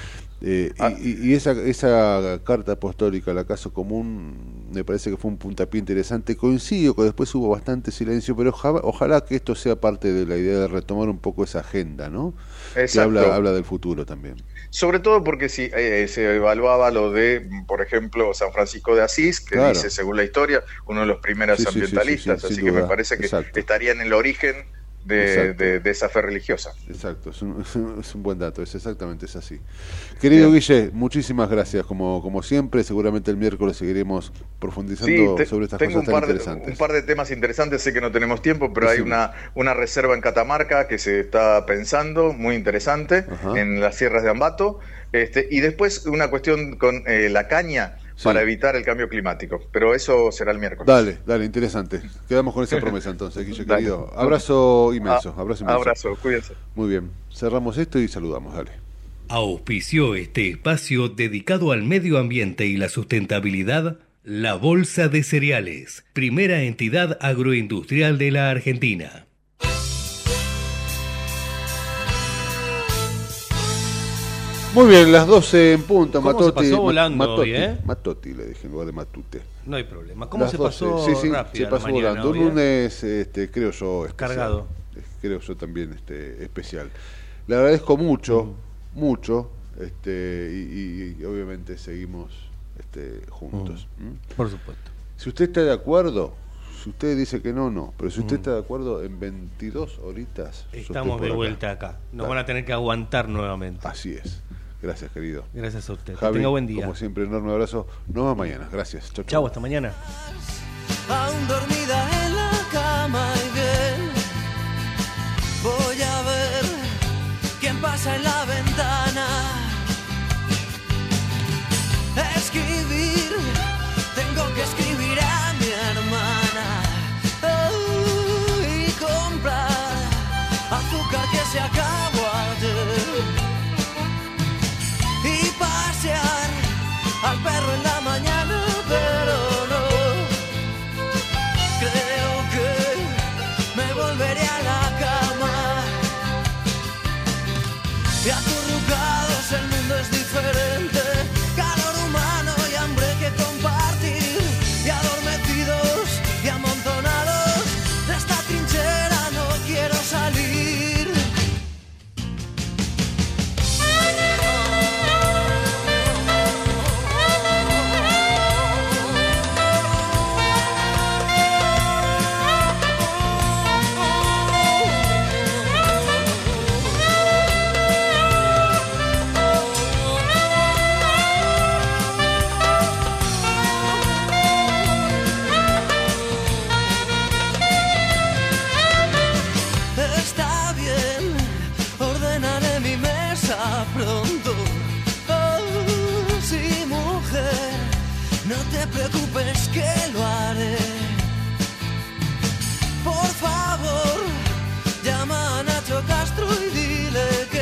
y esa carta apostólica, la Casa Común, me parece que fue un puntapié interesante. Coincido que después hubo bastante silencio, pero ojalá que esto sea parte de la idea de retomar un poco esa agenda, ¿no? Exacto. Que habla del futuro también. Sobre todo porque si se evaluaba lo de, por ejemplo, San Francisco de Asís, que dice, según la historia, uno de los primeros ambientalistas, así que me parece que estaría en el origen de esa fe religiosa. Exacto, es un buen dato, es así. Querido Guille, muchísimas gracias, como siempre. Seguramente el miércoles seguiremos profundizando sobre estas cosas tan interesantes. Un par de temas interesantes, sé que no tenemos tiempo, pero hay una reserva en Catamarca que se está pensando, muy interesante, en las sierras de Ambato, y después una cuestión con la caña, para evitar el cambio climático, pero eso será el miércoles. Dale, interesante. Quedamos con esa promesa entonces, Guille, querido. Abrazo inmenso. Abrazo, cuídense. Muy bien, cerramos esto y saludamos, dale. Auspició este espacio dedicado al medio ambiente y la sustentabilidad, la Bolsa de Cereales, primera entidad agroindustrial de la Argentina. Muy bien, las 12 en punto. ¿Cómo se pasó volando hoy, Matotti le dije en lugar de Matute. No hay problema. ¿Cómo se 12, pasó rápido se pasó mañana, volando. Un lunes, creo yo, especial. Cargado. Creo yo también especial. Le agradezco mucho, y obviamente seguimos juntos. Por supuesto. Si usted está de acuerdo, si usted dice que no, pero si usted está de acuerdo, en 22 horitas estamos de vuelta acá. Nos van a tener que aguantar nuevamente. Así es. Gracias, querido. Gracias a usted. Javi, que tenga buen día. Como siempre, enorme abrazo. Nos vemos mañana. Gracias. Chau, hasta mañana. Aún dormida en la cama y bien, voy a ver quién pasa en la ventana. Escribir, tengo que escribir a mi hermana. Y comprar azúcar que se acabó ayer. Y pasear al perro en la mañana, pero no creo que me volveré a la cama. Y acurrucados el mundo es diferente, calor humano y hambre que compartir. Y adormecidos y amontonados de esta trinchera no quiero salir. Pronto, oh, sí, mujer, no te preocupes que lo haré. Por favor, llama a Nacho Castro y dile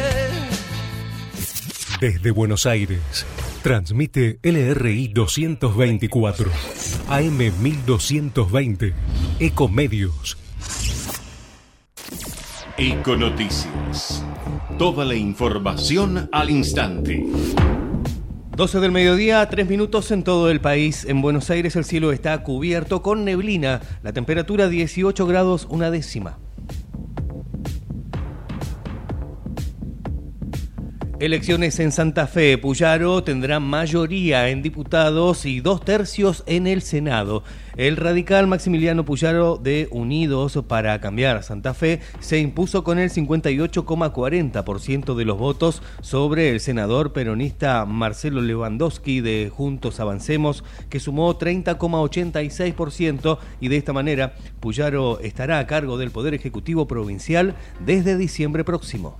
que... Desde Buenos Aires, transmite LRI 224, AM 1220, Ecomedios. Econoticias. Toda la información al instante. 12 del mediodía, 3 minutos en todo el país. En Buenos Aires el cielo está cubierto con neblina. La temperatura 18 grados, una décima. Elecciones en Santa Fe. Puyaro tendrá mayoría en diputados y 2/3 en el Senado. El radical Maximiliano Puyaro de Unidos para Cambiar Santa Fe se impuso con el 58,40% de los votos sobre el senador peronista Marcelo Lewandowski de Juntos Avancemos, que sumó 30,86%, y de esta manera Puyaro estará a cargo del Poder Ejecutivo Provincial desde diciembre próximo.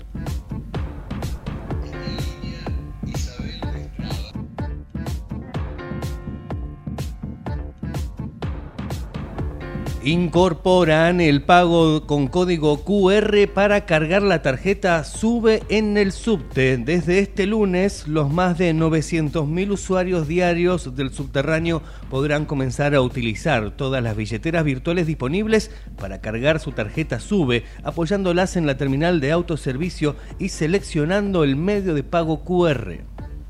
Incorporan el pago con código QR para cargar la tarjeta SUBE en el subte. Desde este lunes, los más de 900.000 usuarios diarios del subterráneo podrán comenzar a utilizar todas las billeteras virtuales disponibles para cargar su tarjeta SUBE, apoyándolas en la terminal de autoservicio y seleccionando el medio de pago QR.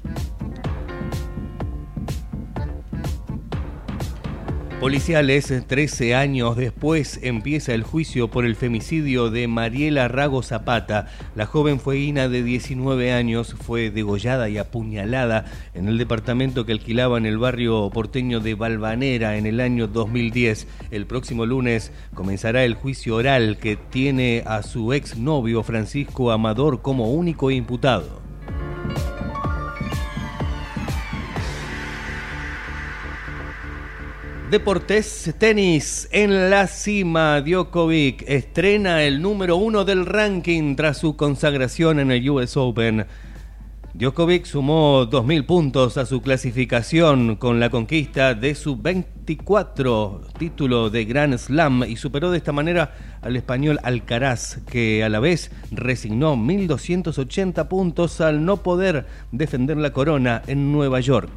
Policiales, 13 años después, empieza el juicio por el femicidio de Mariela Rago Zapata. La joven fueguina de 19 años fue degollada y apuñalada en el departamento que alquilaba en el barrio porteño de Valvanera en el año 2010. El próximo lunes comenzará el juicio oral, que tiene a su exnovio Francisco Amador como único imputado. Deportes, tenis, en la cima. Djokovic estrena el número 1 del ranking tras su consagración en el US Open. Djokovic sumó 2.000 puntos a su clasificación con la conquista de su 24 título de Grand Slam y superó de esta manera al español Alcaraz, que a la vez resignó 1.280 puntos al no poder defender la corona en Nueva York.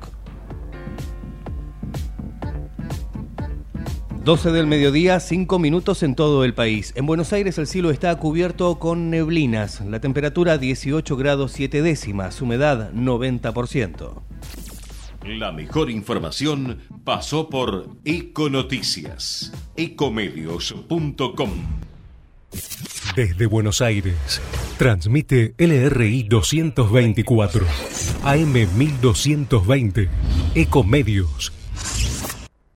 12 del mediodía, 5 minutos en todo el país. En Buenos Aires el cielo está cubierto con neblinas. La temperatura 18 grados 7 décimas, humedad 90%. La mejor información pasó por Econoticias. Ecomedios.com. Desde Buenos Aires, transmite LRI 224, AM 1220, Ecomedios.